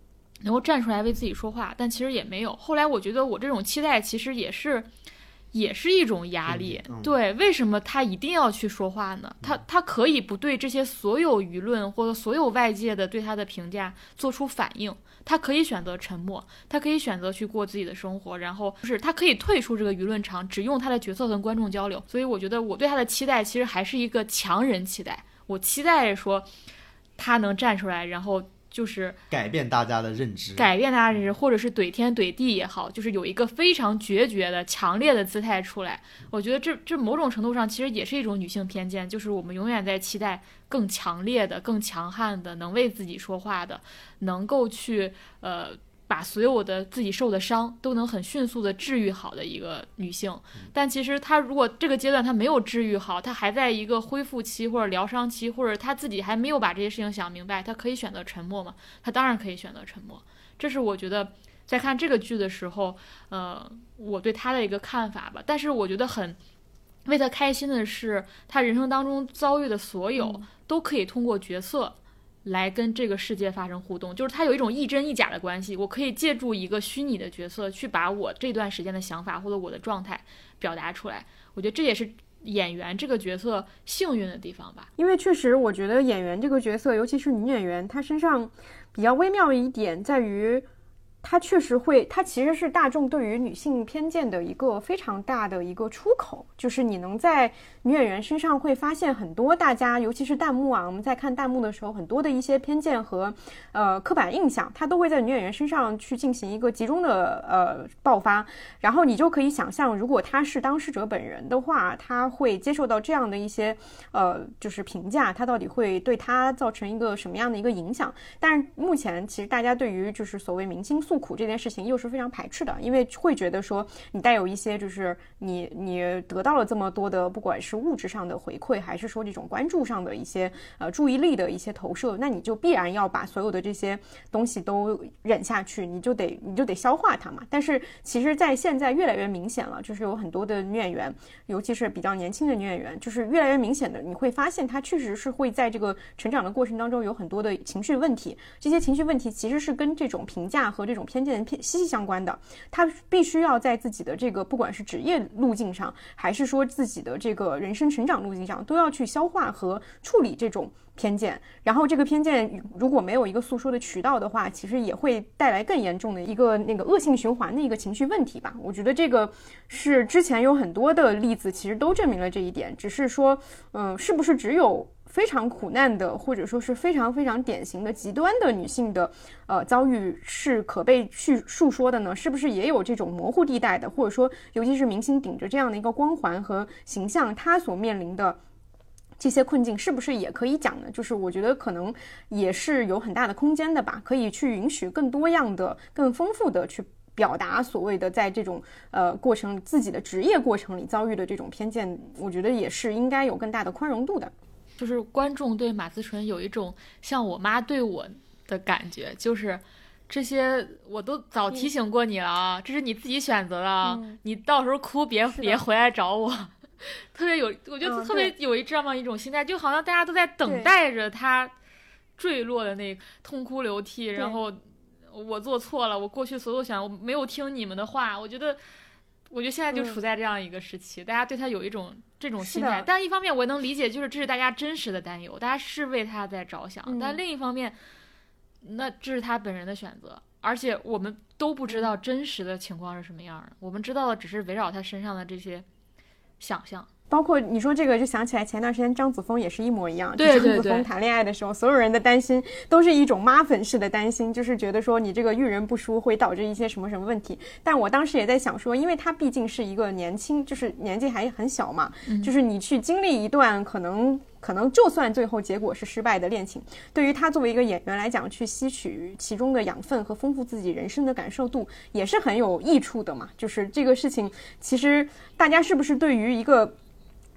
能够站出来为自己说话，但其实也没有。后来我觉得我这种期待其实也是也是一种压力、嗯、对，为什么他一定要去说话呢？他他可以不对这些所有舆论或者所有外界的对他的评价做出反应，他可以选择沉默，他可以选择去过自己的生活，然后就是他可以退出这个舆论场，只用他的角色跟观众交流。所以我觉得我对他的期待其实还是一个强人期待，我期待说他能站出来，然后就是改变大家的认知， 改变大家认知，或者是怼天怼地也好，就是有一个非常决绝的强烈的姿态出来。我觉得这这某种程度上其实也是一种女性偏见，就是我们永远在期待更强烈的、更强悍的、能为自己说话的，能够去呃把所有的自己受的伤都能很迅速的治愈好的一个女性。但其实她如果这个阶段她没有治愈好，她还在一个恢复期或者疗伤期，或者她自己还没有把这些事情想明白，她可以选择沉默吗？她当然可以选择沉默。这是我觉得在看这个剧的时候呃，我对她的一个看法吧。但是我觉得很为她开心的是，她人生当中遭遇的所有、嗯、都可以通过角色来跟这个世界发生互动，就是它有一种亦真亦假的关系。我可以借助一个虚拟的角色去把我这段时间的想法或者我的状态表达出来，我觉得这也是演员这个角色幸运的地方吧。 因为确实我觉得演员这个角色，尤其是女演员，她身上比较微妙的一点在于它确实会，它其实是大众对于女性偏见的一个非常大的一个出口，就是你能在女演员身上会发现很多大家，尤其是弹幕啊，我们在看弹幕的时候，很多的一些偏见和呃刻板印象，它都会在女演员身上去进行一个集中的呃爆发，然后你就可以想象，如果她是当事者本人的话，她会接受到这样的一些呃就是评价，她到底会对她造成一个什么样的一个影响？但是目前其实大家对于就是所谓明星诉苦这件事情又是非常排斥的，因为会觉得说你带有一些就是你你得到了这么多的不管是物质上的回馈，还是说这种关注上的一些呃注意力的一些投射，那你就必然要把所有的这些东西都忍下去，你就得你就得消化它嘛。但是其实在现在越来越明显了，就是有很多的女演员，尤其是比较年轻的女演员，就是越来越明显的你会发现她确实是会在这个成长的过程当中有很多的情绪问题，这些情绪问题其实是跟这种评价和这种偏见息息相关的。她必须要在自己的这个不管是职业路径上，还是说自己的这个人生成长路径上，都要去消化和处理这种偏见。然后这个偏见如果没有一个诉说的渠道的话，其实也会带来更严重的一个那个恶性循环的一个情绪问题吧。我觉得这个是之前有很多的例子其实都证明了这一点，只是说嗯，是不是只有非常苦难的，或者说是非常非常典型的极端的女性的呃遭遇是可被去述说的呢？是不是也有这种模糊地带的，或者说尤其是明星顶着这样的一个光环和形象，她所面临的这些困境是不是也可以讲呢？就是我觉得可能也是有很大的空间的吧，可以去允许更多样的更丰富的去表达所谓的在这种呃过程自己的职业过程里遭遇的这种偏见，我觉得也是应该有更大的宽容度的。 就是观众对马思纯有一种像我妈对我的感觉，就是这些我都早提醒过你了啊，嗯、这是你自己选择的啊、嗯，你到时候哭别别回来找我。特别有，我觉得特别有一这么一种心态、嗯，就好像大家都在等待着他坠落的那痛哭流涕，然后我做错了，我过去所有想我没有听你们的话，我觉得。我觉得现在就处在这样一个时期、嗯、大家对他有一种这种心态，但一方面我也能理解，就是这是大家真实的担忧，大家是为他在着想、嗯、但另一方面那这是他本人的选择，而且我们都不知道真实的情况是什么样的、嗯、我们知道的只是围绕他身上的这些想象。 包括你说这个就想起来前段时间张子枫也是一模一样， 对对对， 张子枫谈恋爱的时候所有人的担心都是一种妈粉式的担心，就是觉得说你这个遇人不淑会导致一些什么什么问题。但我当时也在想说，因为他毕竟是一个年轻，就是年纪还很小嘛、嗯、就是你去经历一段可能可能就算最后结果是失败的恋情，对于他作为一个演员来讲，去吸取其中的养分和丰富自己人生的感受度也是很有益处的嘛。就是这个事情其实大家是不是对于一个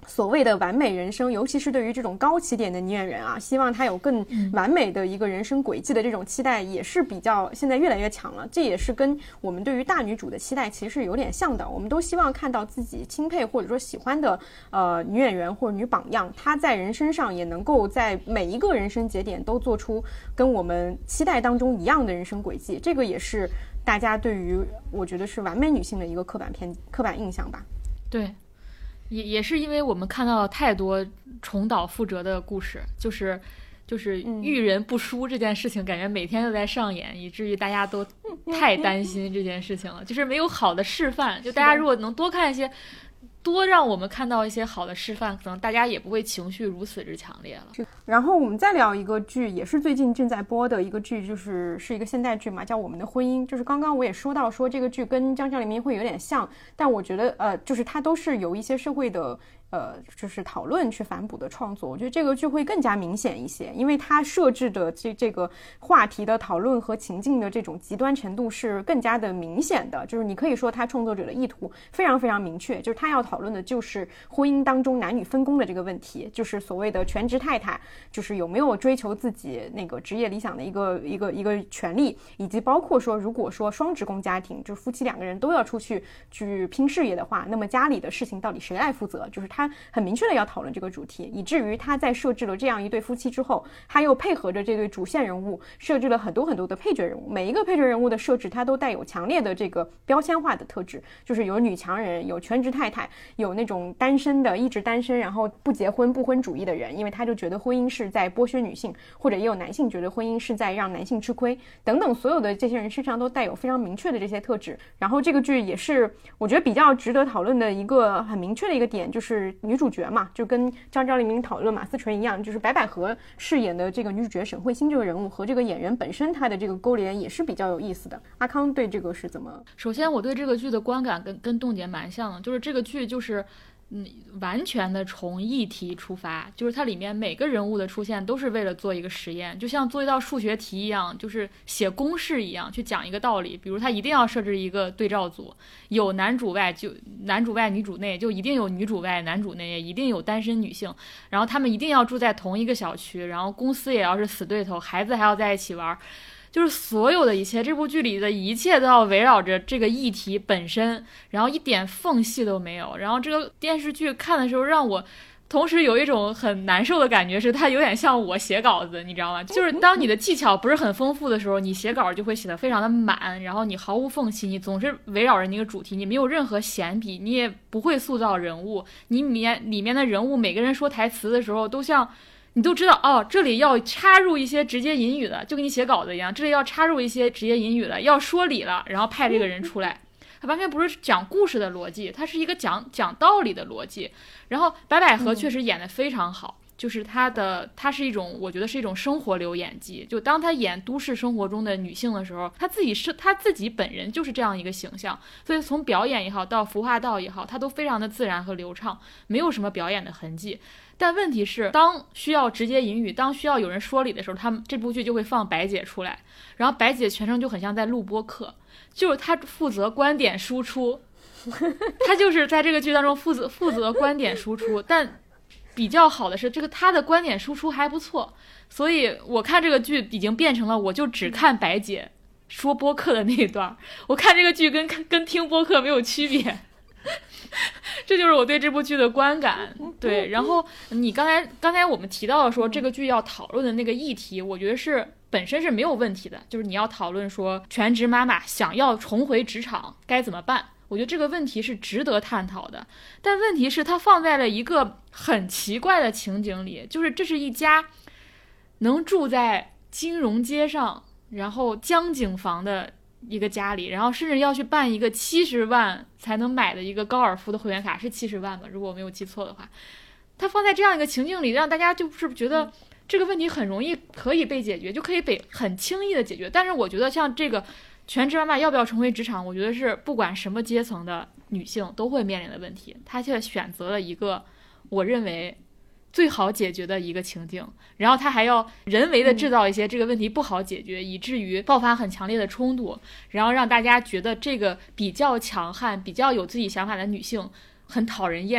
所谓的完美人生，尤其是对于这种高起点的女演员啊，希望她有更完美的一个人生轨迹的这种期待也是比较现在越来越强了。这也是跟我们对于大女主的期待其实是有点像的，我们都希望看到自己钦佩或者说喜欢的呃女演员或者女榜样，她在人生上也能够在每一个人生节点都做出跟我们期待当中一样的人生轨迹，这个也是大家对于我觉得是完美女性的一个刻板偏刻板印象吧。 对，也也是因为我们看到了太多重蹈覆辙的故事，就是就是遇人不淑这件事情，感觉每天都在上演，嗯、以至于大家都太担心这件事情了。就是没有好的示范，就大家如果能多看一些，多让我们看到一些好的示范，可能大家也不会情绪如此之强烈了。 然后我们再聊一个剧，也是最近正在播的一个剧，就是是一个现代剧嘛，叫《我们的婚姻》。就是刚刚我也说到说这个剧跟《江江黎明》会有点像，但我觉得呃，就是它都是有一些社会的呃，就是讨论去反哺的创作。我觉得这个剧会更加明显一些，因为它设置的这这个话题的讨论和情境的这种极端程度是更加的明显的。就是你可以说它创作者的意图非常非常明确，就是他要讨论的就是婚姻当中男女分工的这个问题，就是所谓的全职太太，就是有没有追求自己那个职业理想的一个一个一个权利，以及包括说如果说双职工家庭，就是夫妻两个人都要出去去拼事业的话，那么家里的事情到底谁来负责？就是他很明确的要讨论这个主题，以至于他在设置了这样一对夫妻之后，他又配合着这对主线人物设置了很多很多的配角人物，每一个配角人物的设置它都带有强烈的这个标签化的特质，就是有女强人，有全职太太，有那种单身的一直单身然后不结婚不婚主义的人，因为他就觉得婚姻是在剥削女性，或者也有男性觉得婚姻是在让男性吃亏等等，所有的这些人身上都带有非常明确的这些特质。然后这个剧也是我觉得比较值得讨论的一个很明确的一个点，就是女主角嘛，就跟张张黎明讨论马思纯一样，就是白百合饰演的这个女主角沈慧欣这个人物和这个演员本身她的这个勾连也是比较有意思的。阿康对这个是怎么？ 首先我对这个剧的观感跟跟冻姐蛮像的，就是这个剧就是嗯，完全的从议题出发，就是它里面每个人物的出现都是为了做一个实验，就像做一道数学题一样，就是写公式一样去讲一个道理。比如它一定要设置一个对照组，有男主外就男主外女主内，就一定有女主外男主内，也一定有单身女性，然后他们一定要住在同一个小区，然后公司也要是死对头，孩子还要在一起玩。就是所有的一切，这部剧里的一切都要围绕着这个议题本身，然后一点缝隙都没有。然后这个电视剧看的时候让我同时有一种很难受的感觉，是它有点像我写稿子，你知道吗？就是当你的技巧不是很丰富的时候，你写稿就会写得非常的满，然后你毫无缝隙，你总是围绕着那个主题，你没有任何闲笔，你也不会塑造人物，你里面里面的人物每个人说台词的时候都像你都知道哦，这里要插入一些直接引语的，就跟你写稿子一样，这里要插入一些直接引语的，要说理了，然后派这个人出来。它完全不是讲故事的逻辑，它是一个讲讲道理的逻辑。然后白百合确实演得非常好，嗯、就是她的她是一种，我觉得是一种生活流演技。就当她演都市生活中的女性的时候，她自己是她自己本人就是这样一个形象，所以从表演也好，到服化道也好，她都非常的自然和流畅，没有什么表演的痕迹。但问题是，当需要直接引语，当需要有人说理的时候，他们这部剧就会放白姐出来，然后白姐全程就很像在录播课，就是她负责观点输出，她就是在这个剧当中负责负责观点输出。但比较好的是，这个她的观点输出还不错，所以我看这个剧已经变成了我就只看白姐说播客的那一段，我看这个剧跟跟听播客没有区别。这就是我对这部剧的观感。对，然后你刚才刚才我们提到说这个剧要讨论的那个议题，我觉得是本身是没有问题的，就是你要讨论说全职妈妈想要重回职场该怎么办，我觉得这个问题是值得探讨的。但问题是它放在了一个很奇怪的情景里，就是这是一家能住在金融街上然后江景房的一个家里，然后甚至要去办一个七十万才能买的一个高尔夫的会员卡，是七十万吧，如果我没有记错的话。它放在这样一个情境里，让大家就是觉得这个问题很容易可以被解决，就可以被很轻易的解决。但是我觉得像这个全职妈妈要不要重回职场，我觉得是不管什么阶层的女性都会面临的问题，她却选择了一个我认为最好解决的一个情境，然后他还要人为的制造一些这个问题不好解决、嗯、以至于爆发很强烈的冲突，然后让大家觉得这个比较强悍比较有自己想法的女性很讨人厌，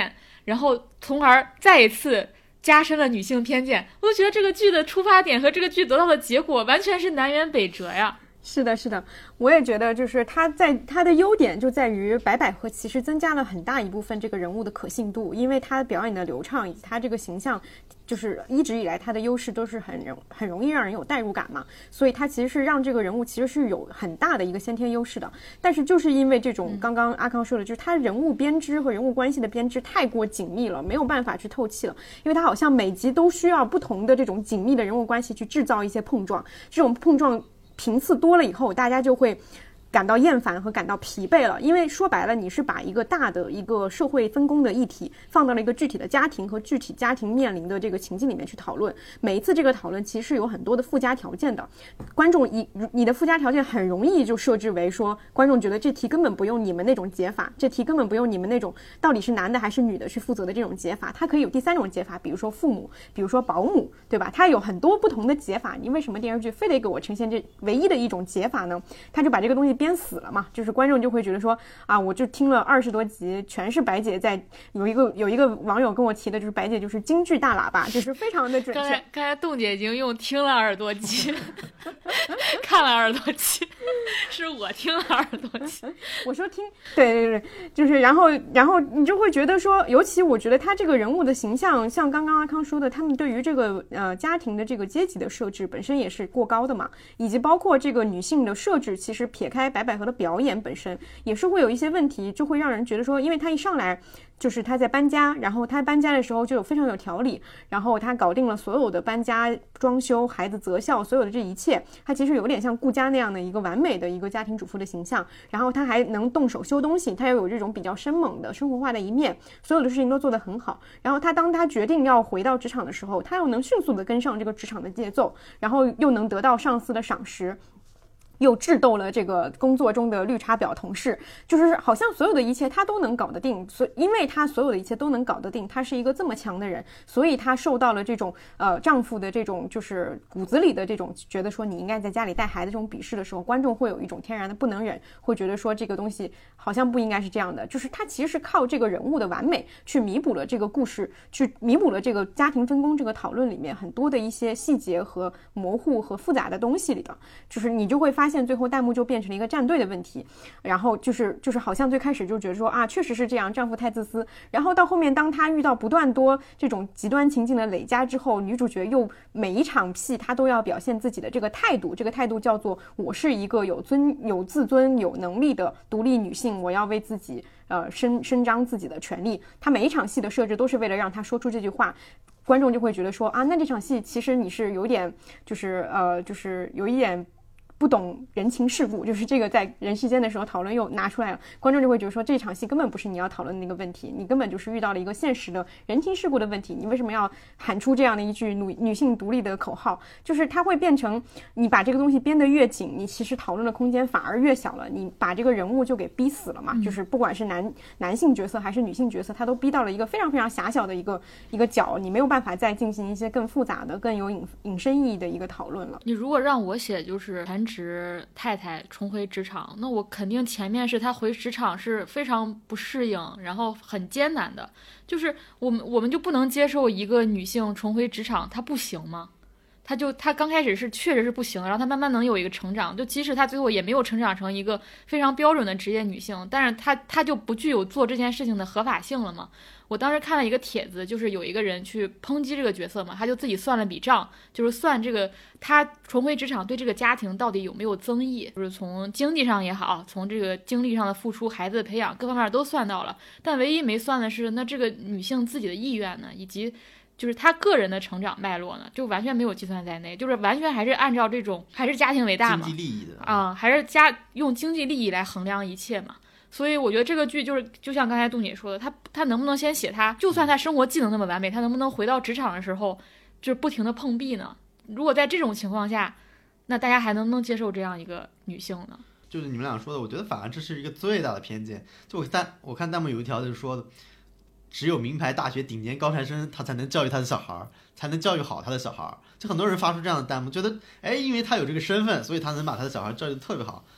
然后从而再一次加深了女性偏见。我就觉得这个剧的出发点和这个剧得到的结果完全是南辕北辙呀。 是的，是的，我也觉得，就是他在他的优点就在于白百合其实增加了很大一部分这个人物的可信度，因为他表演的流畅以及他这个形象，就是一直以来他的优势都是很很容易让人有代入感嘛，所以他其实是让这个人物其实是有很大的一个先天优势的。但是就是因为这种刚刚阿康说的，就是他人物编织和人物关系的编织太过紧密了，没有办法去透气了，因为他好像每集都需要不同的这种紧密的人物关系去制造一些碰撞，这种碰撞频次多了以后，大家就会感到厌烦和感到疲惫了。因为说白了，你是把一个大的一个社会分工的议题放到了一个具体的家庭和具体家庭面临的这个情境里面去讨论，每一次这个讨论其实是有很多的附加条件的。观众一你的附加条件很容易就设置为说，观众觉得这题根本不用你们那种解法，这题根本不用你们那种到底是男的还是女的去负责的这种解法，它可以有第三种解法，比如说父母，比如说保姆，对吧？它有很多不同的解法，你为什么电视剧非得给我呈现这唯一的一种解法呢？他就把这个东西编死了嘛，就是观众就会觉得说啊，我就听了二十多集，全是白姐在有一个有一个网友跟我提的，就是白姐就是京剧大喇叭，就是非常的准确。 刚才刚才冻姐已经用听了二十多集，看了二十多集，是我听了二十多集。 我说听，对对对，就是然后然后你就会觉得说，尤其我觉得他这个人物的形象，像刚刚阿康说的，他们对于这个呃家庭的这个阶级的设置本身也是过高的嘛，以及包括这个女性的设置，其实撇开白百合的表演本身也是会有一些问题，就会让人觉得说，因为他一上来就是他在搬家，然后他搬家的时候就有非常有条理，然后他搞定了所有的搬家、装修、孩子择校，所有的这一切，他其实有点像顾佳那样的一个完美的一个家庭主妇的形象，然后他还能动手修东西，他又有这种比较生猛的生活化的一面，所有的事情都做得很好。然后他当他决定要回到职场的时候，他又能迅速的跟上这个职场的节奏，然后又能得到上司的赏识，又智斗了这个工作中的绿茶婊同事，就是好像所有的一切他都能搞得定，所以因为他所有的一切都能搞得定，他是一个这么强的人，所以他受到了这种呃丈夫的这种就是骨子里的这种觉得说你应该在家里带孩子这种鄙视的时候，观众会有一种天然的不能忍，会觉得说这个东西好像不应该是这样的，就是他其实是靠这个人物的完美去弥补了这个故事，去弥补了这个家庭分工这个讨论里面很多的一些细节和模糊和复杂的东西里的，就是你就会发现发现最后弹幕就变成了一个站队的问题，然后就是就是好像最开始就觉得说啊，确实是这样，丈夫太自私，然后到后面当他遇到不断多这种极端情境的累加之后，女主角又每一场戏她都要表现自己的这个态度，这个态度叫做我是一个有尊有自尊有能力的独立女性，我要为自己呃伸伸张自己的权利，她每一场戏的设置都是为了让她说出这句话，观众就会觉得说啊，那这场戏其实你是有点就是呃就是有一点不懂人情世故，就是这个在人世间的时候讨论又拿出来了，观众就会觉得说这场戏根本不是你要讨论的那个问题，你根本就是遇到了一个现实的人情世故的问题，你为什么要喊出这样的一句女女性独立的口号，就是它会变成你把这个东西编得越紧，你其实讨论的空间反而越小了，你把这个人物就给逼死了嘛、嗯、就是不管是男男性角色还是女性角色，他都逼到了一个非常非常狭小的一个一个角，你没有办法再进行一些更复杂的更有引引申意义的一个讨论了。 你如果让我写就是全职太太重回职场，那我肯定前面是她回职场是非常不适应，然后很艰难的，就是我们我们就不能接受一个女性重回职场她不行吗？她就她刚开始是确实是不行，然后她慢慢能有一个成长，就即使她最后也没有成长成一个非常标准的职业女性，但是她她就不具有做这件事情的合法性了吗？我当时看了一个帖子，就是有一个人去抨击这个角色嘛，他就自己算了笔账，就是算这个他重回职场对这个家庭到底有没有增益，就是从经济上也好，从这个精力上的付出、孩子的培养各方面都算到了，但唯一没算的是那这个女性自己的意愿呢，以及就是她个人的成长脉络呢，就完全没有计算在内，就是完全还是按照这种还是家庭为大嘛， 经济利益的啊、嗯，还是家用经济利益来衡量一切嘛。所以我觉得这个剧就是就像刚才杜姐说的，他他能不能先写他，就算他生活技能那么完美，他能不能回到职场的时候就是不停的碰壁呢？如果在这种情况下，那大家还能不能接受这样一个女性呢？ 就是你们俩说的，我觉得反而这是一个最大的偏见。就我弹我看弹幕有一条就是说的，只有名牌大学顶尖高材生他才能教育他的小孩，才能教育好他的小孩。就很多人发出这样的弹幕，觉得哎，因为他有这个身份，所以他能把他的小孩教育得特别好。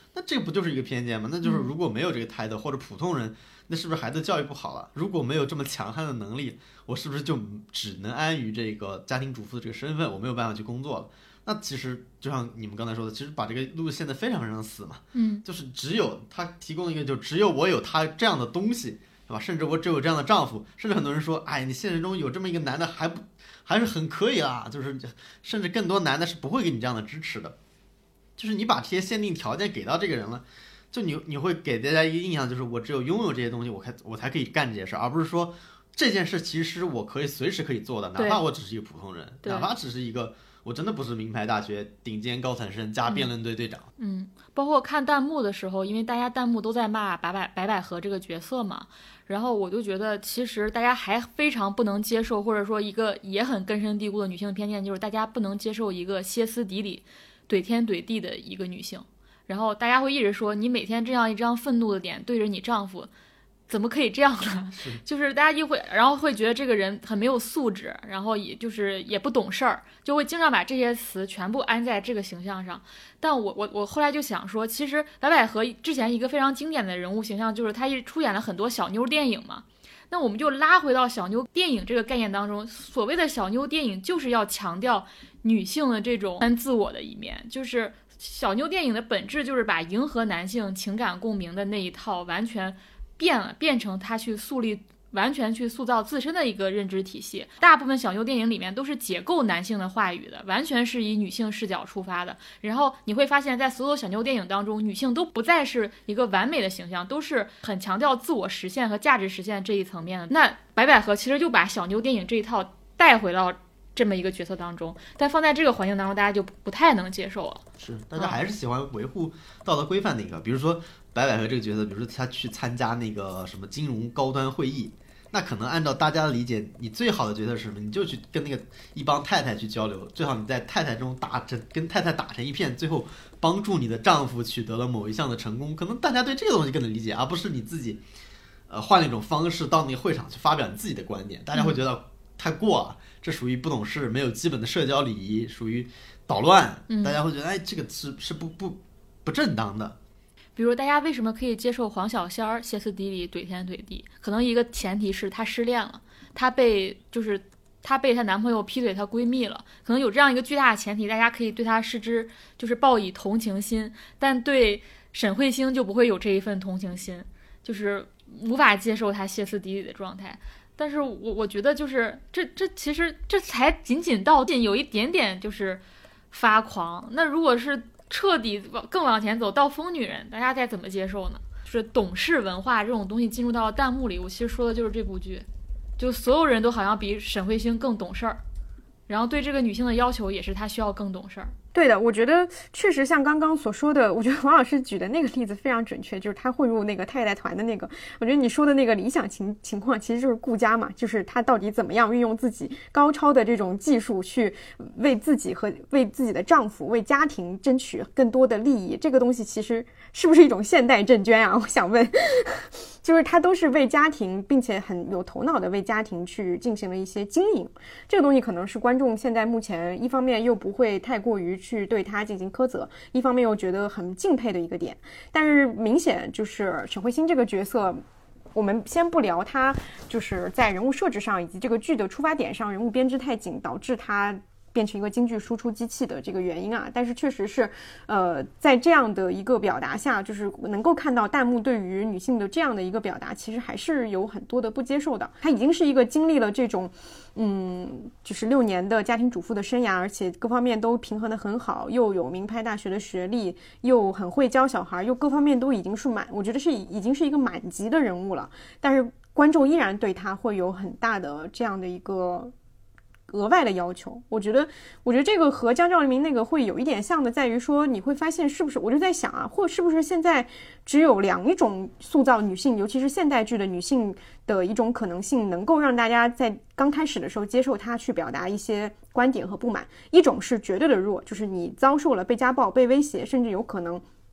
那这个不就是一个偏见吗？那就是如果没有这个胎的或者普通人，那是不是孩子教育不好了？如果没有这么强悍的能力，我是不是就只能安于这个家庭主妇的这个身份，我没有办法去工作了？那其实就像你们刚才说的，其实把这个路线得非常非常死嘛， 嗯， 就是只有他提供一个，就只有我有他这样的东西，对吧？甚至我只有这样的丈夫，甚至很多人说，哎，你现实中有这么一个男的还不还是很可以啦，就是甚至更多男的是不会给你这样的支持的，就是你把这些限定条件给到这个人了，就你你会给大家一个印象，就是我只有拥有这些东西，我才我才可以干这些事，而不是说这件事其实我可以随时可以做的，哪怕我只是一个普通人，哪怕只是一个。我真的不是名牌大学顶尖高材生加辩论队队长。 嗯，包括看弹幕的时候，因为大家弹幕都在骂白百白百合这个角色嘛，然后我就觉得其实大家还非常不能接受，或者说一个也很根深蒂固的女性偏见，就是大家不能接受一个歇斯底里、怼天怼地的一个女性。然后大家会一直说，你每天这样一张愤怒的脸对着你丈夫，怎么可以这样呢？就是大家就会，然后会觉得这个人很没有素质，然后也就是也不懂事儿，就会经常把这些词全部安在这个形象上。但我我我后来就想说，其实白百合之前一个非常经典的人物形象，就是她一出演了很多小妞电影嘛。那我们就拉回到小妞电影这个概念当中，所谓的小妞电影就是要强调女性的这种自我的一面，就是小妞电影的本质就是把迎合男性情感共鸣的那一套完全变了，变成他去树立完全去塑造自身的一个认知体系。大部分小妞电影里面都是解构男性的话语的，完全是以女性视角出发的。然后你会发现在所有小妞电影当中，女性都不再是一个完美的形象，都是很强调自我实现和价值实现这一层面的。那白百合其实就把小妞电影这一套带回到这么一个角色当中，但放在这个环境当中，大家就不太能接受了。 是，大家还是喜欢维护道德规范那个，嗯、比如说白百合这个角色，比如说他去参加那个什么金融高端会议，那可能按照大家的理解，你最好的角色是什么？你就去跟那个一帮太太去交流，最好你在太太中打成跟太太打成一片，最后帮助你的丈夫取得了某一项的成功。可能大家对这个东西更能理解，而不是你自己，呃，换了一种方式到那个会场去发表你自己的观点，大家会觉得太过了，这属于不懂事，没有基本的社交礼仪，属于捣乱，大家会觉得哎，这个是是不不不正当的。 比如大家为什么可以接受黄小仙儿歇斯底里怼天怼地？可能一个前提是她失恋了，她被就是她被她男朋友劈腿她闺蜜了，可能有这样一个巨大的前提，大家可以对她失之就是报以同情心，但对沈慧星就不会有这一份同情心，就是无法接受她歇斯底里的状态。但是我我觉得就是这这其实这才仅仅到近有一点点就是发狂，那如果是彻底更往前走到疯女人，大家该怎么接受呢？就是懂事文化这种东西进入到了弹幕里，我其实说的就是这部剧，就所有人都好像比沈慧星更懂事儿，然后对这个女性的要求也是她需要更懂事儿。 对的，我觉得确实像刚刚所说的，我觉得王老师举的那个例子非常准确，就是他混入那个太太团的那个，我觉得你说的那个理想情情况其实就是顾佳嘛，就是他到底怎么样运用自己高超的这种技术去为自己和为自己的丈夫为家庭争取更多的利益，这个东西其实是不是一种现代郑娟啊？我想问就是他都是为家庭并且很有头脑的为家庭去进行了一些经营，这个东西可能是观众现在目前一方面又不会太过于去对他进行苛责，一方面又觉得很敬佩的一个点。但是明显就是沈慧星这个角色，我们先不聊他就是在人物设置上以及这个剧的出发点上人物编织太紧导致他变成一个京剧输出机器的这个原因啊，但是确实是，呃，在这样的一个表达下，就是能够看到弹幕对于女性的这样的一个表达，其实还是有很多的不接受的。她已经是一个经历了这种，嗯，就是六年的家庭主妇的生涯，而且各方面都平衡得很好，又有名牌大学的学历，又很会教小孩，又各方面都已经是满，我觉得是已经是一个满级的人物了。但是观众依然对她会有很大的这样的一个额外的要求。我觉得我觉得这个和江照明那个会有一点像的，在于说你会发现是不是，我就在想啊，或是不是现在只有两一种塑造女性，尤其是现代剧的女性的一种可能性，能够让大家在刚开始的时候接受她去表达一些观点和不满。一种是绝对的弱，就是你遭受了被家暴被威胁，甚至有可能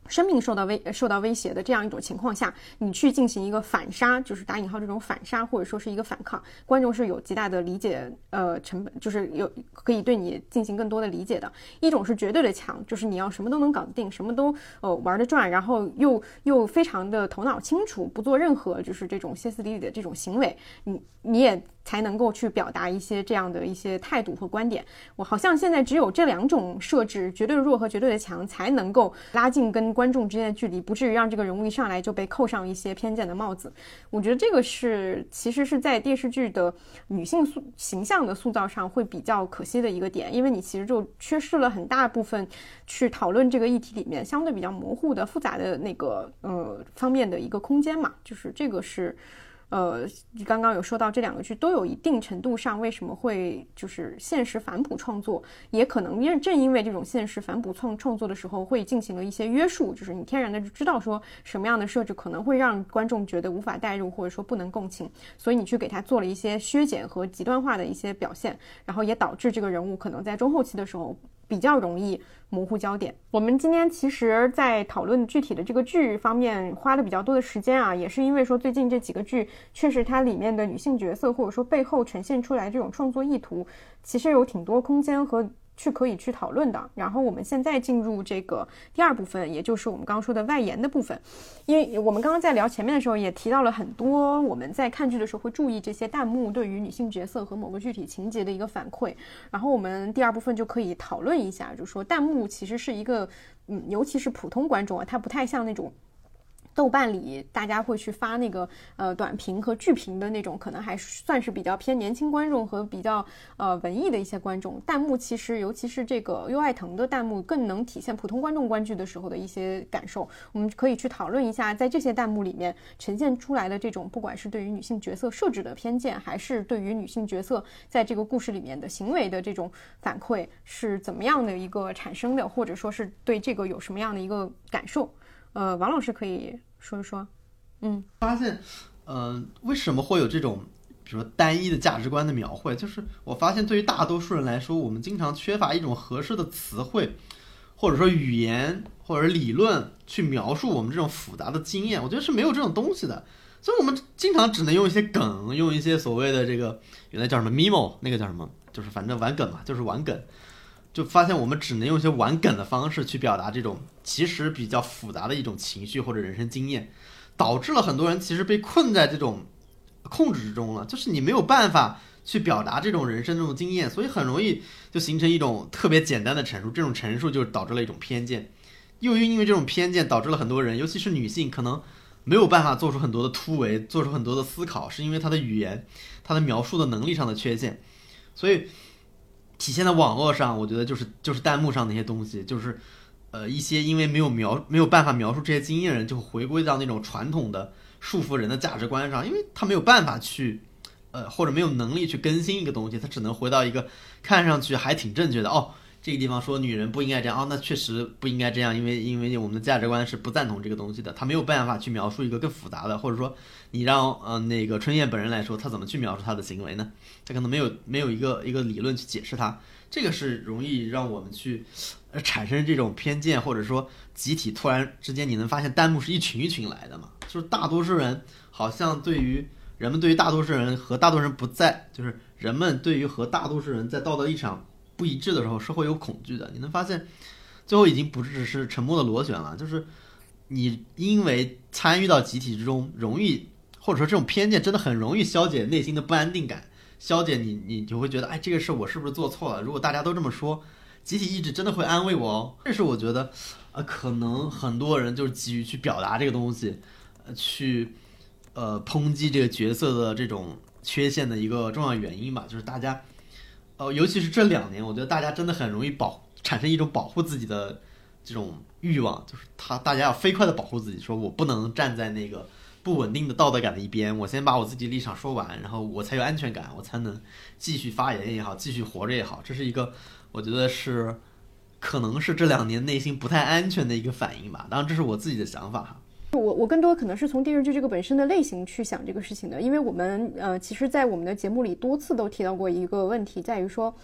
生命受到威受到威胁的这样一种情况下，你去进行一个反杀，就是打引号这种反杀，或者说是一个反抗，观众是有极大的理解呃成本，就是有可以对你进行更多的理解的。一种是绝对的强，就是你要什么都能搞定，什么都呃玩得转，然后又又非常的头脑清楚，不做任何就是这种歇斯底里的这种行为，你你也才能够去表达一些这样的一些态度和观点。我好像现在只有这两种设置，绝对的弱和绝对的强，才能够拉近跟观众之间的距离，不至于让这个人物一上来就被扣上一些偏见的帽子。我觉得这个是其实是在电视剧的女性塑形象的塑造上会比较可惜的一个点，因为你其实就缺失了很大部分去讨论这个议题里面相对比较模糊的复杂的那个呃方面的一个空间嘛，就是这个是呃，刚刚有说到这两个剧都有一定程度上为什么会就是现实反哺创作，也可能因正因为这种现实反哺创创作的时候会进行了一些约束，就是你天然的就知道说什么样的设置可能会让观众觉得无法代入或者说不能共情，所以你去给他做了一些削减和极端化的一些表现，然后也导致这个人物可能在中后期的时候比较容易模糊焦点。我们今天其实在讨论具体的这个剧方面花了比较多的时间啊，也是因为说最近这几个剧确实它里面的女性角色或者说背后呈现出来这种创作意图其实有挺多空间和去可以去讨论的。然后我们现在进入这个第二部分，也就是我们刚刚说的外延的部分。因为我们刚刚在聊前面的时候也提到了很多我们在看剧的时候会注意这些弹幕对于女性角色和某个具体情节的一个反馈，然后我们第二部分就可以讨论一下，就是说弹幕其实是一个嗯，尤其是普通观众啊，它不太像那种豆瓣里大家会去发那个呃短评和剧评的那种，可能还算是比较偏年轻观众和比较呃文艺的一些观众。弹幕其实尤其是这个优爱腾的弹幕更能体现普通观众观剧的时候的一些感受。我们可以去讨论一下在这些弹幕里面呈现出来的这种不管是对于女性角色设置的偏见，还是对于女性角色在这个故事里面的行为的这种反馈是怎么样的一个产生的，或者说是对这个有什么样的一个感受。呃，王老师可以说一说。嗯， 发现，嗯、呃，为什么会有这种，比如说单一的价值观的描绘？就是我发现，对于大多数人来说，我们经常缺乏一种合适的词汇，或者说语言或者理论去描述我们这种复杂的经验。我觉得是没有这种东西的，所以我们经常只能用一些梗，用一些所谓的这个原来叫什么 memo， 那个叫什么，就是反正玩梗嘛，就是玩梗。就发现我们只能用一些玩梗的方式去表达这种其实比较复杂的一种情绪或者人生经验，导致了很多人其实被困在这种控制之中了，就是你没有办法去表达这种人生这种经验，所以很容易就形成一种特别简单的陈述，这种陈述就导致了一种偏见，又因为这种偏见导致了很多人，尤其是女性，可能没有办法做出很多的突围，做出很多的思考，是因为她的语言她的描述的能力上的缺陷。所以体现在网络上，我觉得就是就是弹幕上那些东西，就是呃一些因为没有描没有办法描述这些经验人，就回归到那种传统的束缚人的价值观上，因为他没有办法去呃或者没有能力去更新一个东西，他只能回到一个看上去还挺正确的，哦这个地方说女人不应该这样，哦那确实不应该这样，因为因为我们的价值观是不赞同这个东西的，他没有办法去描述一个更复杂的，或者说你让呃那个春燕本人来说，他怎么去描述他的行为呢？他可能没有没有一个一个理论去解释它，这个是容易让我们去呃产生这种偏见，或者说集体突然之间，你能发现弹幕是一群一群来的嘛，就是大多数人好像对于人们对于大多数人和大多数人不在，就是人们对于和大多数人在道德立场不一致的时候是会有恐惧的。你能发现最后已经不只是沉默的螺旋了，就是你因为参与到集体之中，容易或者说这种偏见真的很容易消解内心的不安定感，消解你你就会觉得，哎，这个事我是不是做错了？如果大家都这么说，集体意志真的会安慰我哦。这是我觉得呃可能很多人就是急于去表达这个东西，呃去呃抨击这个角色的这种缺陷的一个重要原因吧，就是大家呃尤其是这两年，我觉得大家真的很容易保产生一种保护自己的这种欲望，就是他大家要飞快的保护自己，说我不能站在那个不稳定的道德感的一边，我先把我自己立场说完，然后我才有安全感，我才能继续发言也好，继续活着也好，这是一个我觉得是可能是这两年内心不太安全的一个反应吧，当然这是我自己的想法哈。 我我更多可能是从电视剧这个本身的类型去想这个事情的，因为我们呃，其实在我们的节目里多次都提到过一个问题，在于说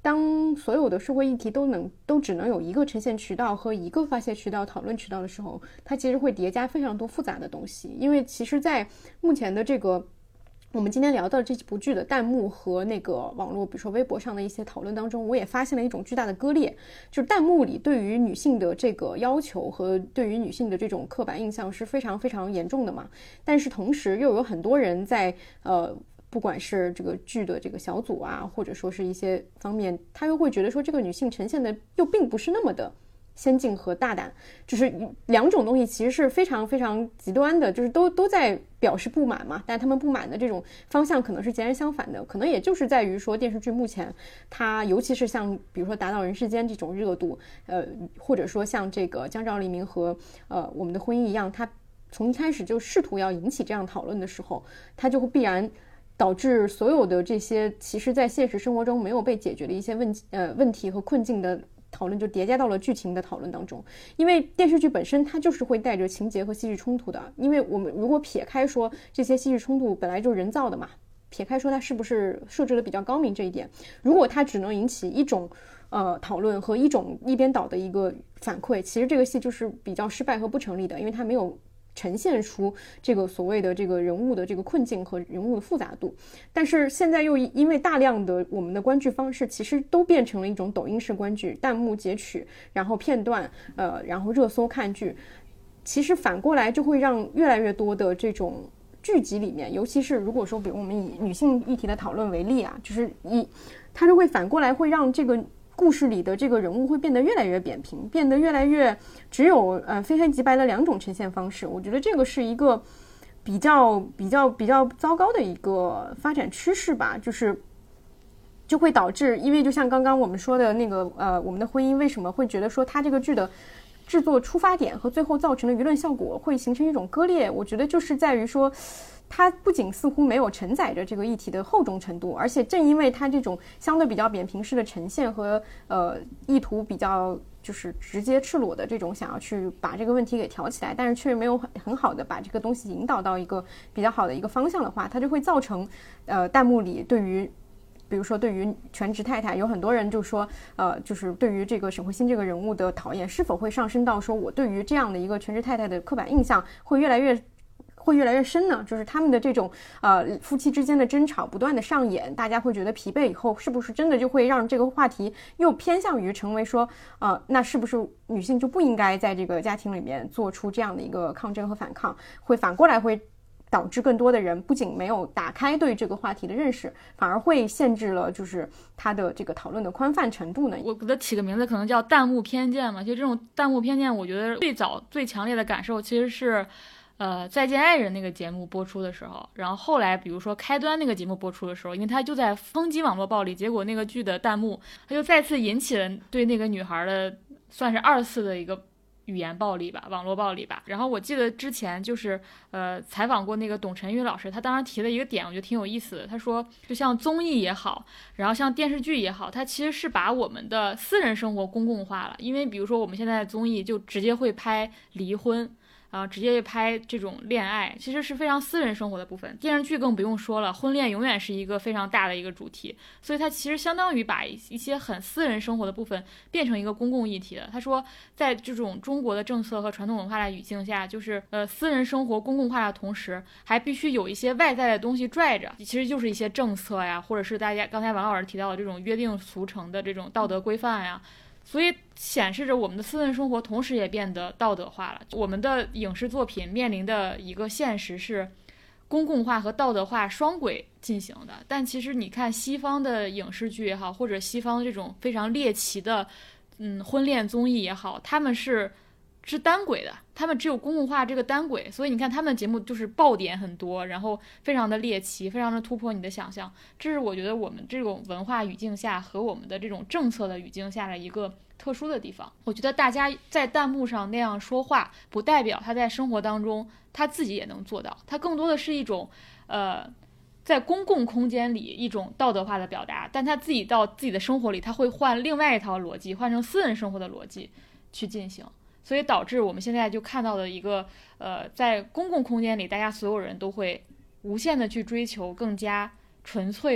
当所有的社会议题都能都只能有一个呈现渠道和一个发泄渠道、讨论渠道的时候，它其实会叠加非常多复杂的东西。因为其实在目前的这个我们今天聊到这部剧的弹幕和那个网络比如说微博上的一些讨论当中，我也发现了一种巨大的割裂，就是弹幕里对于女性的这个要求和对于女性的这种刻板印象是非常非常严重的嘛，但是同时又有很多人在呃不管是这个剧的这个小组啊，或者说是一些方面，他又会觉得说这个女性呈现的又并不是那么的先进和大胆，就是两种东西其实是非常非常极端的，就是都都在表示不满嘛，但他们不满的这种方向可能是截然相反的，可能也就是在于说电视剧目前它尤其是像比如说打倒人世间这种热度，呃，或者说像这个江照黎明和呃我们的婚姻一样，它从一开始就试图要引起这样讨论的时候，它就会必然导致所有的这些其实在现实生活中没有被解决的一些问呃问题和困境的讨论就叠加到了剧情的讨论当中。因为电视剧本身它就是会带着情节和戏剧冲突的，因为我们如果撇开说这些戏剧冲突本来就是人造的嘛，撇开说它是不是设置的比较高明这一点，如果它只能引起一种呃讨论和一种一边倒的一个反馈，其实这个戏就是比较失败和不成立的，因为它没有呈现出这个所谓的这个人物的这个困境和人物的复杂度。但是现在又因为大量的我们的观剧方式其实都变成了一种抖音式观剧，弹幕截取，然后片段，呃，然后热搜看剧，其实反过来就会让越来越多的这种剧集里面，尤其是如果说比如我们以女性议题的讨论为例啊，就是以它就会反过来会让这个故事里的这个人物会变得越来越扁平，变得越来越只有呃非黑即白的两种呈现方式。我觉得这个是一个比较比较比较糟糕的一个发展趋势吧，就是就会导致，因为就像刚刚我们说的那个呃我们的婚姻为什么会觉得说它这个剧的制作出发点和最后造成的舆论效果会形成一种割裂，我觉得就是在于说它不仅似乎没有承载着这个议题的厚重程度，而且正因为它这种相对比较扁平式的呈现和呃意图比较就是直接赤裸的这种想要去把这个问题给挑起来，但是却没有很很好的把这个东西引导到一个比较好的一个方向的话，它就会造成呃弹幕里对于比如说对于全职太太，有很多人就说呃就是对于这个沈慧欣这个人物的讨厌是否会上升到说我对于这样的一个全职太太的刻板印象会越来越会越来越深呢？就是他们的这种呃夫妻之间的争吵不断的上演，大家会觉得疲惫以后，是不是真的就会让这个话题又偏向于成为说呃那是不是女性就不应该在这个家庭里面做出这样的一个抗争和反抗，会反过来会导致更多的人不仅没有打开对这个话题的认识，反而会限制了就是他的这个讨论的宽泛程度呢？ 我给它起个名字可能叫弹幕偏见嘛，就这种弹幕偏见我觉得最早最强烈的感受其实是呃，再见爱人那个节目播出的时候，然后后来比如说开端那个节目播出的时候，因为他就在抨击网络暴力，结果那个剧的弹幕他就再次引起了对那个女孩的算是二次的一个语言暴力吧，网络暴力吧。然后我记得之前就是呃采访过那个董晨宇老师，他当时提了一个点，我觉得挺有意思的。他说，就像综艺也好，然后像电视剧也好，它其实是把我们的私人生活公共化了。因为比如说我们现在的综艺就直接会拍离婚。啊，直接拍这种恋爱，其实是非常私人生活的部分。电视剧更不用说了，婚恋永远是一个非常大的一个主题，所以它其实相当于把一些很私人生活的部分变成一个公共议题的。他说，在这种中国的政策和传统文化的语境下，就是呃私人生活公共化的同时，还必须有一些外在的东西拽着，其实就是一些政策呀，或者是大家刚才王老师提到的这种约定俗成的这种道德规范呀。所以显示着我们的私人生活同时也变得道德化了。我们的影视作品面临的一个现实是公共化和道德化双轨进行的，但其实你看西方的影视剧也好，或者西方这种非常猎奇的嗯婚恋综艺也好，他们是是单轨的，他们只有公共化这个单轨，所以你看他们的节目就是爆点很多，然后非常的猎奇，非常的突破你的想象。这是我觉得我们这种文化语境下和我们的这种政策的语境下的一个特殊的地方。我觉得大家在弹幕上那样说话，不代表他在生活当中他自己也能做到，他更多的是一种呃在公共空间里一种道德化的表达，但他自己到自己的生活里，他会换另外一套逻辑，换成私人生活的逻辑去进行。所以导致我们现在就看到的一个呃，在公共空间里，大家所有人都会无限的去追求更加纯粹的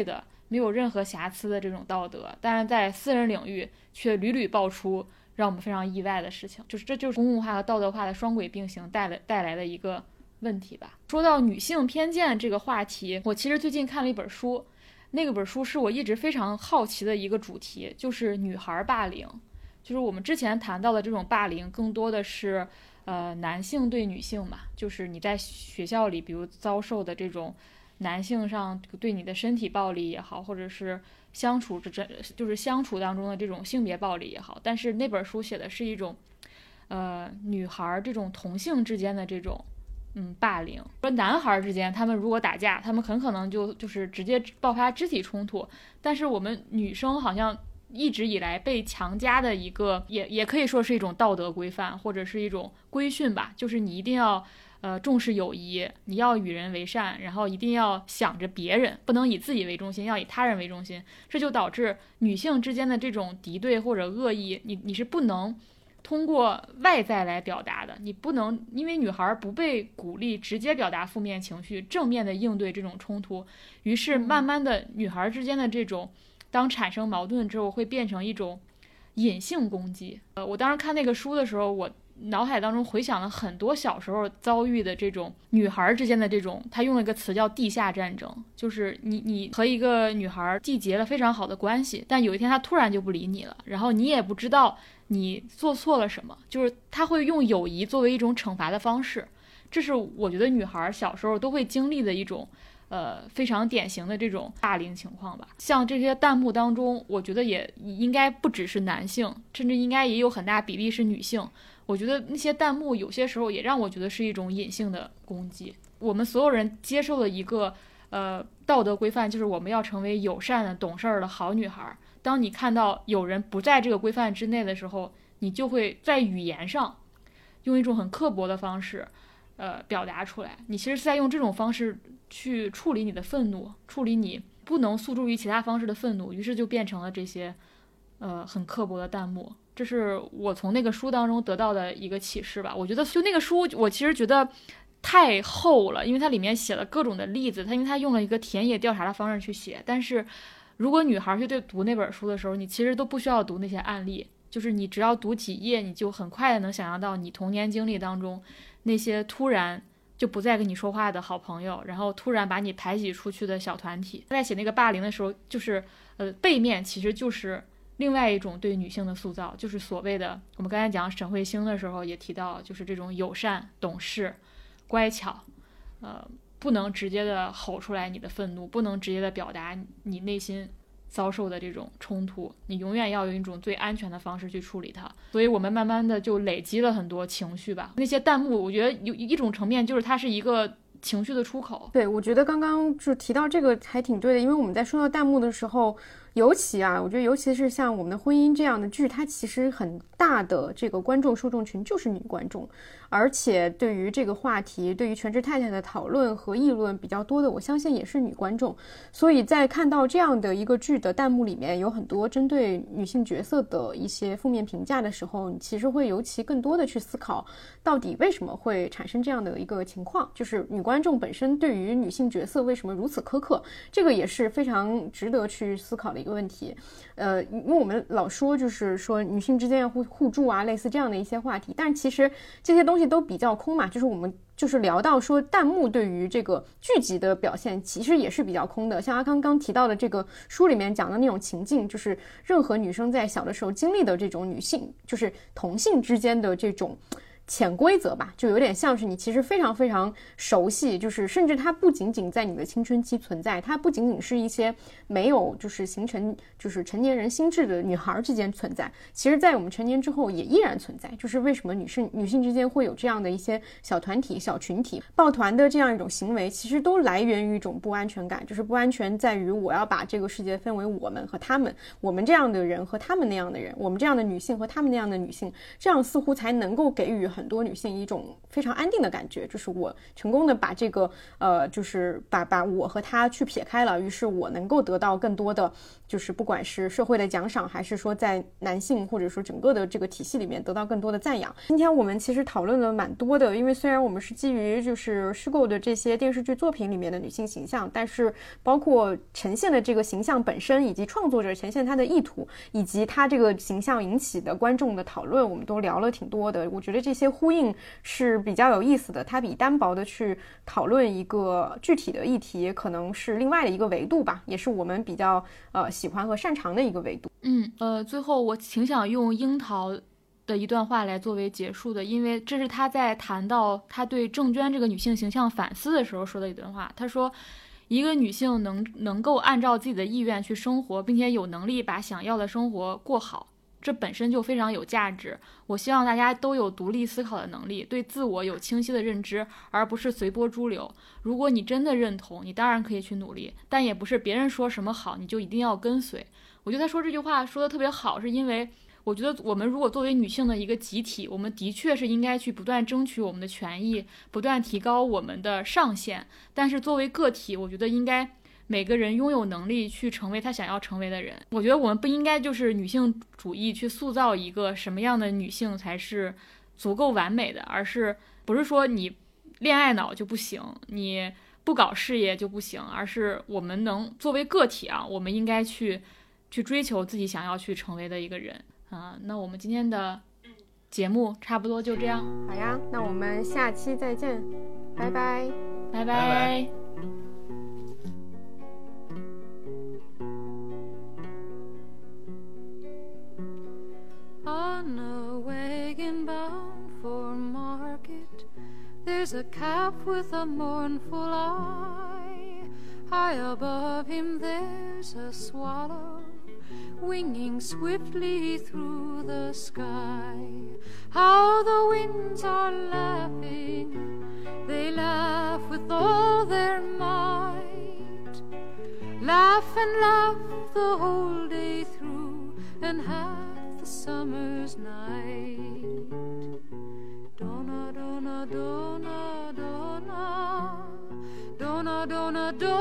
没有任何瑕疵的这种道德，但是在私人领域却屡屡爆出让我们非常意外的事情，就是这就是公共化和道德化的双轨并行带来带来的一个问题吧。说到女性偏见这个话题，我其实最近看了一本书，那个本书是我一直非常好奇的一个主题，就是女孩霸凌。就是我们之前谈到的这种霸凌更多的是呃男性对女性嘛，就是你在学校里比如遭受的这种男性上对你的身体暴力也好，或者是相处这就是相处当中的这种性别暴力也好，但是那本书写的是一种呃女孩这种同性之间的这种嗯霸凌。说男孩之间他们如果打架，他们很可能就就是直接爆发肢体冲突，但是我们女生好像一直以来被强加的一个也也可以说是一种道德规范或者是一种规训吧，就是你一定要呃重视友谊，你要与人为善，然后一定要想着别人，不能以自己为中心，要以他人为中心。这就导致女性之间的这种敌对或者恶意，你你是不能通过外在来表达的，你不能因为女孩不被鼓励直接表达负面情绪，正面的应对这种冲突，于是慢慢的女孩之间的这种当产生矛盾之后会变成一种隐性攻击。呃，我当时看那个书的时候，我脑海当中回想了很多小时候遭遇的这种女孩之间的这种，他用了一个词叫地下战争，就是你你和一个女孩缔结了非常好的关系，但有一天她突然就不理你了，然后你也不知道你做错了什么，就是他会用友谊作为一种惩罚的方式。这是我觉得女孩小时候都会经历的一种呃，非常典型的这种霸凌情况吧。像这些弹幕当中，我觉得也应该不只是男性，甚至应该也有很大比例是女性。我觉得那些弹幕有些时候也让我觉得是一种隐性的攻击。我们所有人接受了一个呃道德规范，就是我们要成为友善的、懂事儿的好女孩。当你看到有人不在这个规范之内的时候，你就会在语言上用一种很刻薄的方式呃表达出来。你其实是在用这种方式去处理你的愤怒，处理你不能诉诸于其他方式的愤怒，于是就变成了这些呃很刻薄的弹幕。这是我从那个书当中得到的一个启示吧。我觉得就那个书我其实觉得太厚了，因为它里面写了各种的例子，它因为它用了一个田野调查的方式去写，但是如果女孩去对读那本书的时候，你其实都不需要读那些案例，就是你只要读几页，你就很快的能想象到你童年经历当中那些突然就不再跟你说话的好朋友，然后突然把你排挤出去的小团体。在写那个霸凌的时候，就是呃背面其实就是另外一种对女性的塑造，就是所谓的我们刚才讲沈慧星的时候也提到，就是这种友善、懂事、乖巧，呃，不能直接的吼出来你的愤怒，不能直接的表达你内心遭受的这种冲突，你永远要用一种最安全的方式去处理它。所以我们慢慢的就累积了很多情绪吧。那些弹幕我觉得有一种层面就是它是一个情绪的出口。 对，我觉得刚刚就提到这个还挺对的，因为我们在说到弹幕的时候，尤其啊，我觉得尤其是像我们的婚姻这样的剧，它其实很大的这个观众受众群就是女观众，而且对于这个话题，对于全职太太的讨论和议论比较多的，我相信也是女观众。所以在看到这样的一个剧的弹幕里面有很多针对女性角色的一些负面评价的时候，你其实会尤其更多的去思考，到底为什么会产生这样的一个情况，就是女观众本身对于女性角色为什么如此苛刻，这个也是非常值得去思考的一个问题。呃，因为我们老说就是说女性之间要互互助啊，类似这样的一些话题，但是其实这些东西都比较空嘛，就是我们就是聊到说弹幕对于这个剧集的表现其实也是比较空的。像阿康刚提到的这个书里面讲的那种情境，就是任何女生在小的时候经历的这种女性就是同性之间的这种潜规则吧，就有点像是你其实非常非常熟悉，就是甚至它不仅仅在你的青春期存在，它不仅仅是一些没有就是形成就是成年人心智的女孩之间存在，其实在我们成年之后也依然存在。就是为什么女性女性之间会有这样的一些小团体小群体抱团的这样一种行为，其实都来源于一种不安全感，就是不安全在于我要把这个世界分为我们和他们，我们这样的人和他们那样的人，我们这样的女性和他们那样的女性，这样似乎才能够给予很多女性一种非常安定的感觉，就是我成功的把这个呃，就是把把我和他去撇开了，于是我能够得到更多的，就是不管是社会的奖赏，还是说在男性或者说整个的这个体系里面得到更多的赞扬。今天我们其实讨论了蛮多的，因为虽然我们是基于就是虚构的这些电视剧作品里面的女性形象，但是包括呈现的这个形象本身，以及创作者呈现他的意图，以及他这个形象引起的观众的讨论，我们都聊了挺多的。我觉得这些呼应是比较有意思的，它比单薄的去讨论一个具体的议题可能是另外的一个维度吧，也是我们比较呃喜欢和擅长的一个维度。 嗯呃，最后我挺想用樱桃的一段话来作为结束的，因为这是他在谈到他对郑娟这个女性形象反思的时候说的一段话。他说，一个女性能能够按照自己的意愿去生活，并且有能力把想要的生活过好，这本身就非常有价值。我希望大家都有独立思考的能力，对自我有清晰的认知，而不是随波逐流。如果你真的认同，你当然可以去努力，但也不是别人说什么好你就一定要跟随。我觉得他说这句话说的特别好，是因为我觉得我们如果作为女性的一个集体，我们的确是应该去不断争取我们的权益，不断提高我们的上限。但是作为个体，我觉得应该每个人拥有能力去成为他想要成为的人。我觉得我们不应该就是女性主义去塑造一个什么样的女性才是足够完美的，而是不是说你恋爱脑就不行，你不搞事业就不行，而是我们能作为个体啊，我们应该去去追求自己想要去成为的一个人啊。那我们今天的节目差不多就这样。 好呀，那我们下期再见，拜拜， 拜拜。 拜拜。 On a wagon bound for market, there's a calf with a mournful eye. High above him there's a swallow winging swiftly through the sky. How the winds are laughing, they laugh with all their might. Laugh and laugh the whole day through, and half the summer's night. Donna, donna, donna, donna, donna, donna, donna.